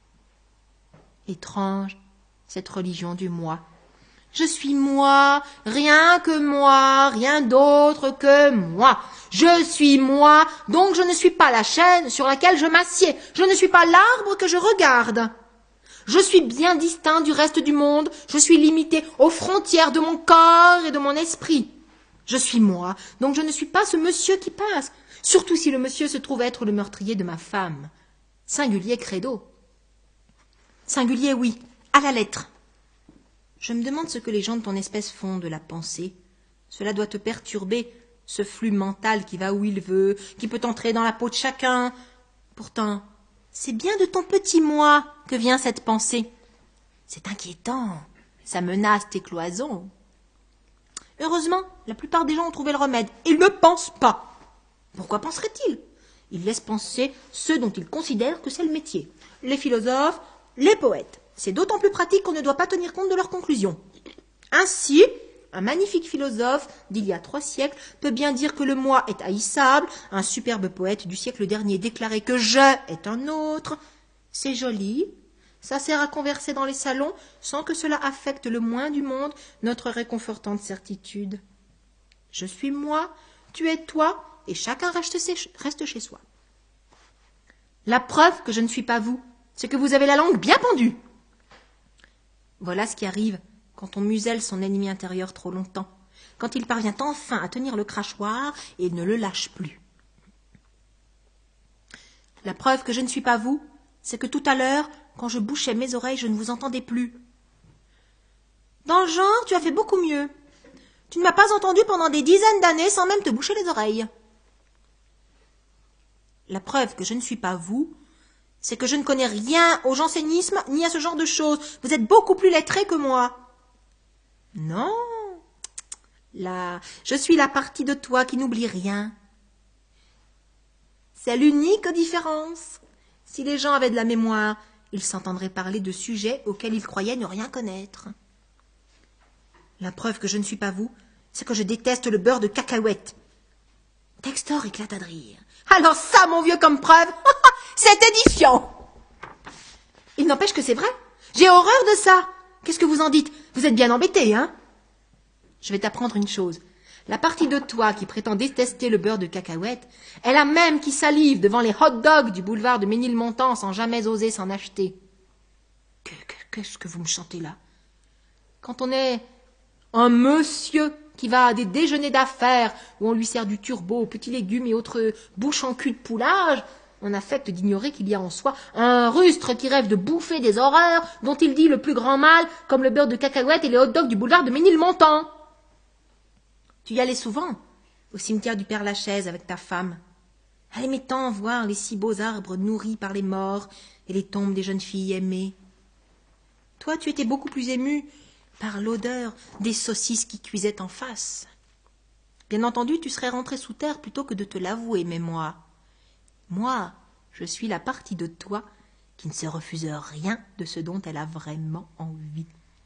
Étrange, cette religion du moi. Je suis moi, rien que moi, rien d'autre que moi. Je suis moi, donc je ne suis pas la chaîne sur laquelle je m'assieds. Je ne suis pas l'arbre que je regarde. Je suis bien distinct du reste du monde. Je suis limité aux frontières de mon corps et de mon esprit. Je suis moi, donc je ne suis pas ce monsieur qui passe. Surtout si le monsieur se trouve être le meurtrier de ma femme. Singulier credo. Singulier, oui, à la lettre. Je me demande ce que les gens de ton espèce font de la pensée. Cela doit te perturber, ce flux mental qui va où il veut, qui peut entrer dans la peau de chacun. Pourtant, c'est bien de ton petit moi que vient cette pensée. C'est inquiétant, ça menace tes cloisons. Heureusement, la plupart des gens ont trouvé le remède. Ils ne pensent pas. Pourquoi penseraient-ils? Ils laissent penser ceux dont ils considèrent que c'est le métier. Les philosophes, les poètes. C'est d'autant plus pratique qu'on ne doit pas tenir compte de leurs conclusions. Ainsi, un magnifique philosophe d'il y a 3 siècles peut bien dire que le moi est haïssable. Un superbe poète du siècle dernier déclarait que je est un autre. C'est joli. Ça sert à converser dans les salons sans que cela affecte le moins du monde notre réconfortante certitude. Je suis moi, tu es toi, et chacun reste chez soi. La preuve que je ne suis pas vous, c'est que vous avez la langue bien pendue. Voilà ce qui arrive quand on muselle son ennemi intérieur trop longtemps, quand il parvient enfin à tenir le crachoir et ne le lâche plus. La preuve que je ne suis pas vous, c'est que tout à l'heure, quand je bouchais mes oreilles, je ne vous entendais plus. Dans le genre, tu as fait beaucoup mieux. Tu ne m'as pas entendu pendant des dizaines d'années sans même te boucher les oreilles. La preuve que je ne suis pas vous, c'est que je ne connais rien au jansénisme ni à ce genre de choses. Vous êtes beaucoup plus lettrés que moi. Non. Là, je suis la partie de toi qui n'oublie rien. C'est l'unique différence. Si les gens avaient de la mémoire, ils s'entendraient parler de sujets auxquels ils croyaient ne rien connaître. La preuve que je ne suis pas vous, c'est que je déteste le beurre de cacahuète. Textor éclata de rire. Alors ça, mon vieux, comme preuve, c'est édifiant. Il n'empêche que c'est vrai. J'ai horreur de ça. Qu'est-ce que vous en dites? Vous êtes bien embêté, hein? Je vais t'apprendre une chose. La partie de toi qui prétend détester le beurre de cacahuète est la même qui salive devant les hot-dogs du boulevard de Ménilmontant sans jamais oser s'en acheter. Qu'est-ce que vous me chantez là? Quand on est un monsieur qui va à des déjeuners d'affaires où on lui sert du turbo, petits légumes et autres bouches en cul de poulage, on affecte d'ignorer qu'il y a en soi un rustre qui rêve de bouffer des horreurs dont il dit le plus grand mal, comme le beurre de cacahuète et les hot-dogs du boulevard de Ménilmontant. Tu y allais souvent, au cimetière du Père-Lachaise avec ta femme. Elle aimait tant voir les si beaux arbres nourris par les morts et les tombes des jeunes filles aimées. Toi, tu étais beaucoup plus ému par l'odeur des saucisses qui cuisaient en face. Bien entendu, tu serais rentré sous terre plutôt que de te l'avouer, mais moi, je suis la partie de toi qui ne se refuse rien de ce dont elle a vraiment envie.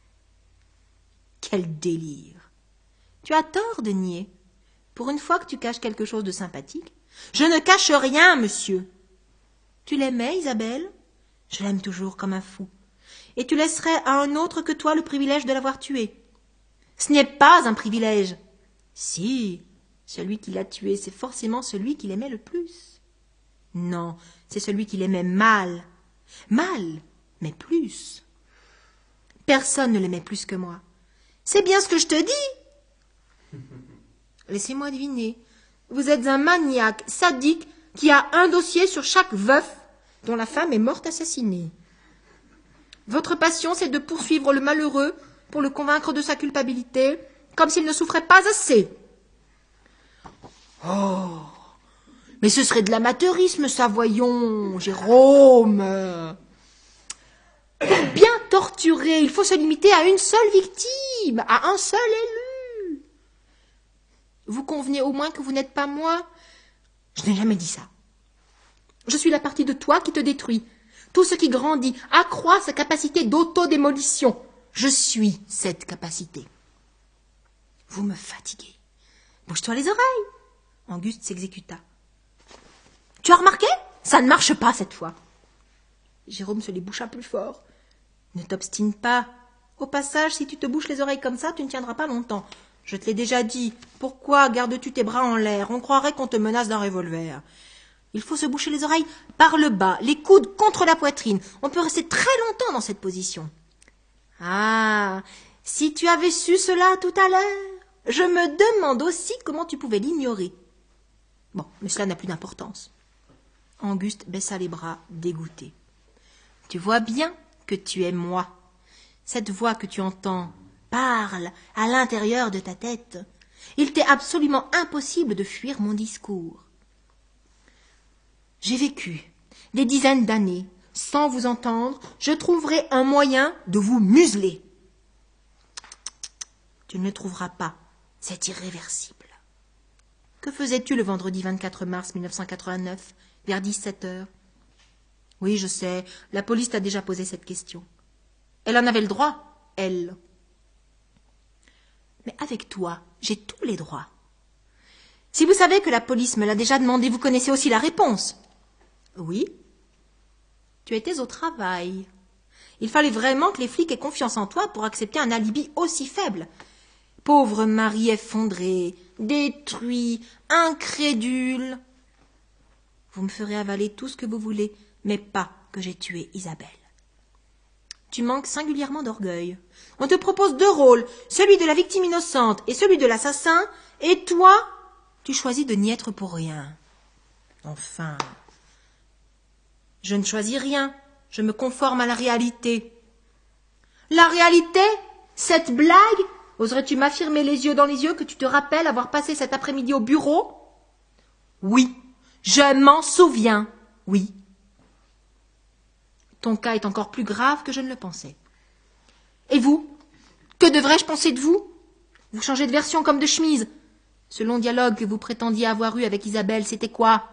Quel délire! Tu as tort de nier. Pour une fois que tu caches quelque chose de sympathique. Je ne cache rien, monsieur. Tu l'aimais, Isabelle? Je l'aime toujours comme un fou. Et tu laisserais à un autre que toi le privilège de l'avoir tué. Ce n'est pas un privilège. Si, celui qui l'a tué, c'est forcément celui qu'il aimait le plus. Non, c'est celui qu'il aimait mal. Mal, mais plus. Personne ne l'aimait plus que moi. C'est bien ce que je te dis. Laissez-moi deviner. Vous êtes un maniaque sadique qui a un dossier sur chaque veuf dont la femme est morte assassinée. Votre passion, c'est de poursuivre le malheureux pour le convaincre de sa culpabilité, comme s'il ne souffrait pas assez. Oh, mais ce serait de l'amateurisme, ça, voyons, Jérôme. Pour bien torturer, il faut se limiter à une seule victime, à un seul élu. Vous convenez au moins que vous n'êtes pas moi? Je n'ai jamais dit ça. Je suis la partie de toi qui te détruit. Tout ce qui grandit accroît sa capacité d'autodémolition. Je suis cette capacité. Vous me fatiguez. Bouge-toi les oreilles. Auguste s'exécuta. Tu as remarqué? Ça ne marche pas cette fois. Jérôme se les boucha plus fort. Ne t'obstine pas. Au passage, si tu te bouches les oreilles comme ça, tu ne tiendras pas longtemps. Je te l'ai déjà dit. Pourquoi gardes-tu tes bras en l'air? On croirait qu'on te menace d'un revolver. Il faut se boucher les oreilles par le bas, les coudes contre la poitrine. On peut rester très longtemps dans cette position. Ah, si tu avais su cela tout à l'heure, je me demande aussi comment tu pouvais l'ignorer. Bon, mais cela n'a plus d'importance. Auguste baissa les bras, dégoûté. Tu vois bien que tu es moi. Cette voix que tu entends parle à l'intérieur de ta tête. Il t'est absolument impossible de fuir mon discours. J'ai vécu des dizaines d'années. Sans vous entendre, je trouverai un moyen de vous museler. Tu ne le trouveras pas. C'est irréversible. Que faisais-tu le vendredi 24 mars 1989, vers 17 heures? Oui, je sais, la police t'a déjà posé cette question. Elle en avait le droit, elle. Mais avec toi, j'ai tous les droits. Si vous savez que la police me l'a déjà demandé, vous connaissez aussi la réponse. Oui. Tu étais au travail. Il fallait vraiment que les flics aient confiance en toi pour accepter un alibi aussi faible. Pauvre mari effondré, détruit, incrédule. Vous me ferez avaler tout ce que vous voulez, mais pas que j'ai tué Isabelle. Tu manques singulièrement d'orgueil. On te propose 2 rôles, celui de la victime innocente et celui de l'assassin, et toi, tu choisis de n'y être pour rien. Enfin, je ne choisis rien, je me conforme à la réalité. La réalité? Cette blague? Oserais-tu m'affirmer les yeux dans les yeux que tu te rappelles avoir passé cet après-midi au bureau? Oui, je m'en souviens, oui. Ton cas est encore plus grave que je ne le pensais. Et vous? Que devrais-je penser de vous? Vous changez de version comme de chemise. Ce long dialogue que vous prétendiez avoir eu avec Isabelle, c'était quoi?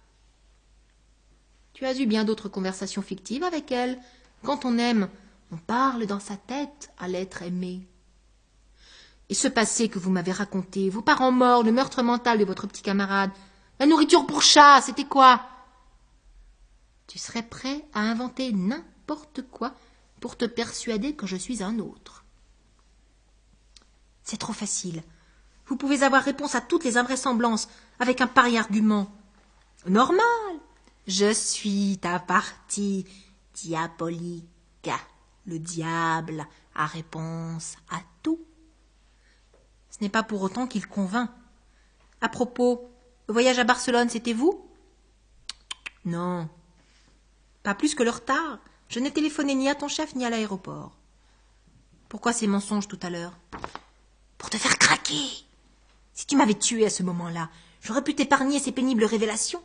Tu as eu bien d'autres conversations fictives avec elle. Quand on aime, on parle dans sa tête à l'être aimé. Et ce passé que vous m'avez raconté, vos parents morts, le meurtre mental de votre petit camarade, la nourriture pour chat, c'était quoi? Tu serais prêt à inventer n'importe quoi pour te persuader que je suis un autre. C'est trop facile. Vous pouvez avoir réponse à toutes les invraisemblances avec un pareil argument. Normal. Je suis ta partie diabolique. Le diable a réponse à tout. Ce n'est pas pour autant qu'il convainc. À propos, le voyage à Barcelone, c'était vous? Non. Pas plus que le retard. Je n'ai téléphoné ni à ton chef ni à l'aéroport. Pourquoi ces mensonges tout à l'heure? Pour te faire craquer. Si tu m'avais tué à ce moment-là, j'aurais pu t'épargner ces pénibles révélations.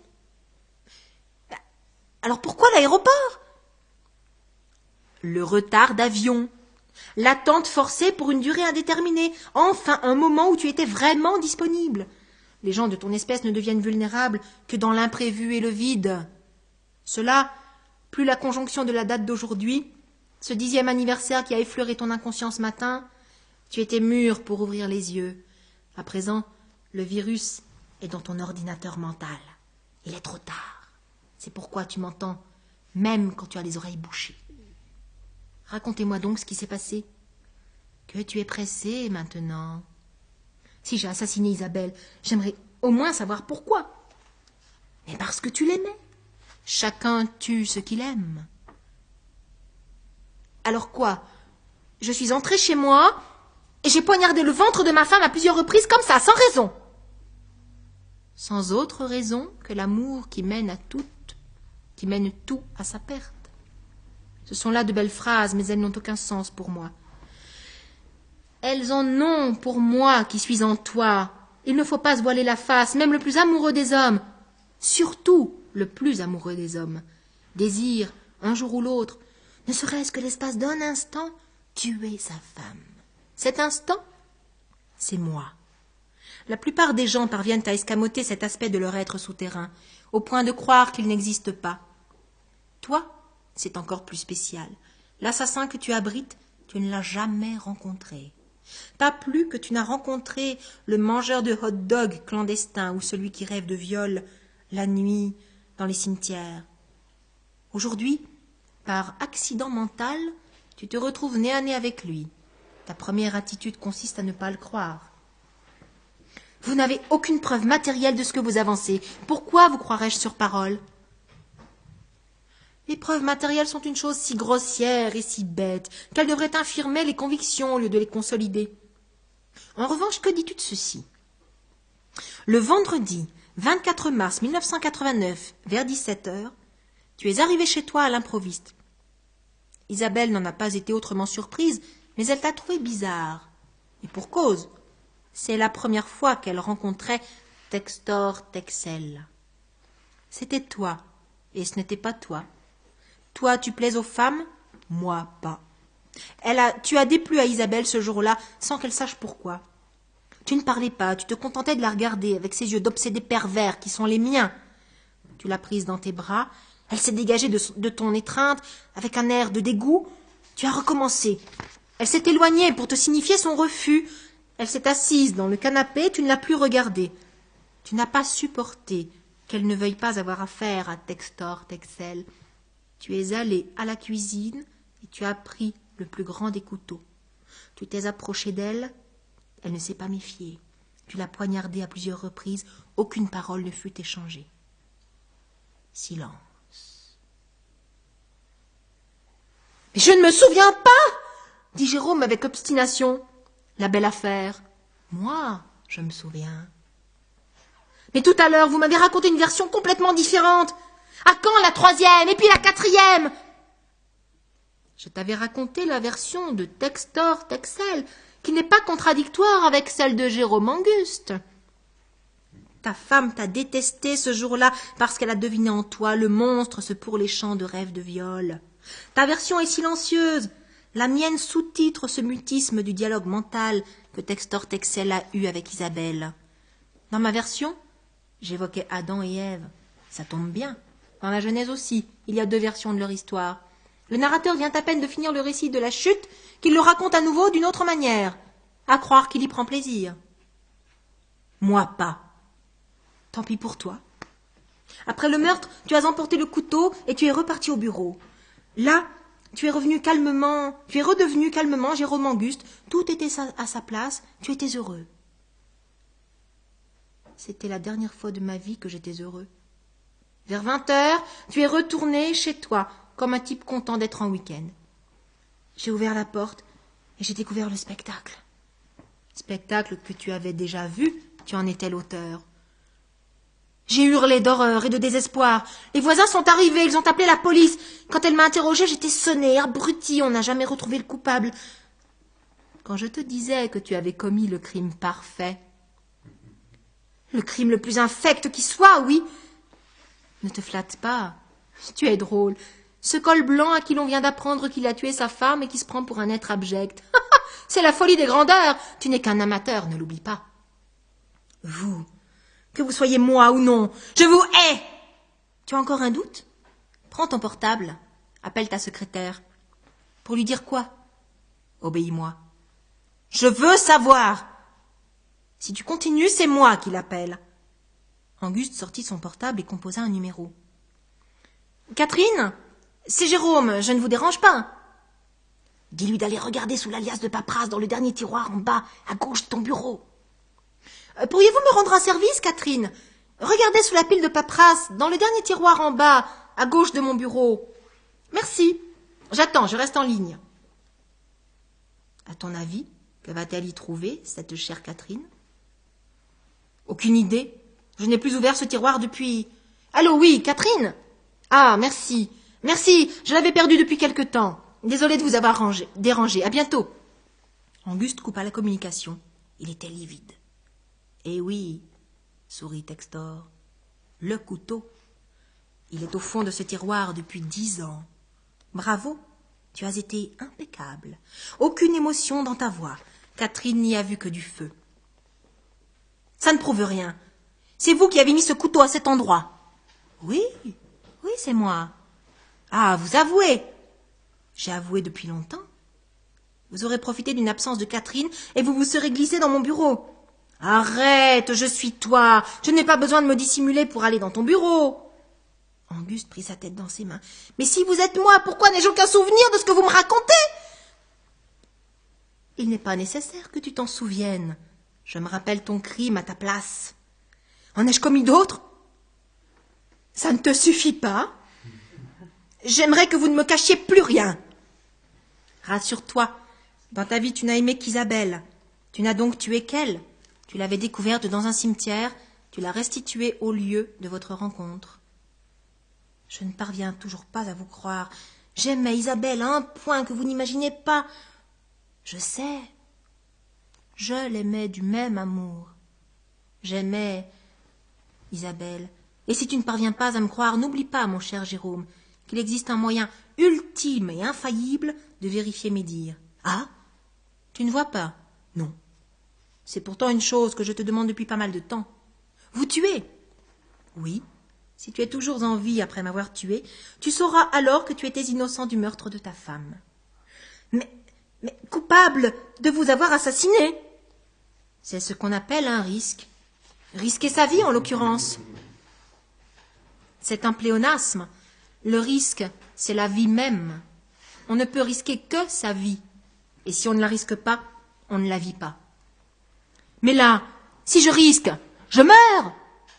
Alors pourquoi l'aéroport? Le retard d'avion. L'attente forcée pour une durée indéterminée. Enfin, un moment où tu étais vraiment disponible. Les gens de ton espèce ne deviennent vulnérables que dans l'imprévu et le vide. Cela, plus la conjonction de la date d'aujourd'hui, ce 10e anniversaire qui a effleuré ton inconscient ce matin, tu étais mûr pour ouvrir les yeux. À présent, le virus est dans ton ordinateur mental. Il est trop tard. C'est pourquoi tu m'entends, même quand tu as les oreilles bouchées. Racontez-moi donc ce qui s'est passé. Que tu es pressé maintenant. Si j'ai assassiné Isabelle, j'aimerais au moins savoir pourquoi. Mais parce que tu l'aimais. Chacun tue ce qu'il aime. Alors quoi? Je suis entrée chez moi et j'ai poignardé le ventre de ma femme à plusieurs reprises comme ça, sans raison. Sans autre raison que l'amour qui mène tout à sa perte. Ce sont là de belles phrases, mais elles n'ont aucun sens pour moi. Elles en ont pour moi qui suis en toi. Il ne faut pas se voiler la face, même le plus amoureux des hommes, surtout le plus amoureux des hommes, désire, un jour ou l'autre, ne serait-ce que l'espace d'un instant, tuer sa femme. Cet instant, c'est moi. La plupart des gens parviennent à escamoter cet aspect de leur être souterrain, au point de croire qu'il n'existe pas. Toi, c'est encore plus spécial. L'assassin que tu abrites, tu ne l'as jamais rencontré. Pas plus que tu n'as rencontré le mangeur de hot-dog clandestin ou celui qui rêve de viol la nuit dans les cimetières. Aujourd'hui, par accident mental, tu te retrouves nez à nez avec lui. Ta première attitude consiste à ne pas le croire. Vous n'avez aucune preuve matérielle de ce que vous avancez. Pourquoi vous croirais-je sur parole? Les preuves matérielles sont une chose si grossière et si bête qu'elles devraient infirmer les convictions au lieu de les consolider. En revanche, que dis-tu de ceci? Le vendredi 24 mars 1989, vers 17h, tu es arrivé chez toi à l'improviste. Isabelle n'en a pas été autrement surprise, mais elle t'a trouvé bizarre. Et pour cause, c'est la première fois qu'elle rencontrait Textor Texel. C'était toi, et ce n'était pas toi. Toi, tu plais aux femmes, moi pas. Tu as déplu à Isabelle ce jour-là sans qu'elle sache pourquoi. Tu ne parlais pas, tu te contentais de la regarder avec ses yeux d'obsédé pervers qui sont les miens. Tu l'as prise dans tes bras, elle s'est dégagée de ton étreinte avec un air de dégoût. Tu as recommencé. Elle s'est éloignée pour te signifier son refus. Elle s'est assise dans le canapé, tu ne l'as plus regardée. Tu n'as pas supporté qu'elle ne veuille pas avoir affaire à Textor Texel. Tu es allé à la cuisine et tu as pris le plus grand des couteaux. Tu t'es approché d'elle, elle ne s'est pas méfiée. Tu l'as poignardée à plusieurs reprises, aucune parole ne fut échangée. Silence. « Mais je ne me souviens pas !» dit Jérôme avec obstination. « La belle affaire. Moi, je me souviens. » « Mais tout à l'heure, vous m'avez raconté une version complètement différente. À quand la 3e et puis la 4e ?» Je t'avais raconté la version de Textor Texel, qui n'est pas contradictoire avec celle de Jérôme Anguste. Ta femme t'a détesté ce jour-là parce qu'elle a deviné en toi le monstre se pourléchant de rêves de viol. Ta version est silencieuse. La mienne sous-titre ce mutisme du dialogue mental que Textor Texel a eu avec Isabelle. Dans ma version, j'évoquais Adam et Ève. Ça tombe bien. Dans la Genèse aussi, il y a 2 versions de leur histoire. Le narrateur vient à peine de finir le récit de la chute qu'il le raconte à nouveau d'une autre manière, à croire qu'il y prend plaisir. Moi pas. Tant pis pour toi. Après le meurtre, tu as emporté le couteau et tu es reparti au bureau. Là, tu es redevenu calmement Jérôme Anguste, tout était à sa place, tu étais heureux. C'était la dernière fois de ma vie que j'étais heureux. Vers 20h, tu es retourné chez toi, comme un type content d'être en week-end. J'ai ouvert la porte et j'ai découvert le spectacle. Spectacle que tu avais déjà vu, tu en étais l'auteur. J'ai hurlé d'horreur et de désespoir. Les voisins sont arrivés, ils ont appelé la police. Quand elle m'a interrogée, j'étais sonnée, abrutie, on n'a jamais retrouvé le coupable. Quand je te disais que tu avais commis le crime parfait, le crime le plus infect qui soit, oui. Ne te flatte pas, tu es drôle. Ce col blanc à qui l'on vient d'apprendre qu'il a tué sa femme et qui se prend pour un être abject. C'est la folie des grandeurs. Tu n'es qu'un amateur, ne l'oublie pas. Vous, que vous soyez moi ou non, je vous hais. Tu as encore un doute? Prends ton portable, appelle ta secrétaire. Pour lui dire quoi? Obéis-moi. Je veux savoir. Si tu continues, c'est moi qui l'appelle. Anguste sortit son portable et composa un numéro. Catherine, c'est Jérôme, je ne vous dérange pas. Dis-lui d'aller regarder sous l'alias de paperasse dans le dernier tiroir en bas, à gauche de ton bureau. Pourriez-vous me rendre un service, Catherine? Regardez sous la pile de paperasse, dans le dernier tiroir en bas, à gauche de mon bureau. Merci. J'attends, je reste en ligne. À ton avis, que va-t-elle y trouver, cette chère Catherine? Aucune idée. Je n'ai plus ouvert ce tiroir depuis... Allô, oui, Catherine? Ah, merci. Merci, je l'avais perdu depuis quelque temps. Désolée de vous avoir dérangé. À bientôt. Anguste coupa la communication. Il était livide. Eh oui, sourit Textor. Le couteau. Il est au fond de ce tiroir depuis 10 ans. Bravo, tu as été impeccable. Aucune émotion dans ta voix. Catherine n'y a vu que du feu. Ça ne prouve rien. C'est vous qui avez mis ce couteau à cet endroit. Oui, c'est moi. Ah, vous avouez. J'ai avoué depuis longtemps. Vous aurez profité d'une absence de Catherine et vous vous serez glissé dans mon bureau. Arrête, je suis toi. Je n'ai pas besoin de me dissimuler pour aller dans ton bureau. Anguste prit sa tête dans ses mains. Mais si vous êtes moi, pourquoi n'ai-je aucun souvenir de ce que vous me racontez? Il n'est pas nécessaire que tu t'en souviennes. Je me rappelle ton crime à ta place. En ai-je commis d'autres? Ça ne te suffit pas? J'aimerais que vous ne me cachiez plus rien. Rassure-toi, dans ta vie tu n'as aimé qu'Isabelle. Tu n'as donc tué qu'elle. Tu l'avais découverte dans un cimetière, tu l'as restituée au lieu de votre rencontre. Je ne parviens toujours pas à vous croire. J'aimais Isabelle à un point que vous n'imaginez pas. Je sais. Je l'aimais du même amour. J'aimais Isabelle. Et si tu ne parviens pas à me croire, n'oublie pas, mon cher Jérôme, qu'il existe un moyen ultime et infaillible de vérifier mes dires. Ah, tu ne vois pas? Non. C'est pourtant une chose que je te demande depuis pas mal de temps. Vous tuez? Oui. Si tu es toujours en vie après m'avoir tué, tu sauras alors que tu étais innocent du meurtre de ta femme. Mais coupable de vous avoir assassiné? C'est ce qu'on appelle un risque. Risquer sa vie, en l'occurrence. C'est un pléonasme. Le risque, c'est la vie même. On ne peut risquer que sa vie. Et si on ne la risque pas, on ne la vit pas. Mais là, si je risque, je meurs.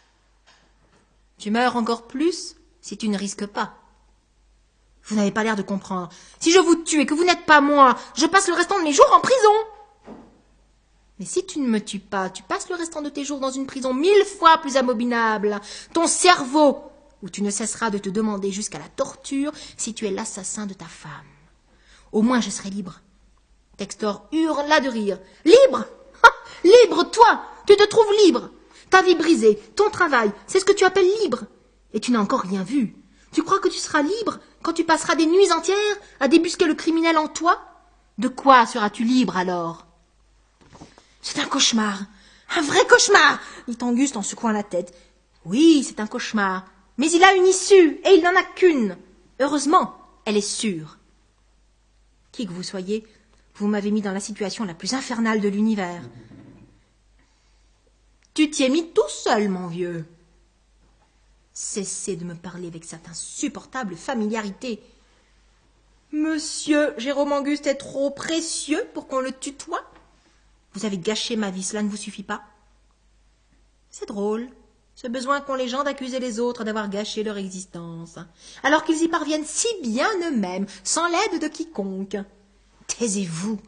Tu meurs encore plus si tu ne risques pas. Vous n'avez pas l'air de comprendre. Si je vous tue et que vous n'êtes pas moi, je passe le restant de mes jours en prison. Mais si tu ne me tues pas, tu passes le restant de tes jours dans une prison 1000 fois plus abominable. Ton cerveau, où tu ne cesseras de te demander jusqu'à la torture si tu es l'assassin de ta femme. Au moins je serai libre. Textor hurla de rire. Libre? Libre, toi! Tu te trouves libre! Ta vie brisée, ton travail, c'est ce que tu appelles libre. Et tu n'as encore rien vu. Tu crois que tu seras libre quand tu passeras des nuits entières à débusquer le criminel en toi? De quoi seras-tu libre alors? C'est un cauchemar, un vrai cauchemar, dit Anguste en secouant la tête. Oui, c'est un cauchemar, mais il a une issue, et il n'en a qu'une. Heureusement, elle est sûre. Qui que vous soyez, vous m'avez mis dans la situation la plus infernale de l'univers. Tu t'y es mis tout seul, mon vieux. Cessez de me parler avec cette insupportable familiarité. Monsieur Jérôme Anguste est trop précieux pour qu'on le tutoie. Vous avez gâché ma vie, cela ne vous suffit pas? C'est drôle, ce besoin qu'ont les gens d'accuser les autres d'avoir gâché leur existence, alors qu'ils y parviennent si bien eux-mêmes, sans l'aide de quiconque. Taisez-vous.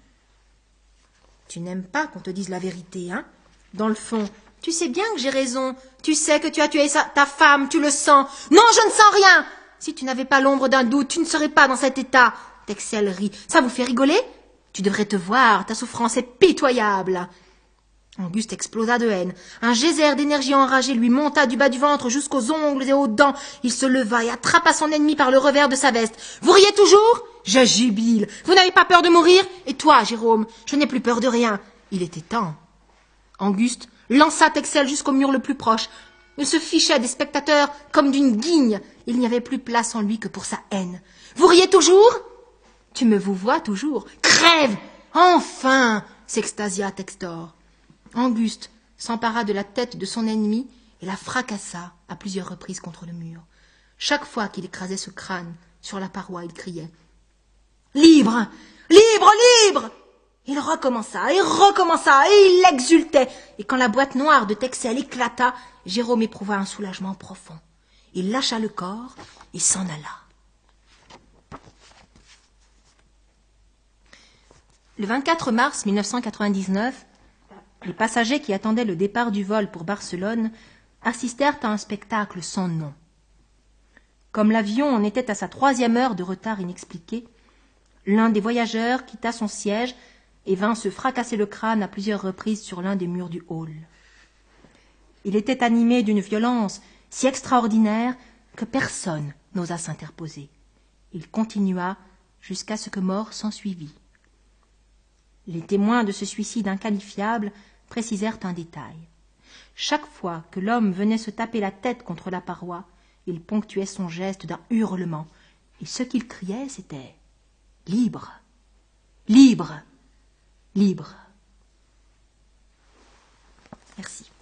Tu n'aimes pas qu'on te dise la vérité, hein? Dans le fond, tu sais bien que j'ai raison. Tu sais que tu as tué ta femme, tu le sens. Non, je ne sens rien. Si tu n'avais pas l'ombre d'un doute, tu ne serais pas dans cet état. Texel rit. Ça vous fait rigoler? Tu devrais te voir, ta souffrance est pitoyable. Anguste explosa de haine. Un geyser d'énergie enragée lui monta du bas du ventre jusqu'aux ongles et aux dents. Il se leva et attrapa son ennemi par le revers de sa veste. Vous riez toujours? Je jubile. Vous n'avez pas peur de mourir? Et toi, Jérôme? Je n'ai plus peur de rien. Il était temps. Anguste lança Texel jusqu'au mur le plus proche. Il se fichait des spectateurs comme d'une guigne. Il n'y avait plus place en lui que pour sa haine. Vous riez toujours? Tu me vous vois toujours. Crève! Enfin! S'extasia Textor. Anguste s'empara de la tête de son ennemi et la fracassa à plusieurs reprises contre le mur. Chaque fois qu'il écrasait ce crâne sur la paroi, il criait « Libre! Libre! Libre !» Il recommença et il exultait. Et quand la boîte noire de Texel éclata, Jérôme éprouva un soulagement profond. Il lâcha le corps et s'en alla. Le 24 mars 1999, les passagers qui attendaient le départ du vol pour Barcelone assistèrent à un spectacle sans nom. Comme l'avion en était à sa 3e heure de retard inexpliqué, l'un des voyageurs quitta son siège et vint se fracasser le crâne à plusieurs reprises sur l'un des murs du hall. Il était animé d'une violence si extraordinaire que personne n'osa s'interposer. Il continua jusqu'à ce que mort s'ensuivit. Les témoins de ce suicide inqualifiable précisèrent un détail. Chaque fois que l'homme venait se taper la tête contre la paroi, il ponctuait son geste d'un hurlement, et ce qu'il criait, c'était « Libre! Libre! Libre !» Merci.